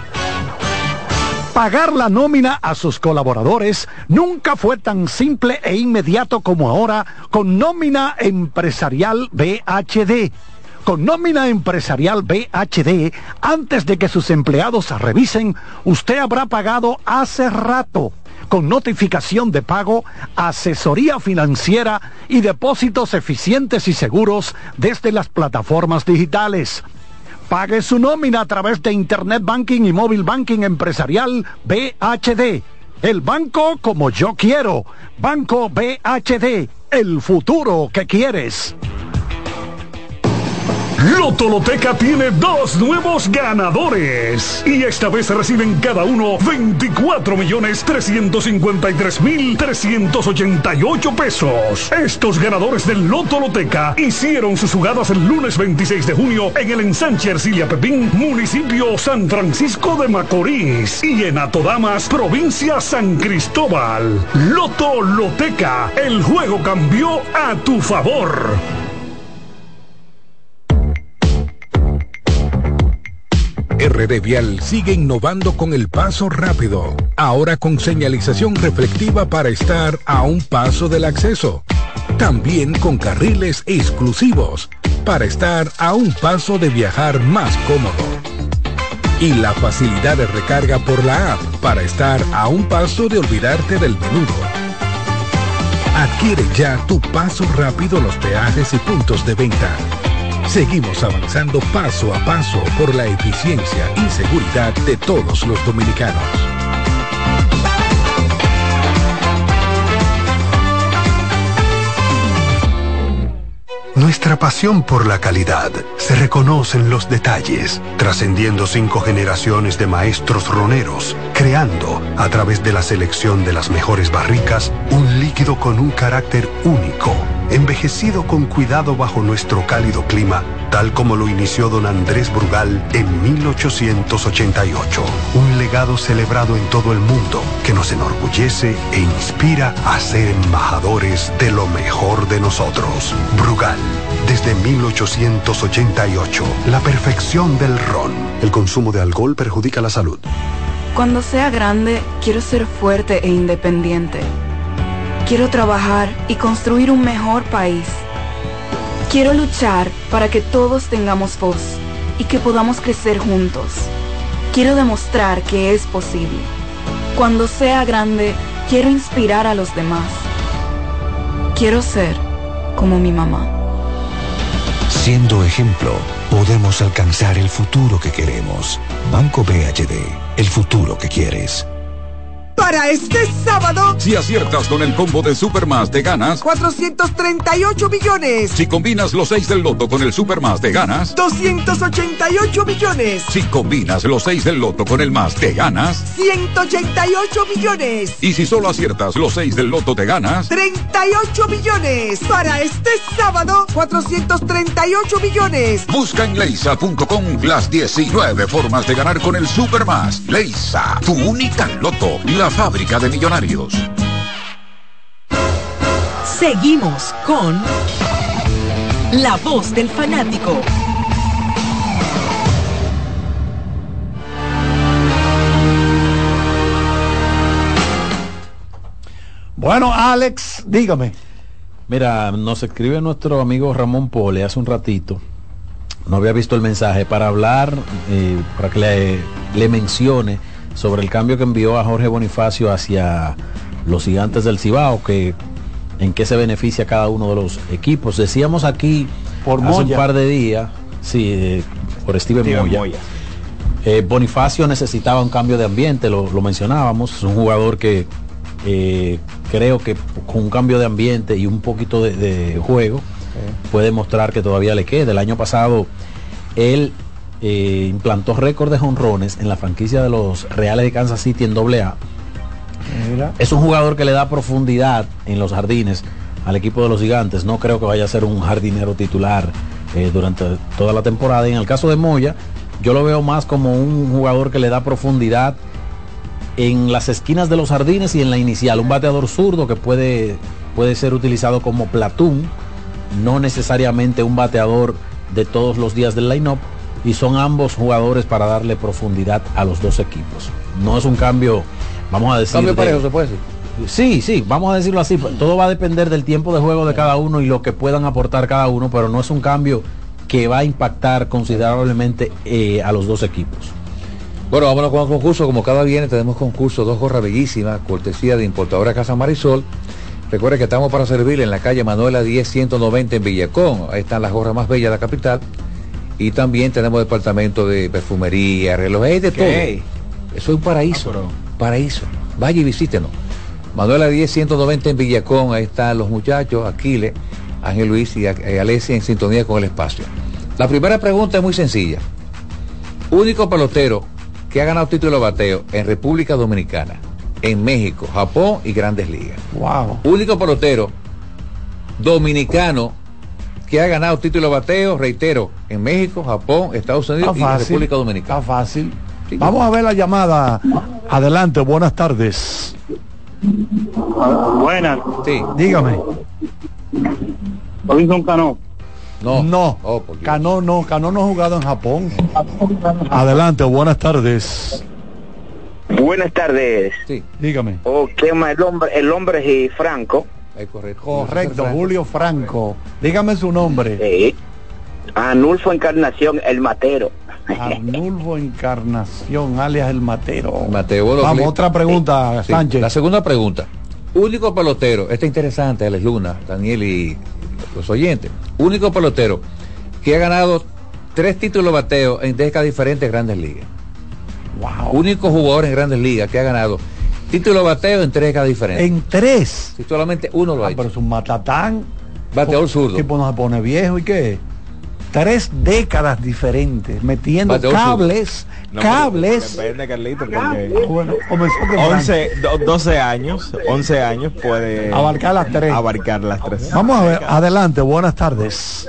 Pagar la nómina a sus colaboradores nunca fue tan simple e inmediato como ahora con Nómina Empresarial B H D. Con Nómina Empresarial B H D, antes de que sus empleados revisen, usted habrá pagado hace rato, con notificación de pago, asesoría financiera y depósitos eficientes y seguros desde las plataformas digitales. Pague su nómina a través de Internet Banking y Móvil Banking Empresarial B H D. El banco como yo quiero. Banco B H D, el futuro que quieres. Loto Loteca tiene dos nuevos ganadores y esta vez reciben cada uno veinticuatro millones trescientos cincuenta y tres mil trescientos ochenta y ocho pesos. Estos ganadores del Loto Loteca hicieron sus jugadas el lunes veintiséis de junio en el ensanche Ercilia Pepín, municipio San Francisco de Macorís, y en Atodamas, provincia San Cristóbal. Loto Loteca, el juego cambió a tu favor. R D Vial sigue innovando con el paso rápido, ahora con señalización reflectiva para estar a un paso del acceso. También con carriles exclusivos para estar a un paso de viajar más cómodo. Y la facilidad de recarga por la app para estar a un paso de olvidarte del menudo. Adquiere ya tu paso rápido en los peajes y puntos de venta. Seguimos avanzando paso a paso por la eficiencia y seguridad de todos los dominicanos. Nuestra pasión por la calidad se reconoce en los detalles, trascendiendo cinco generaciones de maestros roneros, creando, a través de la selección de las mejores barricas, un líquido con un carácter único, envejecido con cuidado bajo nuestro cálido clima, tal como lo inició don Andrés Brugal en mil ochocientos ochenta y ocho. Un legado celebrado en todo el mundo que nos enorgullece e inspira a ser embajadores de lo mejor de nosotros. Brugal, desde mil ochocientos ochenta y ocho, la perfección del ron. El consumo de alcohol perjudica la salud. Cuando sea grande, quiero ser fuerte e independiente. Quiero trabajar y construir un mejor país. Quiero luchar para que todos tengamos voz y que podamos crecer juntos. Quiero demostrar que es posible. Cuando sea grande, quiero inspirar a los demás. Quiero ser como mi mamá. Siendo ejemplo, podemos alcanzar el futuro que queremos. Banco B H D, el futuro que quieres. Para este sábado, si aciertas con el combo de Supermás te ganas cuatrocientos treinta y ocho millones. Si combinas los seis del loto con el Supermás te ganas doscientos ochenta y ocho millones. Si combinas los seis del loto con el más te ganas ciento ochenta y ocho millones. Y si solo aciertas los seis del loto te ganas treinta y ocho millones. Para este sábado, cuatrocientos treinta y ocho millones. Busca en leisa punto com las diecinueve formas de ganar con el Supermás. Leisa, tu única loto, la fábrica de millonarios. Seguimos con La Voz del Fanático. Bueno, Alex, dígame. Mira, nos escribe nuestro amigo Ramón Pole hace un ratito. No había visto el mensaje para hablar, eh, para que le, le mencione sobre el cambio que envió a Jorge Bonifacio hacia los Gigantes del Cibao, que en qué se beneficia cada uno de los equipos. Decíamos aquí por hace Moya. un par de días, sí, eh, por Steven, Steven Moya. Moya. Eh, Bonifacio necesitaba un cambio de ambiente, lo, lo mencionábamos, es un jugador que eh, creo que con un cambio de ambiente y un poquito de, de juego sí. puede mostrar que todavía le queda. El año pasado él Eh, implantó récord de jonrones en la franquicia de los Reales de Kansas City en doble A. Mira. Es un jugador que le da profundidad en los jardines al equipo de los Gigantes. No creo que vaya a ser un jardinero titular eh, durante toda la temporada. Y en el caso de Moya, yo lo veo más como un jugador que le da profundidad en las esquinas de los jardines y en la inicial. Un bateador zurdo que puede, puede ser utilizado como platón, no necesariamente un bateador de todos los días del line-up. Y son ambos jugadores para darle profundidad a los dos equipos. No es un cambio, vamos a decir... Cambio de, parejo, ¿se puede decir? Sí, sí, vamos a decirlo así. Todo va a depender del tiempo de juego de cada uno y lo que puedan aportar cada uno, pero no es un cambio que va a impactar considerablemente eh, a los dos equipos. Bueno, vámonos con el concurso. Como cada viernes tenemos concurso, dos gorras bellísimas, cortesía de Importadora Casa Marisol. Recuerde que estamos para servir en la calle Manuela diez ciento noventa en Villacón. Ahí están las gorras más bellas de la capital. Y también tenemos departamento de perfumería, relojes, de ¿Qué? todo. Eso es un paraíso. Ah, paraíso. Vaya y visítenos. Manuela diez ciento noventa en Villacón. Ahí están los muchachos, Aquiles, Ángel Luis y Alessia en sintonía con el espacio. La primera pregunta es muy sencilla. Único pelotero que ha ganado título de bateo en República Dominicana, en México, Japón y Grandes Ligas. Wow. Único pelotero dominicano que ha ganado título de bateo, reitero, en México, Japón, Estados Unidos y República Dominicana. Está fácil. Sí. Vamos a ver la llamada. Adelante, buenas tardes. Buenas. Sí. Dígame. Robinson Cano. No, no, oh, Cano no, Cano no ha jugado en Japón. Adelante, buenas tardes. Buenas tardes. Sí, dígame. O ¿qué más? El hombre, el hombre y Franco. Es correcto. Correcto, Julio Franco. Dígame su nombre. Sí. Arnulfo Encarnación, el Matero. Arnulfo Encarnación, alias el Matero. Mateo, bueno, vamos, otra pregunta, sí, Sánchez. La segunda pregunta. Único pelotero, esta interesante, Alex Luna, Daniel y los oyentes. Único pelotero que ha ganado tres títulos de bateo en décadas diferentes Grandes Ligas. Wow. Único jugador en Grandes Ligas que ha ganado título de bateo en tres décadas diferentes. En tres. Si solamente uno lo ah, ha hecho. Pero es un matatán. Bateador zurdo. Tipo no se pone viejo y qué. Tres décadas diferentes, metiendo Bateador cables, no, cables. Depende, Carlito, porque bueno, once, doce años, once años puede abarcar las tres. Abarcar las tres. Vamos a ver, adelante, buenas tardes.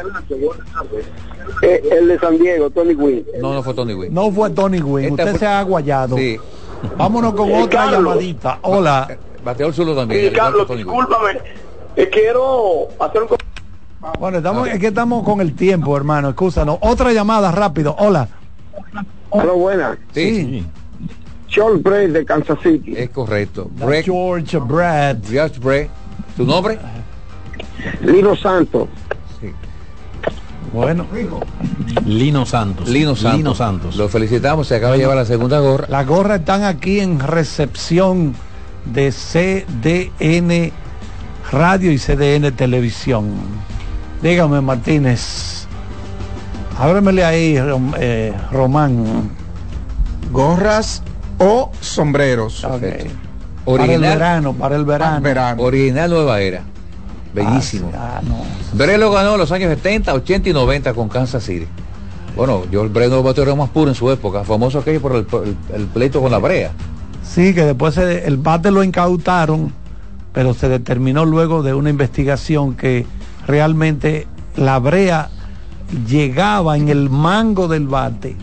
Eh, el de San Diego, Tony Gwynn. No, no fue Tony Gwynn. No fue Tony Gwynn, Esta usted fue... se ha aguayado. Sí. Vámonos con eh, otra Carlos. llamadita. Hola. Bateador solo también. Sí, Carlos, discúlpame. Eh, quiero hacer un... Bueno, estamos, es que estamos con el tiempo, hermano. Excúsanos. Otra llamada, rápido. Hola. Hola, buena. Sí. sí. George Brett de Kansas City. Es correcto. Brett, George Brett. George Brett. ¿Tu nombre? Lino Santos. Sí. Bueno. Lino Santos. Lino Santos. Lino Santos. Lo felicitamos. Se acaba de llevar la segunda gorra. Las gorras están aquí en recepción de C D N Radio y C D N Televisión. Dígame, Martínez. Ábremele ahí, eh, Román. Gorras o sombreros. Okay. Original, para el verano, para el verano. verano. Original Nueva Era. Bellísimo. Ah, sí, ah, no. Brett lo ganó en los años setenta, ochenta y noventa con Kansas City. Bueno, yo el Brett no bateó más puro en su época, famoso aquello por el, el, el pleito con la brea. Sí, que después se, el bate lo incautaron, pero se determinó luego de una investigación que realmente la brea llegaba en el mango del bate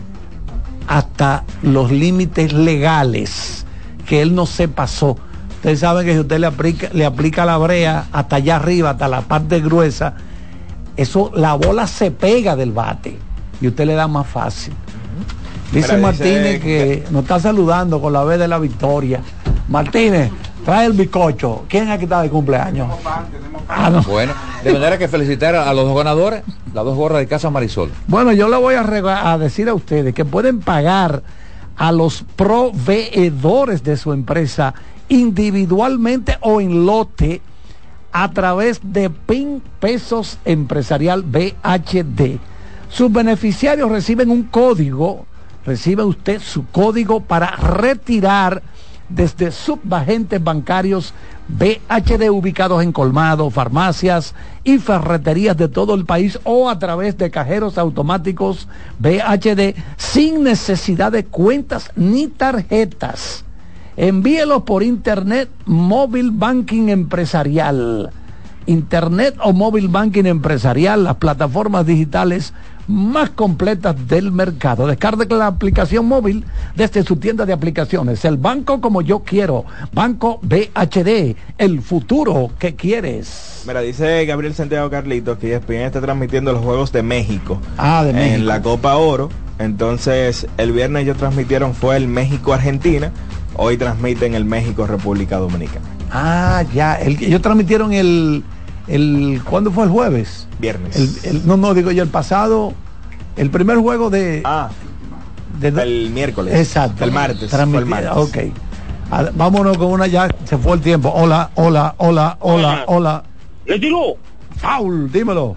hasta los límites legales, que él no se pasó. Ustedes saben que si usted le aplica, le aplica la brea hasta allá arriba, hasta la parte gruesa, eso, la bola se pega del bate y usted le da más fácil. Dice Pero Martínez dice que, que nos está saludando con la B de la victoria. Martínez, trae el bizcocho. ¿Quién aquí está de cumpleaños? Ah, no. Bueno, de manera que felicitar a, a los dos ganadores, las dos gorras de Casa Marisol. Bueno, yo le voy a, a decir a ustedes que pueden pagar a los proveedores de su empresa individualmente o en lote a través de PIN Pesos Empresarial B H D. Sus beneficiarios reciben un código, recibe usted su código para retirar desde subagentes bancarios B H D ubicados en colmados, farmacias y ferreterías de todo el país o a través de cajeros automáticos B H D sin necesidad de cuentas ni tarjetas. Envíelos por internet, móvil banking empresarial. Internet o móvil banking empresarial, las plataformas digitales más completas del mercado. Descargue la aplicación móvil desde su tienda de aplicaciones. El banco como yo quiero. Banco B H D, el futuro que quieres. Mira, dice Gabriel Santiago Carlitos que E S P N está transmitiendo los Juegos de México. Ah, de México. En la Copa Oro. Entonces, el viernes ellos transmitieron fue el México-Argentina. Hoy transmiten el México-República Dominicana. Ah, ya. El, ellos transmitieron el... el ¿Cuándo fue el jueves? Viernes. El, el, no, no, digo yo el pasado, el primer juego de... Ah, de, el miércoles. Exacto. El martes. Fue el martes. Ok. A, vámonos con una ya, se fue el tiempo. Hola, hola, hola, hola, hola. ¿Le digo? Foul, dímelo.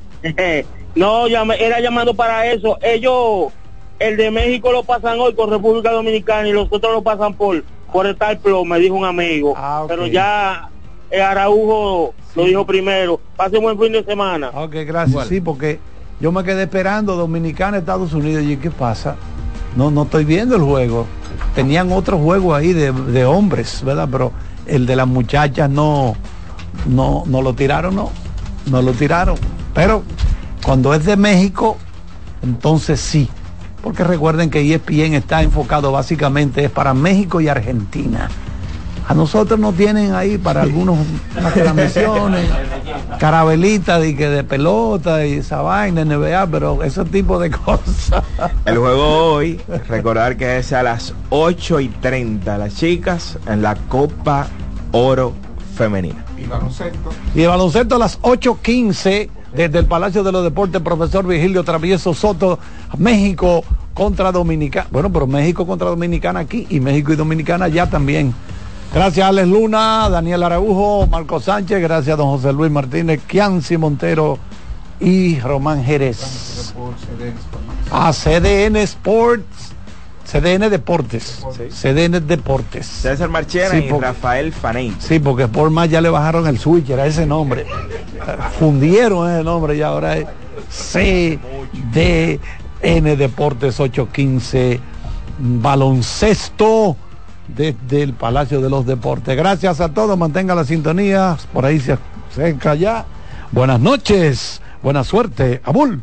No, llame, era llamando para eso. Ellos, el de México lo pasan hoy con República Dominicana y los otros lo pasan por, por el tal Plo, me dijo un amigo. Ah, okay. Pero ya... Eh, Araujo sí. Lo dijo primero. Pase un buen fin de semana. Ok, gracias. Bueno. Sí, porque yo me quedé esperando Dominicana, Estados Unidos, y ¿qué pasa? No, no estoy viendo el juego. Tenían otro juego ahí de, de hombres, ¿verdad? Pero el de las muchachas no, no, no lo tiraron, no, no lo tiraron. Pero cuando es de México, entonces sí. Porque recuerden que E S P N está enfocado básicamente es para México y Argentina. A nosotros nos tienen ahí para algunos unas transmisiones, carabelitas de, de pelota y esa vaina, N B A, pero ese tipo de cosas. El juego hoy, recordar que es a las ocho y treinta, las chicas en la Copa Oro Femenina. Y baloncesto. Y el baloncesto a las ocho quince desde el Palacio de los Deportes, profesor Vigilio Travieso Soto, México contra Dominicana. Bueno, pero México contra Dominicana aquí y México y Dominicana allá también. Gracias Alex Luna, Daniel Araujo, Marco Sánchez, gracias don José Luis Martínez, Kianci Montero y Román Jerez. A C D N Sports, C D N Deportes, sí. C D N Deportes. César Marchena sí, y porque, Rafael Faney. Sí, porque por más ya le bajaron el switch, era ese nombre. Fundieron ese nombre y ahora es C D N Deportes ocho quince, baloncesto desde el Palacio de los Deportes. Gracias a todos, mantenga la sintonía, por ahí se acerca ya. Buenas noches, buena suerte, Abul.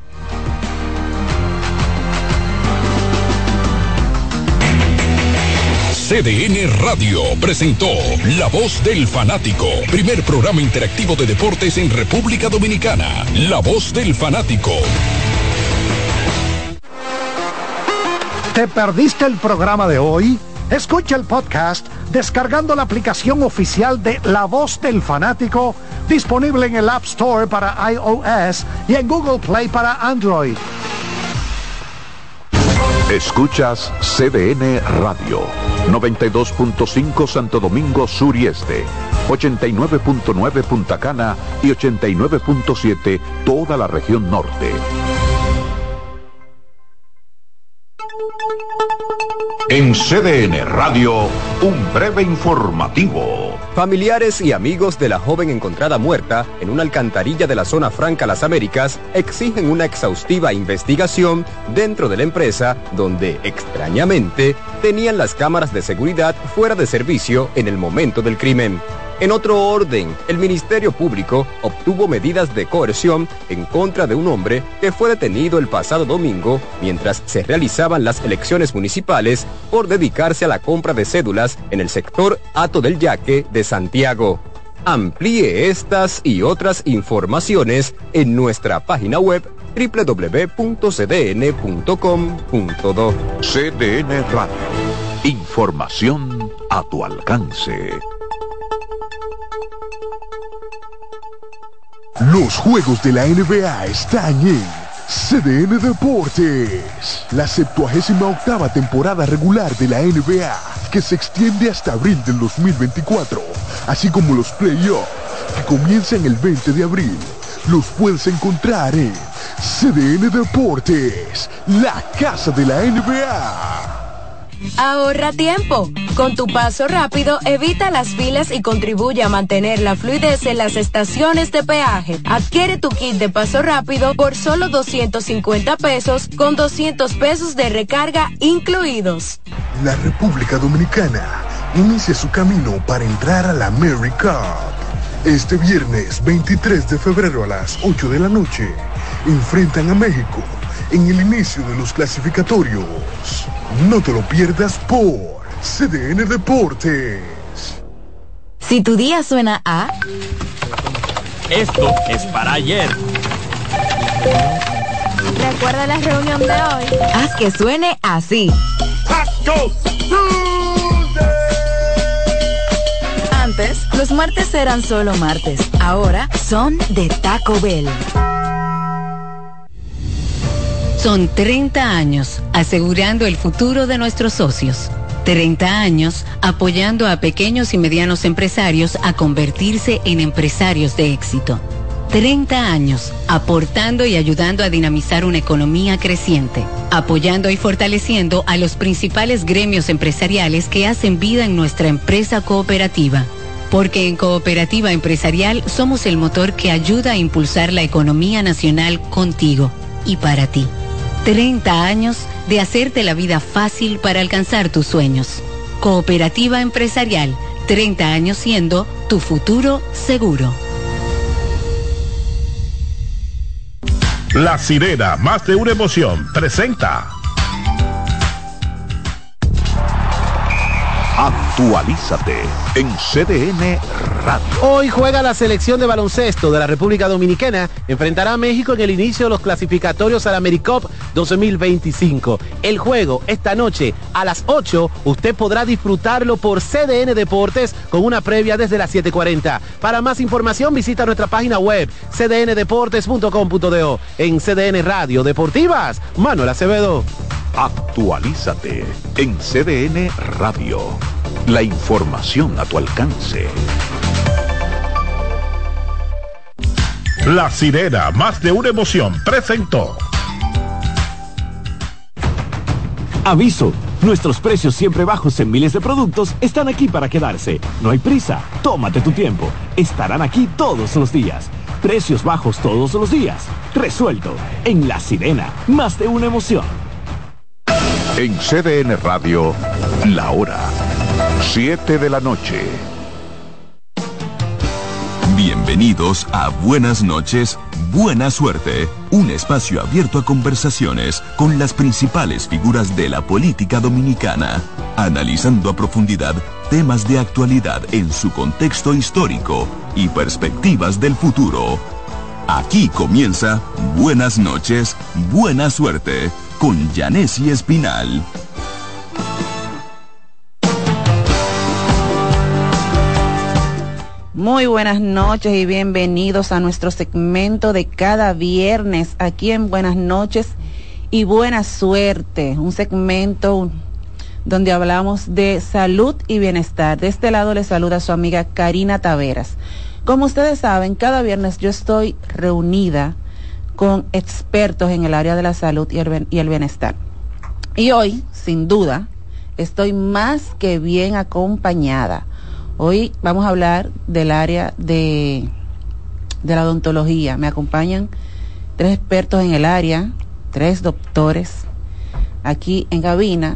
C D N Radio presentó La Voz del Fanático, primer programa interactivo de deportes en República Dominicana. La Voz del Fanático. ¿Te perdiste el programa de hoy? Escucha el podcast descargando la aplicación oficial de La Voz del Fanático, disponible en el App Store para iOS y en Google Play para Android. Escuchas C D N Radio, noventa y dos punto cinco Santo Domingo Sur y Este, ochenta y nueve punto nueve Punta Cana y ochenta y nueve punto siete toda la región norte. En C D N Radio, un breve informativo. Familiares y amigos de la joven encontrada muerta en una alcantarilla de la zona franca Las Américas exigen una exhaustiva investigación dentro de la empresa donde, extrañamente, tenían las cámaras de seguridad fuera de servicio en el momento del crimen. En otro orden, el Ministerio Público obtuvo medidas de coerción en contra de un hombre que fue detenido el pasado domingo mientras se realizaban las elecciones municipales por dedicarse a la compra de cédulas en el sector Hato del Yaque de Santiago. Amplíe estas y otras informaciones en nuestra página web doble u doble u doble u punto c d n punto com punto do. C D N Radio. Información a tu alcance. Los juegos de la N B A están en C D N Deportes. La septuagésima octava temporada regular de la N B A, que se extiende hasta abril del dos mil veinticuatro, así como los playoffs, que comienzan el veinte de abril, los puedes encontrar en C D N Deportes, la casa de la N B A. Ahorra tiempo. Con tu paso rápido, evita las filas y contribuye a mantener la fluidez en las estaciones de peaje. Adquiere tu kit de paso rápido por solo doscientos cincuenta pesos con doscientos pesos de recarga incluidos. La República Dominicana inicia su camino para entrar a la AmeriCup. Este viernes veintitrés de febrero a las ocho de la noche, enfrentan a México en el inicio de los clasificatorios. No te lo pierdas por C D N Deportes. Si tu día suena a... Esto es para ayer. Recuerda la reunión de hoy. Haz que suene así. Antes, los martes eran solo martes. Ahora son de Taco Bell. Son treinta años asegurando el futuro de nuestros socios. treinta años apoyando a pequeños y medianos empresarios a convertirse en empresarios de éxito. treinta años aportando y ayudando a dinamizar una economía creciente. Apoyando y fortaleciendo a los principales gremios empresariales que hacen vida en nuestra empresa cooperativa. Porque en Cooperativa Empresarial somos el motor que ayuda a impulsar la economía nacional contigo. y para ti. treinta años de hacerte la vida fácil para alcanzar tus sueños. Cooperativa empresarial, treinta años siendo tu futuro seguro. La Sirena, más de una emoción, presenta. Actualízate en C D N Radio. Hoy juega la selección de baloncesto de la República Dominicana. Enfrentará a México en el inicio de los clasificatorios a la AmeriCup dos mil veinticinco. El juego esta noche a las ocho. Usted podrá disfrutarlo por C D N Deportes con una previa desde las siete cuarenta. Para más información visita nuestra página web c d n deportes punto com punto do. En C D N Radio Deportivas, Manuel Acevedo. Actualízate en C D N Radio. La información a tu alcance. La Sirena, más de una emoción, presentó. Aviso, nuestros precios siempre bajos en miles de productos están aquí para quedarse. No hay prisa, tómate tu tiempo. Estarán aquí todos los días. Precios bajos todos los días. Resuelto. En La Sirena, más de una emoción. En C D N Radio, la hora siete de la noche. Bienvenidos a Buenas noches, Buena Suerte, un espacio abierto a conversaciones con las principales figuras de la política dominicana, analizando a profundidad temas de actualidad en su contexto histórico y perspectivas del futuro. Aquí comienza Buenas noches, Buena Suerte, con Yanesi Espinal. Muy buenas noches y bienvenidos a nuestro segmento de cada viernes aquí en Buenas noches y Buena Suerte, un segmento donde hablamos de salud y bienestar. De este lado les saluda su amiga Karina Taveras. Como ustedes saben, cada viernes yo estoy reunida con expertos en el área de la salud y el, y el bienestar. Y hoy, sin duda, estoy más que bien acompañada. Hoy vamos a hablar del área de, de la odontología. Me acompañan tres expertos en el área, tres doctores aquí en cabina.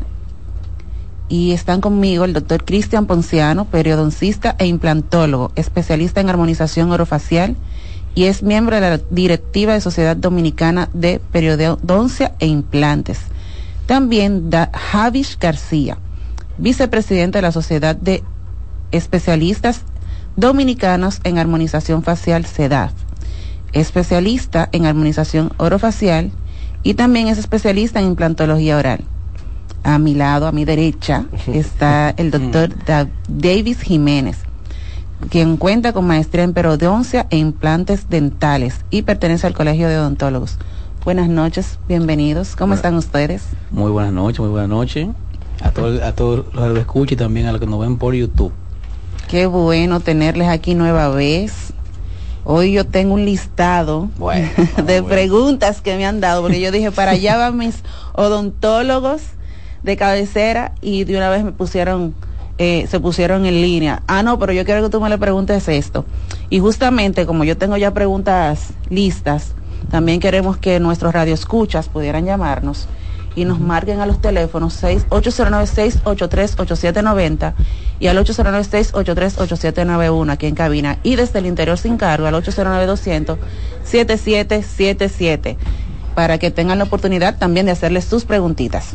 Y están conmigo el doctor Cristian Ponciano, periodoncista e implantólogo, especialista en armonización orofacial y es miembro de la directiva de Sociedad Dominicana de Periodoncia e Implantes. También da Javish García, vicepresidente de la Sociedad de Especialistas Dominicanos en Armonización Facial, SEDAF, especialista en armonización orofacial y también es especialista en implantología oral. A mi lado, a mi derecha, está el doctor Davis Jiménez, quien cuenta con maestría en periodoncia e implantes dentales y pertenece al Colegio de Odontólogos. Buenas noches, bienvenidos. ¿Cómo están ustedes? Muy buenas noches, muy buenas noches. A todos a todos los que lo escuchan y también a los que nos ven por YouTube. Qué bueno tenerles aquí nueva vez. Hoy yo tengo un listado bueno, de bueno. preguntas que me han dado, porque yo dije, para allá van mis odontólogos de cabecera y de una vez me pusieron, eh, se pusieron en línea. Ah, no, pero yo quiero que tú me le preguntes esto. Y justamente como yo tengo ya preguntas listas, también queremos que nuestros radioescuchas pudieran llamarnos y nos marquen a los teléfonos ocho cero nueve, seis ocho tres, ocho siete nueve cero y al ocho cero nueve, seis ocho tres, ocho siete nueve uno aquí en cabina y desde el interior sin cargo al ocho cero nueve, doscientos, setenta y siete setenta y siete para que tengan la oportunidad también de hacerles sus preguntitas.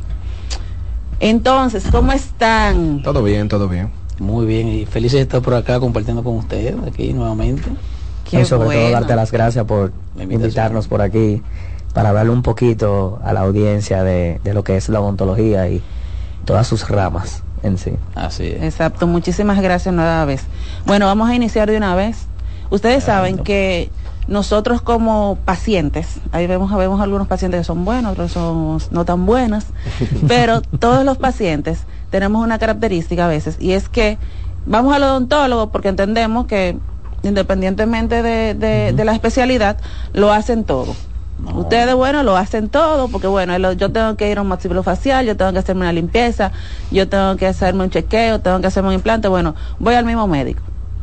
Entonces, ¿cómo están? Todo bien, todo bien. Muy bien y felices de estar por acá compartiendo con ustedes aquí nuevamente. Qué y sobre bueno. todo darte las gracias por invitarnos por aquí para hablarle un poquito a la audiencia de, de lo que es la odontología y todas sus ramas en sí. Así es. Exacto, muchísimas gracias nueva vez. Bueno, vamos a iniciar de una vez. Ustedes Exacto. saben que nosotros como pacientes, ahí vemos, vemos algunos pacientes que son buenos, otros son no tan buenos, pero todos los pacientes tenemos una característica a veces y es que vamos al odontólogo porque entendemos que independientemente de, de, uh-huh. de la especialidad, lo hacen todo. No. Ustedes, bueno, lo hacen todo, porque bueno, yo tengo que ir a un maxilofacial, yo tengo que hacerme una limpieza, yo tengo que hacerme un chequeo, tengo que hacerme un implante, bueno, voy al mismo médico.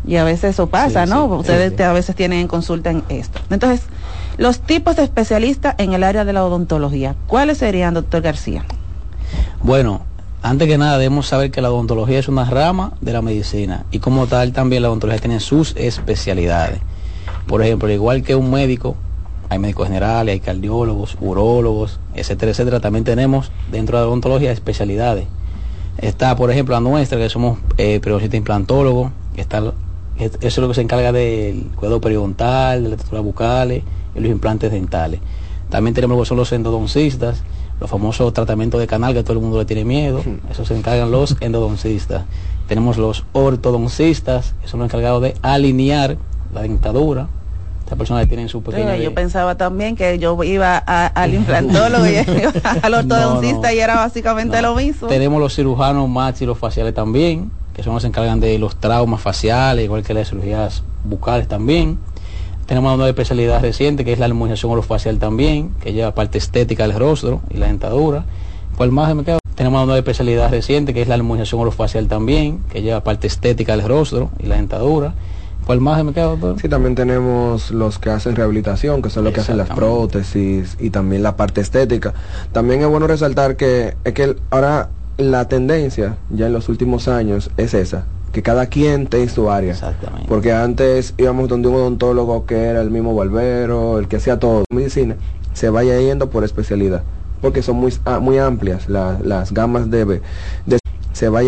Y a veces eso pasa, Sí, ¿no? sí, Ustedes sí, sí. a veces tienen en consulta en esto. Entonces, los tipos de especialistas en el área de la odontología, ¿cuáles serían, doctor García? Bueno, antes que nada debemos saber que la odontología es una rama de la medicina y como tal también la odontología tiene sus especialidades. Por ejemplo, igual que un médico, hay médicos generales, hay cardiólogos, urólogos, etcétera, etcétera. También tenemos dentro de la odontología especialidades. Está, por ejemplo, la nuestra, que somos eh, periodistas implantólogos, que está, eso es lo que se encarga del cuidado periodontal, de las texturas bucales y los implantes dentales. También tenemos lo que son los endodoncistas, los famosos tratamientos de canal que todo el mundo le tiene miedo, eso se encargan los endodoncistas. Tenemos los ortodoncistas, que son los encargados de alinear la dentadura. Estas personas tienen su pequeña... Sí, yo pensaba también que yo iba a, al implantólogo y iba al ortodoncista no, no, y era básicamente no. lo mismo. Tenemos los cirujanos maxilofaciales también, que son los que se encargan de los traumas faciales, igual que las cirugías bucales también. Tenemos una especialidad reciente que es la armonización orofacial también, que lleva parte estética del rostro y la dentadura. ¿Cuál más me queda? Tenemos una especialidad reciente que es la armonización orofacial también, que lleva parte estética del rostro y la dentadura. ¿Cuál más me queda, doctor? Sí, también tenemos los que hacen rehabilitación, que son los que hacen las prótesis y también la parte estética. También es bueno resaltar que es que ahora la tendencia ya en los últimos años es esa, que cada quien tiene su área. Exactamente. Porque antes íbamos donde un odontólogo que era el mismo barbero, el que hacía todo. Medicina se vaya yendo por especialidad, porque son muy, muy amplias la, las gamas de, de se vaya